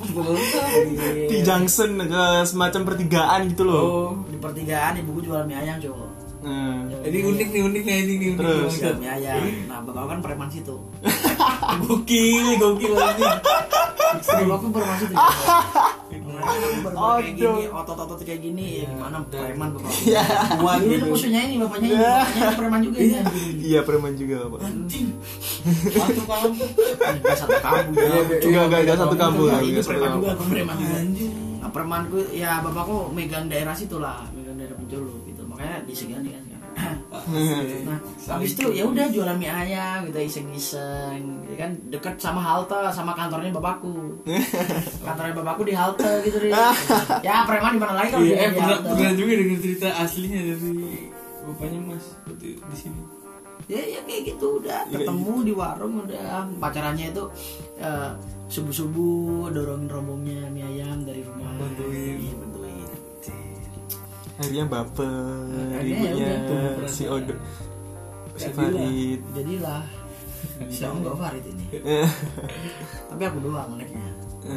Di junction ke semacam pertigaan gitu loh. Oh, Di pertigaan ibuku jual mie ayam cowok. ini unik nih ini Terus, Jual mie ayam. Nah bapak kan preman situ. gokil ini. Bapakku preman situ. Oh, Kayak gini, otot-otot kayak gini, ya gimana preman bapak. Kuat Dulu gitu. musuhnya ini bapaknya ini, bapaknya preman juga ini. Iya preman juga Pak. Anjing. Satu kampung. Enggak satu kampung. Enggak satu kampung. Ini Enggak satu preman kampung. juga, aku preman juga. Anjing. Nah, premanku ya bapakku megang daerah situ lah, megang daerah Penjolo gitu. Makanya disegani kan sekarang. Nah, habis itu ya udah jualan mie ayam gitu iseng-iseng, ya kan dekat sama halte sama kantornya bapakku. Kantornya bapakku di halte gitu deh. Ya preman di mana lagi kalau Iya, di halte. pernah juga dengar cerita aslinya dari bapaknya Mas waktu di sini. Ya kayak gitu udah ketemu di warung udah pacarannya itu subuh-subuh dorongin rombongnya mie ayam dari rumah. Bantuin. Iya, bantuin. Akhirnya baper Akhirnya ibunya ya udah, si Odo, si Jadilah. Farid. Jadilah saya enggak Farid ini. Tapi aku doang anaknya.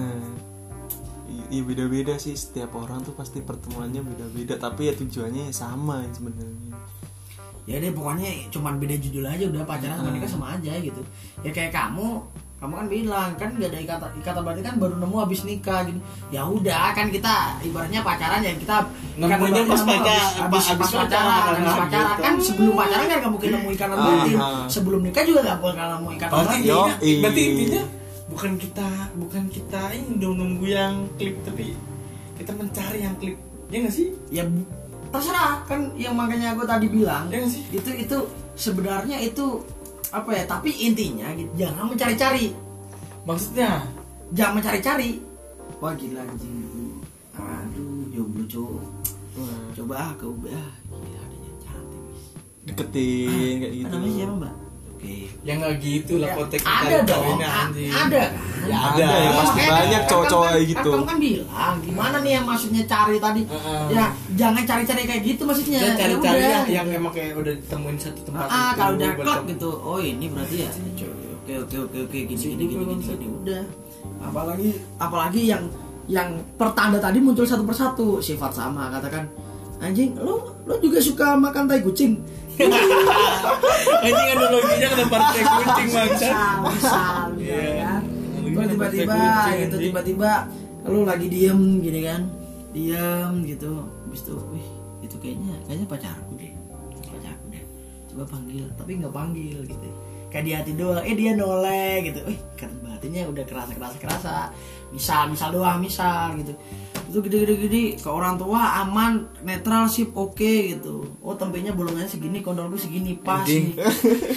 Iya beda-beda sih, setiap orang tuh pasti pertemuannya beda-beda, tapi ya tujuannya sama sebenarnya. Ya deh pokoknya cuman beda judul aja udah pacaran sama nikah sama aja gitu. Ya kayak kamu kan bilang kan nggak ada ikatan berarti kan baru nemu habis nikah gitu. Ya udah kan kita ibaratnya pacaran ya kita Nemunya pas habis pacaran gitu. kan sebelum pacaran kan nggak mungkin nemu ikatan batin. Sebelum nikah juga nggak bakal nemu ikatan batin. Berarti intinya bukan kita ini dong nunggu yang klip, tapi kita mencari yang klip. Ya nggak sih? Ya terserah kan yang makanya aku tadi bilang Ya nggak sih? itu sebenarnya itu apa ya, tapi intinya gitu, jangan mencari-cari. Maksudnya Jangan mencari-cari. Wah gila anjing. Aduh, jomblo cowok. Coba ke UB gila adanya cantik. Deketin kayak gitu. Namanya siapa, Mbak? Oke. ya nggak gitu lah konteks Ada dong. kawinnya, anjing. Ada. Ya ada ya pasti Makanya banyak kan cowok-cowok kan- kayak gitu. Kamu kan bilang gimana nih yang maksudnya cari tadi? Ya jangan cari-cari kayak gitu maksudnya. Ya cari-cari udah. yang emang kayak udah ditemuin satu tempat Kalau udah baru klop ketemu. gitu. Oh, ini berarti ya. Oke gini udah. Apalagi yang pertanda tadi muncul satu persatu, sifat sama, katakan anjing lo juga suka makan tai kucing. Anjing analoginya kena partai kucing maksa. Misal Iya. kan. Terus tiba-tiba Kucing, gitu anjing. tiba-tiba lu lagi diem gini kan. Diem gitu. Habis itu wih, itu kayaknya pacarku deh. Coba panggil, tapi nggak panggil gitu. Kayak di hati doang, dia noleh gitu. Kata batinnya udah kerasa. Misal doang gitu. Itu gede ke orang tua aman, netral sip oke gitu. Oh tempenya bolongannya segini, kondolku segini pas Anjing. nih.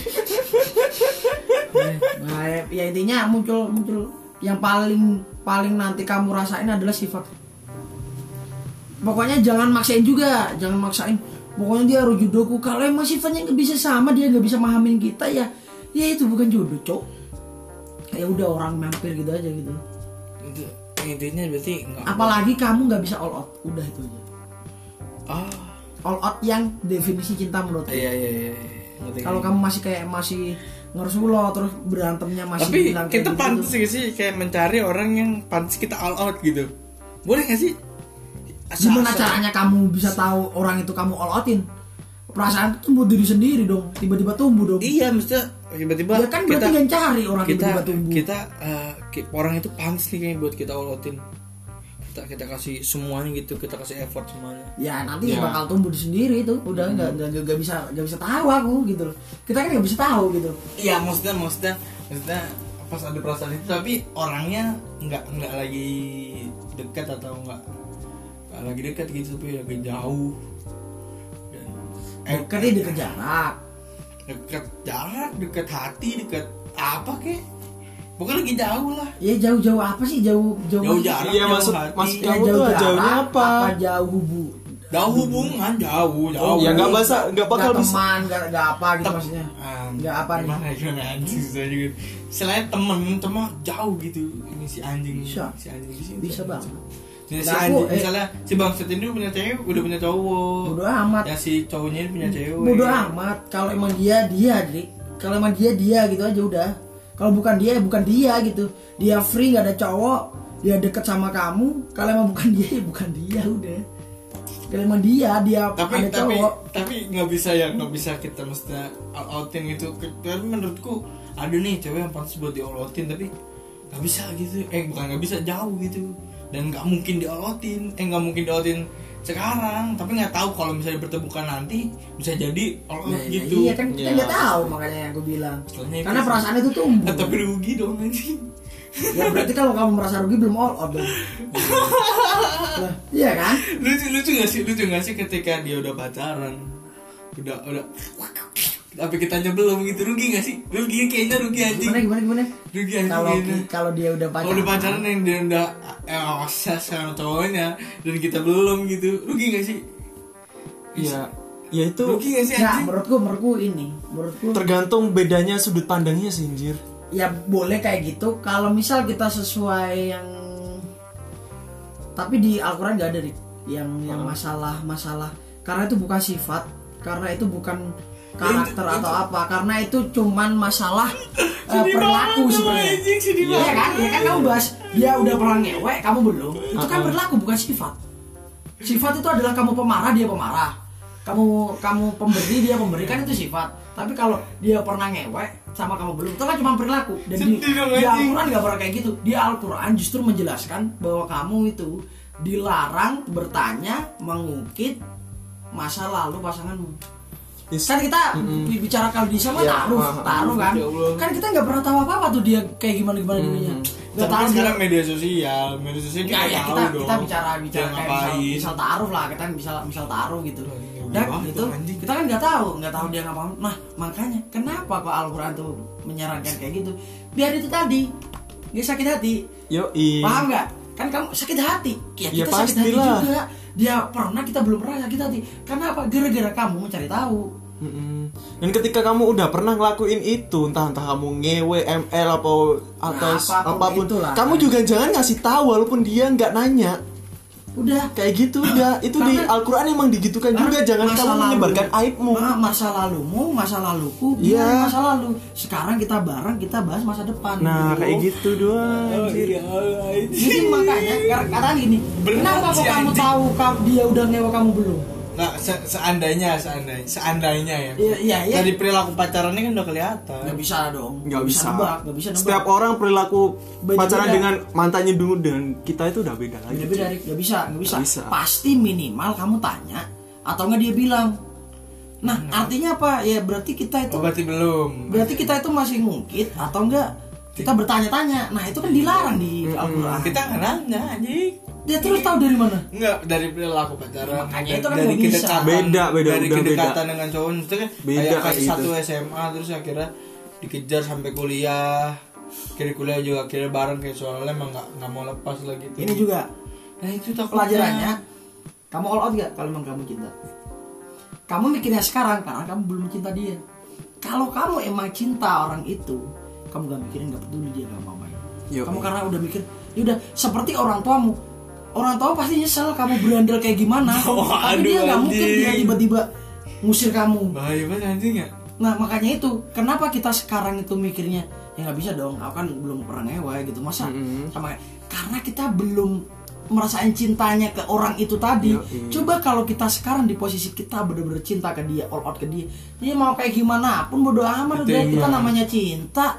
Nah, ya intinya muncul yang paling nanti kamu rasain adalah sifat. Pokoknya jangan maksain. Pokoknya dia harus jodohku. Kalau emang sifatnya nggak bisa sama, dia nggak bisa mahamin kita ya itu bukan jodoh, cok. Ya udah orang mampir gitu aja gitu. Itu intinya berarti nggak. Apalagi kamu nggak bisa all out, udah itu aja. All out yang definisi cinta menurut aku. Iya. Ngerti. Kalau kamu masih ngersulo terus berantemnya masih Tapi bilang kayak kita gitu. pantas gak sih kayak mencari orang yang pantas kita all out gitu. Boleh gak sih? Gimana caranya kamu bisa tahu orang itu kamu all outin? Perasaan itu tumbuh diri sendiri dong, tiba-tiba tumbuh dong. Iya, maksudnya tiba-tiba Ya kan berarti kan cari orang tiba-tiba tumbuh. Orang itu pantas nih kayak buat kita all outin. Kita kasih semuanya gitu, kita kasih effort semuanya. Ya nanti Ya. bakal tumbuh di sendiri itu. Udah nggak bisa tahu aku gitu loh. Kita kan nggak bisa tahu gitu. Iya, maksudnya pas ada perasaan itu tapi orangnya nggak lagi dekat atau nggak lagi dekat gitu tapi lagi jauh. Dekat itu dekat jarak. Dekat jarak, dekat hati, dekat apa kek? Pokoknya lagi jauh lah. Ya jauh-jauh apa sih jauh Jarak, Iya, jauh maksud hati. Ya, kamu tuh jauhnya apa? jauh Jauh hubungan, jauh. Ya nggak bakal bisa. teman, nggak apa gitu maksudnya. Nggak apa nih. Gimana anjing susah juga. Selain temen cuma jauh gitu. Ini si anjing. Bisa. Si anjing di sini. Bisa banget. Si Nah, anjing aku, misalnya si bangsat ini punya cewek, udah punya cowok. Bodoh amat. Ya si cowoknya ini punya cewek. Bodoh amat. Kalau emang dia, Dik. Kalau emang dia gitu aja udah. Kalau bukan dia, bukan dia gitu. Dia free nggak ada cowok. dia deket sama kamu, kalau emang bukan dia ya bukan dia udah. Kalau emang dia tapi ada cowok. tapi nggak bisa kita mesti all outin gitu. Karena menurutku ada nih cewek yang pantas buat di all outin tapi nggak bisa gitu. Bukan nggak bisa, jauh gitu. Dan nggak mungkin di all outin. Nggak mungkin di all outin sekarang, tapi nggak tahu kalau misalnya bertemukan nanti bisa jadi all out gitu. Iya kan kita nggak tahu, makanya yang gue bilang. Soalnya Karena itu perasaan itu tumbuh. tapi rugi dong anjing. Ya berarti kalau kamu merasa rugi belum all out dong. Lah, iya kan? lucu nggak sih ketika dia udah pacaran, udah tapi kitanya belum gitu, rugi nggak sih? Rugi, kayaknya rugi anjing. Gimana? Rugi anjing. Kalau dia udah pacaran. Kalau udah pacaran yang dia udah akses sama cowoknya dan kita belum gitu, rugi nggak sih? Iya, ya itu Rugi nggak sih Nah, anjing? menurutku tergantung bedanya sudut pandangnya sih, anjir. ya boleh kayak gitu kalau misal kita sesuai yang, tapi di Al-Quran gak ada Rik, yang masalah karena itu bukan sifat, karena itu bukan karakter atau apa, karena itu cuman masalah perilaku sebenarnya. Iya kan kamu bahas dia udah pernah ngewek kamu belum, itu kan perilaku bukan sifat. Sifat itu adalah kamu pemarah dia pemarah, kamu pemberi dia pemberi, kan itu sifat. Tapi kalau dia pernah ngewek sama kamu belum, itu kan cuma perilaku. Dan di Al-Quran gak pernah kayak gitu. Di Al-Quran justru menjelaskan bahwa kamu itu dilarang bertanya, mengungkit masa lalu pasanganmu. Kan kita bicara kalau di sama taruh kan. Kan kita nggak pernah tahu apa tuh dia kayak gimana dulunya. Nggak tahu sekarang media sosial kita tahu dong. Kita bicara kayak misal taruh lah, kita misal taruh gitu. Dan itu kita kan nggak tahu dia ngapain. Nah makanya kenapa kok Al-Quran tuh menyarankan kayak gitu? Biar itu tadi nggak sakit hati. Paham nggak? Kan kamu sakit hati, kita sakit hati juga. Dia pernah, kita belum pernah sakit hati. Kenapa? Gara-gara kamu mencari tahu. Dan ketika kamu udah pernah ngelakuin itu, entah kamu ngewe, ML atau apapun itulah, kamu juga jangan ngasih tahu walaupun dia nggak nanya. Udah kayak gitu udah. Itu di Al-Quran emang digitukan juga, jangan kamu menyebarkan aibmu. Masa lalumu, masa laluku, masa lalu. Sekarang kita bareng, kita bahas masa depan. Nah, kayak gitu doang. Jadi makanya kata gini, kenapa kok kamu tahu dia udah ngewe kamu belum? Nah, seandainya ya. Iya. Dari perilaku pacarannya kan udah kelihatan. Nggak bisa dong. Nggak bisa nebak. Setiap orang perilaku Beda-beda. pacaran dengan mantannya dulu dengan kita itu udah beda lagi. Nggak bisa. Pasti minimal kamu tanya atau nggak dia bilang. Nah, artinya apa? Ya berarti kita itu. Berarti belum. Berarti kita itu masih ngungkit atau enggak? Kita bertanya-tanya. Nah, itu kan dilarang di Al-Quran. Kita nggak nanya anjing. Dia terus tahu dari mana? Enggak, dari perilaku pacaran. Makanya itu kan dari nggak bisa. kedekatan. Beda, dari udah kedekatan beda. dengan cowok itu kan Beda kayak kayak satu gitu. SMA terus akhirnya dikejar sampai kuliah. Akhirnya kuliah juga akhirnya bareng kayak soalnya emang nggak mau lepas lah gitu. Ini juga. Nah, itu takutnya. Pelajarannya, kamu all out gak kalau memang kamu cinta? Kamu mikirnya sekarang karena kamu belum cinta dia. Kalau kamu emang cinta orang itu, kamu gak mikirin, gak peduli dia gak mau main. Kamu karena udah mikir, yaudah seperti orang tuamu. Orang tua pasti nyesel kamu berandal kayak gimana. Tapi dia gak mungkin dia tiba-tiba ngusir kamu. Bahaya banget anjing ya. Nah makanya itu, kenapa kita sekarang itu mikirnya, ya gak bisa dong, aku kan belum pernah ngewe gitu. Masa sama, karena kita belum merasain cintanya ke orang itu tadi. Coba kalau kita sekarang di posisi kita bener-bener cinta ke dia, all out ke dia, dia mau kayak gimana pun bodo amat udah. Kita namanya cinta.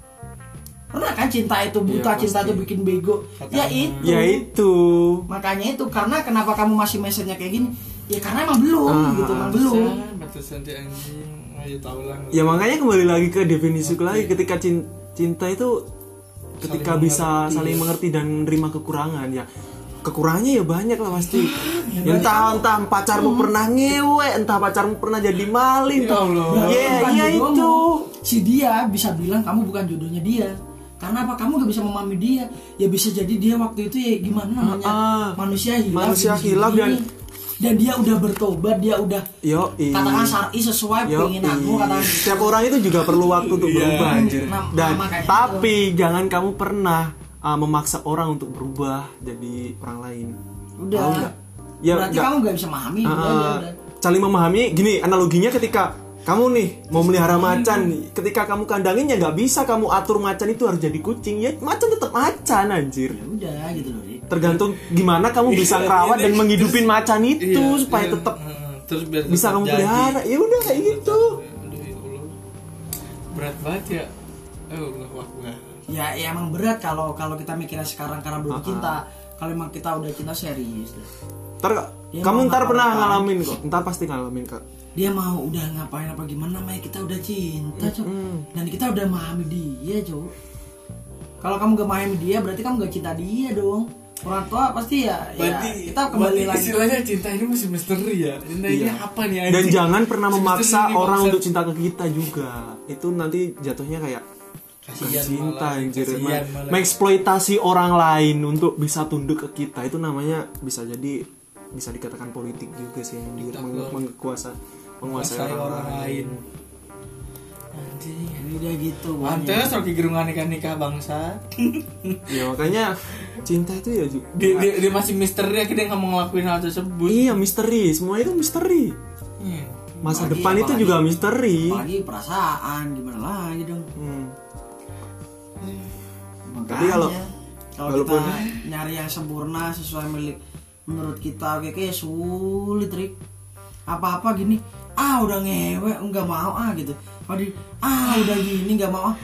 Pernah kan cinta itu buta, cinta aja bikin bego. Ya itu. Makanya itu, karena kenapa kamu masih message-nya kayak gini? Ya karena emang belum gitu, emang belum. Batasan dia anjing. Ayo tahu lah. Ya makanya kembali lagi ke definisi lagi, ketika cinta itu ketika bisa saling mengerti dan menerima kekurangan. Ya kekurangannya ya banyak lah pasti. Entah pacarmu pernah ngewe, entah pacarmu pernah jadi maling. Ya Allah. Ya itu. Si dia bisa bilang kamu bukan jodohnya dia. Karena apa? Kamu gak bisa memahami dia. Ya bisa jadi dia waktu itu ya gimana namanya, manusia hilaf dan dia udah bertobat, dia udah katakan syar'i sesuai keinginanmu, katakan. Setiap orang itu juga perlu waktu untuk berubah anjir. Dan tapi jangan kamu pernah memaksa orang untuk berubah jadi orang lain. Udah. Ya, berarti kamu gak bisa memahami. Udah. Saling memahami gini, analoginya ketika kamu nih mau melihara macan nih, ketika kamu kandangin ya nggak bisa kamu atur macan itu harus jadi kucing, ya macan tetap macan anjir. Ya udah gitu loh. Tergantung gimana kamu bisa ngerawat dan menghidupin macan itu supaya tetap terus biar bisa kamu pelihara. Ya udah kayak gitu. Aduh, ya Allah. Berat banget ya. Wah. Ya emang berat kalau kita mikirnya sekarang karena belum cinta. Kalau emang kita udah cinta serius deh. Kamu ntar pernah ngalamin kok. Ntar pasti ngalamin kok. Dia mau udah ngapain apa gimana, namanya kita udah cinta, Cok. Dan kita udah memahami dia, Cok. Kalau kamu gak memahami dia, berarti kamu gak cinta dia dong. Orang tua pasti ya kita kembali lagi. Istilahnya cinta ini masih misteri ya. Cinta ini apa nih anjing? Dan jangan pernah memaksa orang untuk cinta ke kita juga. Itu nanti jatuhnya kayak cinta anjir, mengeksploitasi orang lain untuk bisa tunduk ke kita. Itu namanya bisa dikatakan politik juga sih, menguasai orang lain. Anjing, ini udah gitu. Antes roki gerungan nikah bangsa. Ya makanya cinta itu ya juga. Dia masih misteri, akhirnya nggak mau ngelakuin hal tersebut. Iya, misteri, semua itu misteri. Masa depan itu juga misteri. Apalagi perasaan, gimana lagi dong. Tapi kalau kita nyari yang sempurna sesuai menurut kita, kayak sulit, Rik. Apa-apa gini, udah ngewe, enggak mau gitu. Udah gini enggak mau.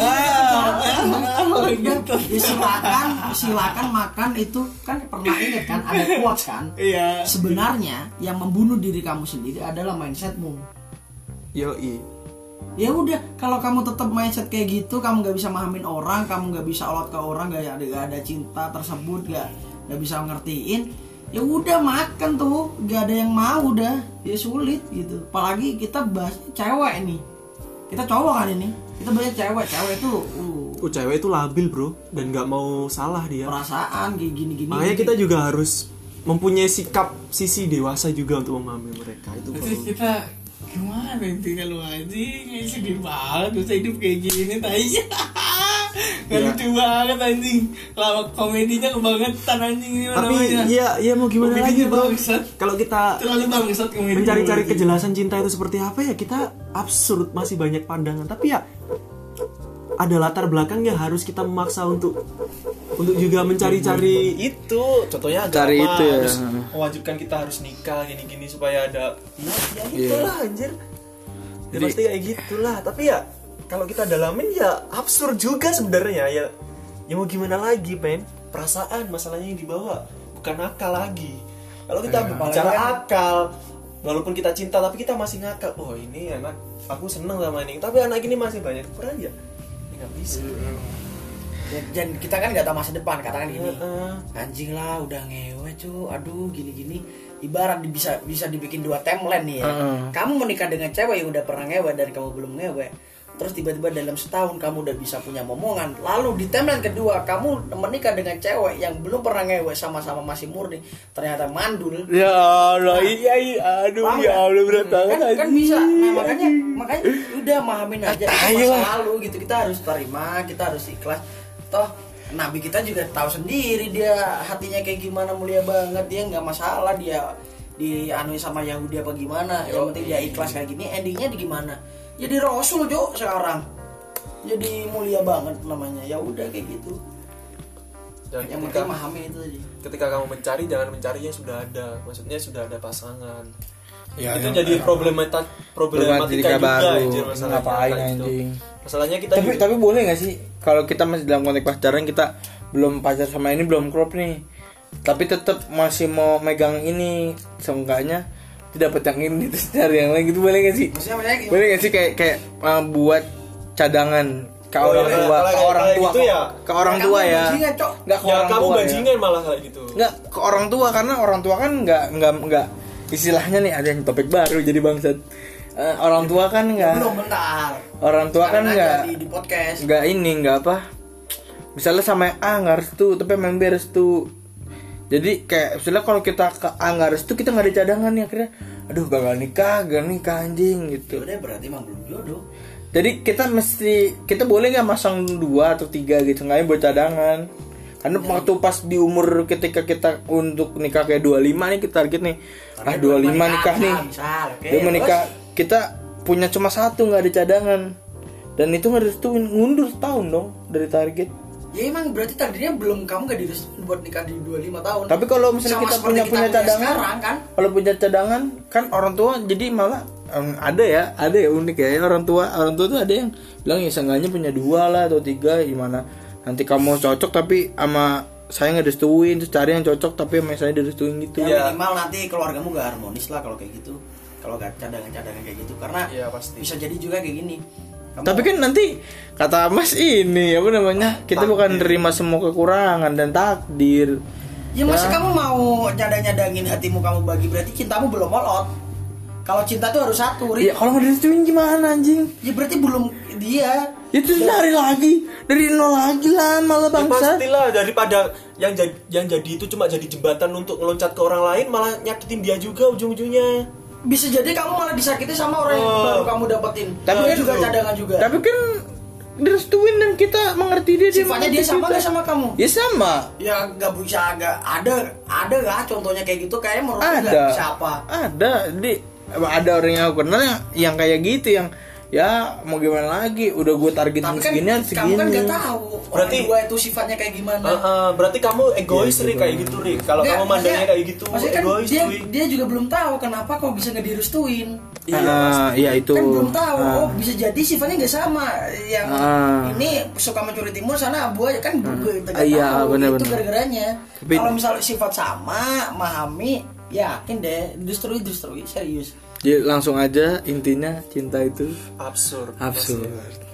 Gitu. Silakan makan itu kan, pernah ingat kan ada quotes kan? Iya. Sebenarnya yang membunuh diri kamu sendiri adalah mindsetmu. Yoi. Ya udah, kalau kamu tetap mindset kayak gitu, kamu nggak bisa mahamin orang, kamu nggak bisa olot ke orang, nggak ada cinta tersebut, nggak bisa ngertiin, ya udah makan tuh, nggak ada yang mau, udah ya sulit gitu. Apalagi kita bahas cewek nih, kita cowok kan ini, kita bahas cewek itu cewek itu labil bro, dan nggak mau salah dia, perasaan kayak gini. Makanya kita juga harus mempunyai sikap sisi dewasa juga untuk memahami mereka itu. Terus kita gimana nanti kalau anjing sedih banget bisa hidup kayak gini tanya. Gak lucu banget anjing, lama komedinya kebangetan anjing ini. Tapi iya mau gimana lagi bro, kalau kita terlalu bangsat komedi, mencari-cari kejelasan cinta itu seperti apa ya, kita absurd, masih banyak pandangan. Tapi ya ada latar belakang yang harus kita memaksa untuk juga mencari-cari itu. Contohnya agama itu ya. Harus mewajibkan kita harus nikah gini-gini supaya ada ya itulah anjir. Ya pasti kayak gitulah. Tapi ya kalau kita dalamin ya absurd juga sebenarnya ya. Ya mau gimana lagi, men? Perasaan masalahnya yang dibawa, bukan akal lagi. Kalau kita bicara akal, walaupun kita cinta tapi kita masih ngakal. Oh, ini anak aku seneng sama ini. Tapi anak ini masih banyak kurang ya. Nggak bisa. Dan kita kan nggak tahu masa depan, katakan gini, anjing lah udah ngewe aduh gini ibarat bisa dibikin dua timeline nih ya. Kamu menikah dengan cewek yang udah pernah ngewe dan kamu belum ngewe, terus tiba-tiba dalam setahun kamu udah bisa punya momongan, lalu di timeline kedua kamu menikah dengan cewek yang belum pernah ngewe, sama-sama masih murni, ternyata mandul. Ya Allah, iya aduh ya Allah, berat banget kan bisa. Nah makanya udah mahamin aja itu masa lalu gitu, kita harus terima, kita harus ikhlas. Toh Nabi kita juga tahu sendiri dia hatinya kayak gimana, mulia banget, dia nggak masalah dia dianui sama Yahudi apa gimana, yang penting dia ikhlas kayak gini. Endingnya di gimana? Jadi Rasul Jo sekarang, jadi mulia banget namanya. Ya udah kayak gitu. Dan yang penting memahami itu aja. Ketika kamu mencari, jangan mencarinya sudah ada, maksudnya sudah ada pasangan. Ya, itu jadi problematika juga anjir, masalahnya. Ngapain anjing? Masalahnya kita tapi boleh nggak sih kalau kita masih dalam konteks pacaran, kita belum pacar sama ini, belum klop nih, tapi tetap masih mau megang ini, seenggaknya tidak dapat yang ini terus cari yang lain gitu, boleh nggak sih? Boleh nggak sih kayak buat cadangan ke orang tua, ke orang tua ya, nggak ke orang tua kamu bajingan malah kayak gitu, nggak ke orang tua, karena orang tua kan nggak istilahnya nih, ada yang topik baru jadi bangsat. Orang tua kan nggak, belum bentar. Orang tua kan nggak di podcast, nggak ini, nggak apa, misalnya sama A nggak restu tapi memang restu. Jadi kayak misalnya kalau kita ke A nggak restu, kita nggak ada cadangan nih, akhirnya aduh gagal nikah anjing gitu. Udah berarti emang belum jodoh. Jadi kita boleh nggak masang 2 atau 3 gitu, nggak buat cadangan. Karena waktu pas di umur ketika kita untuk nikah kayak 25 nih, kita target nih 25 nikah nih. Dia menikah, kita punya cuma satu, nggak ada cadangan, dan itu nggak direstuin, mundur setahun dong dari target. Ya emang berarti takdirnya belum, kamu gak direstuin buat nikah di 25 tahun. Tapi kalau misalnya Sama kita seperti punya cadangan, sekarang, kan? kalau punya cadangan kan orang tua jadi malah ada ya unik ya orang tua tuh ada yang bilang ya seenggaknya punya 2 lah atau 3, gimana nanti kamu cocok tapi sama saya nggak direstuin, terus cari yang cocok tapi sama saya direstuin gitu. Ya minimal nanti keluargamu gak harmonis lah kalau kayak gitu, kalau gak cadangan kayak gitu, karena Iya, pasti. bisa jadi juga kayak gini. Tapi kan nanti kata Mas ini apa namanya, kita bukan nerima semua kekurangan dan takdir. Ya masa kamu mau nyadangin hatimu kamu bagi, berarti cintamu belum all out. Kalau cinta tuh harus satu, Ya kalau nggak direstuin gimana anjing? Ya berarti belum dia. Ya terus cari lagi dari nol lagi lah, malah Ya bangsa. pastilah, daripada yang jadi itu cuma jadi jembatan untuk ngeloncat ke orang lain, malah nyakitin dia juga ujung-ujungnya. Bisa jadi kamu malah disakiti sama orang yang baru kamu dapetin. Tapi kan juga cadangan juga. Tapi kan direstuin dan kita mengerti dia. Sifatnya dia sama kita. nggak sama kamu? Ya sama. Ya nggak bisa, agak ada nggak contohnya kayak gitu, kayak menurut Ada. nggak bisa apa? Ada orang yang aku kenal yang kayak gitu, yang ya mau gimana lagi, udah gue targetin Tapi kan seginian kamu kan nggak tahu Berarti- orang tua itu sifatnya kayak gimana. Berarti kamu egois, Rik, kayak gitu, Rik. Kalau Nggak, kamu mandangnya maksudnya- kayak gitu, maksudnya kan egois, dia, cuy. dia juga belum tahu kenapa kok bisa nggak direstuin. Iya itu. Kan belum tahu. Oh bisa jadi sifatnya nggak sama. Yang Ah. ini suka mencuri timur, sana abu aja kan gue nggak Iya, tahu. benar-benar. Itu gara-garanya. Tapi- Kalau misalnya sifat sama, memahami, yakin deh distrui serius. Jadi langsung aja intinya cinta itu Absurd. absurd.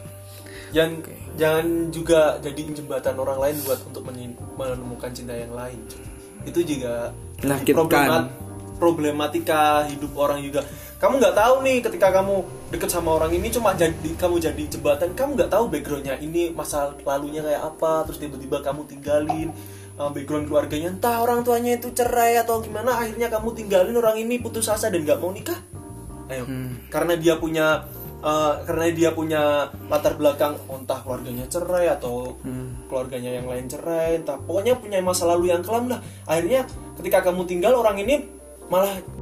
Jangan juga jadi jembatan orang lain buat untuk menemukan cinta yang lain. Itu juga Menakutkan. problematika hidup orang juga. Kamu nggak tahu nih, ketika kamu deket sama orang ini cuma kamu jadi jembatan, kamu nggak tahu backgroundnya ini, masa lalunya kayak apa, terus tiba-tiba kamu tinggalin background keluarganya, entah orang tuanya itu cerai atau gimana, akhirnya kamu tinggalin orang ini, putus asa dan nggak mau nikah. Ayo, karena dia punya latar belakang, entah keluarganya cerai atau keluarganya yang lain cerai, entah pokoknya punya masa lalu yang kelam lah. Akhirnya ketika kamu tinggal, orang ini malah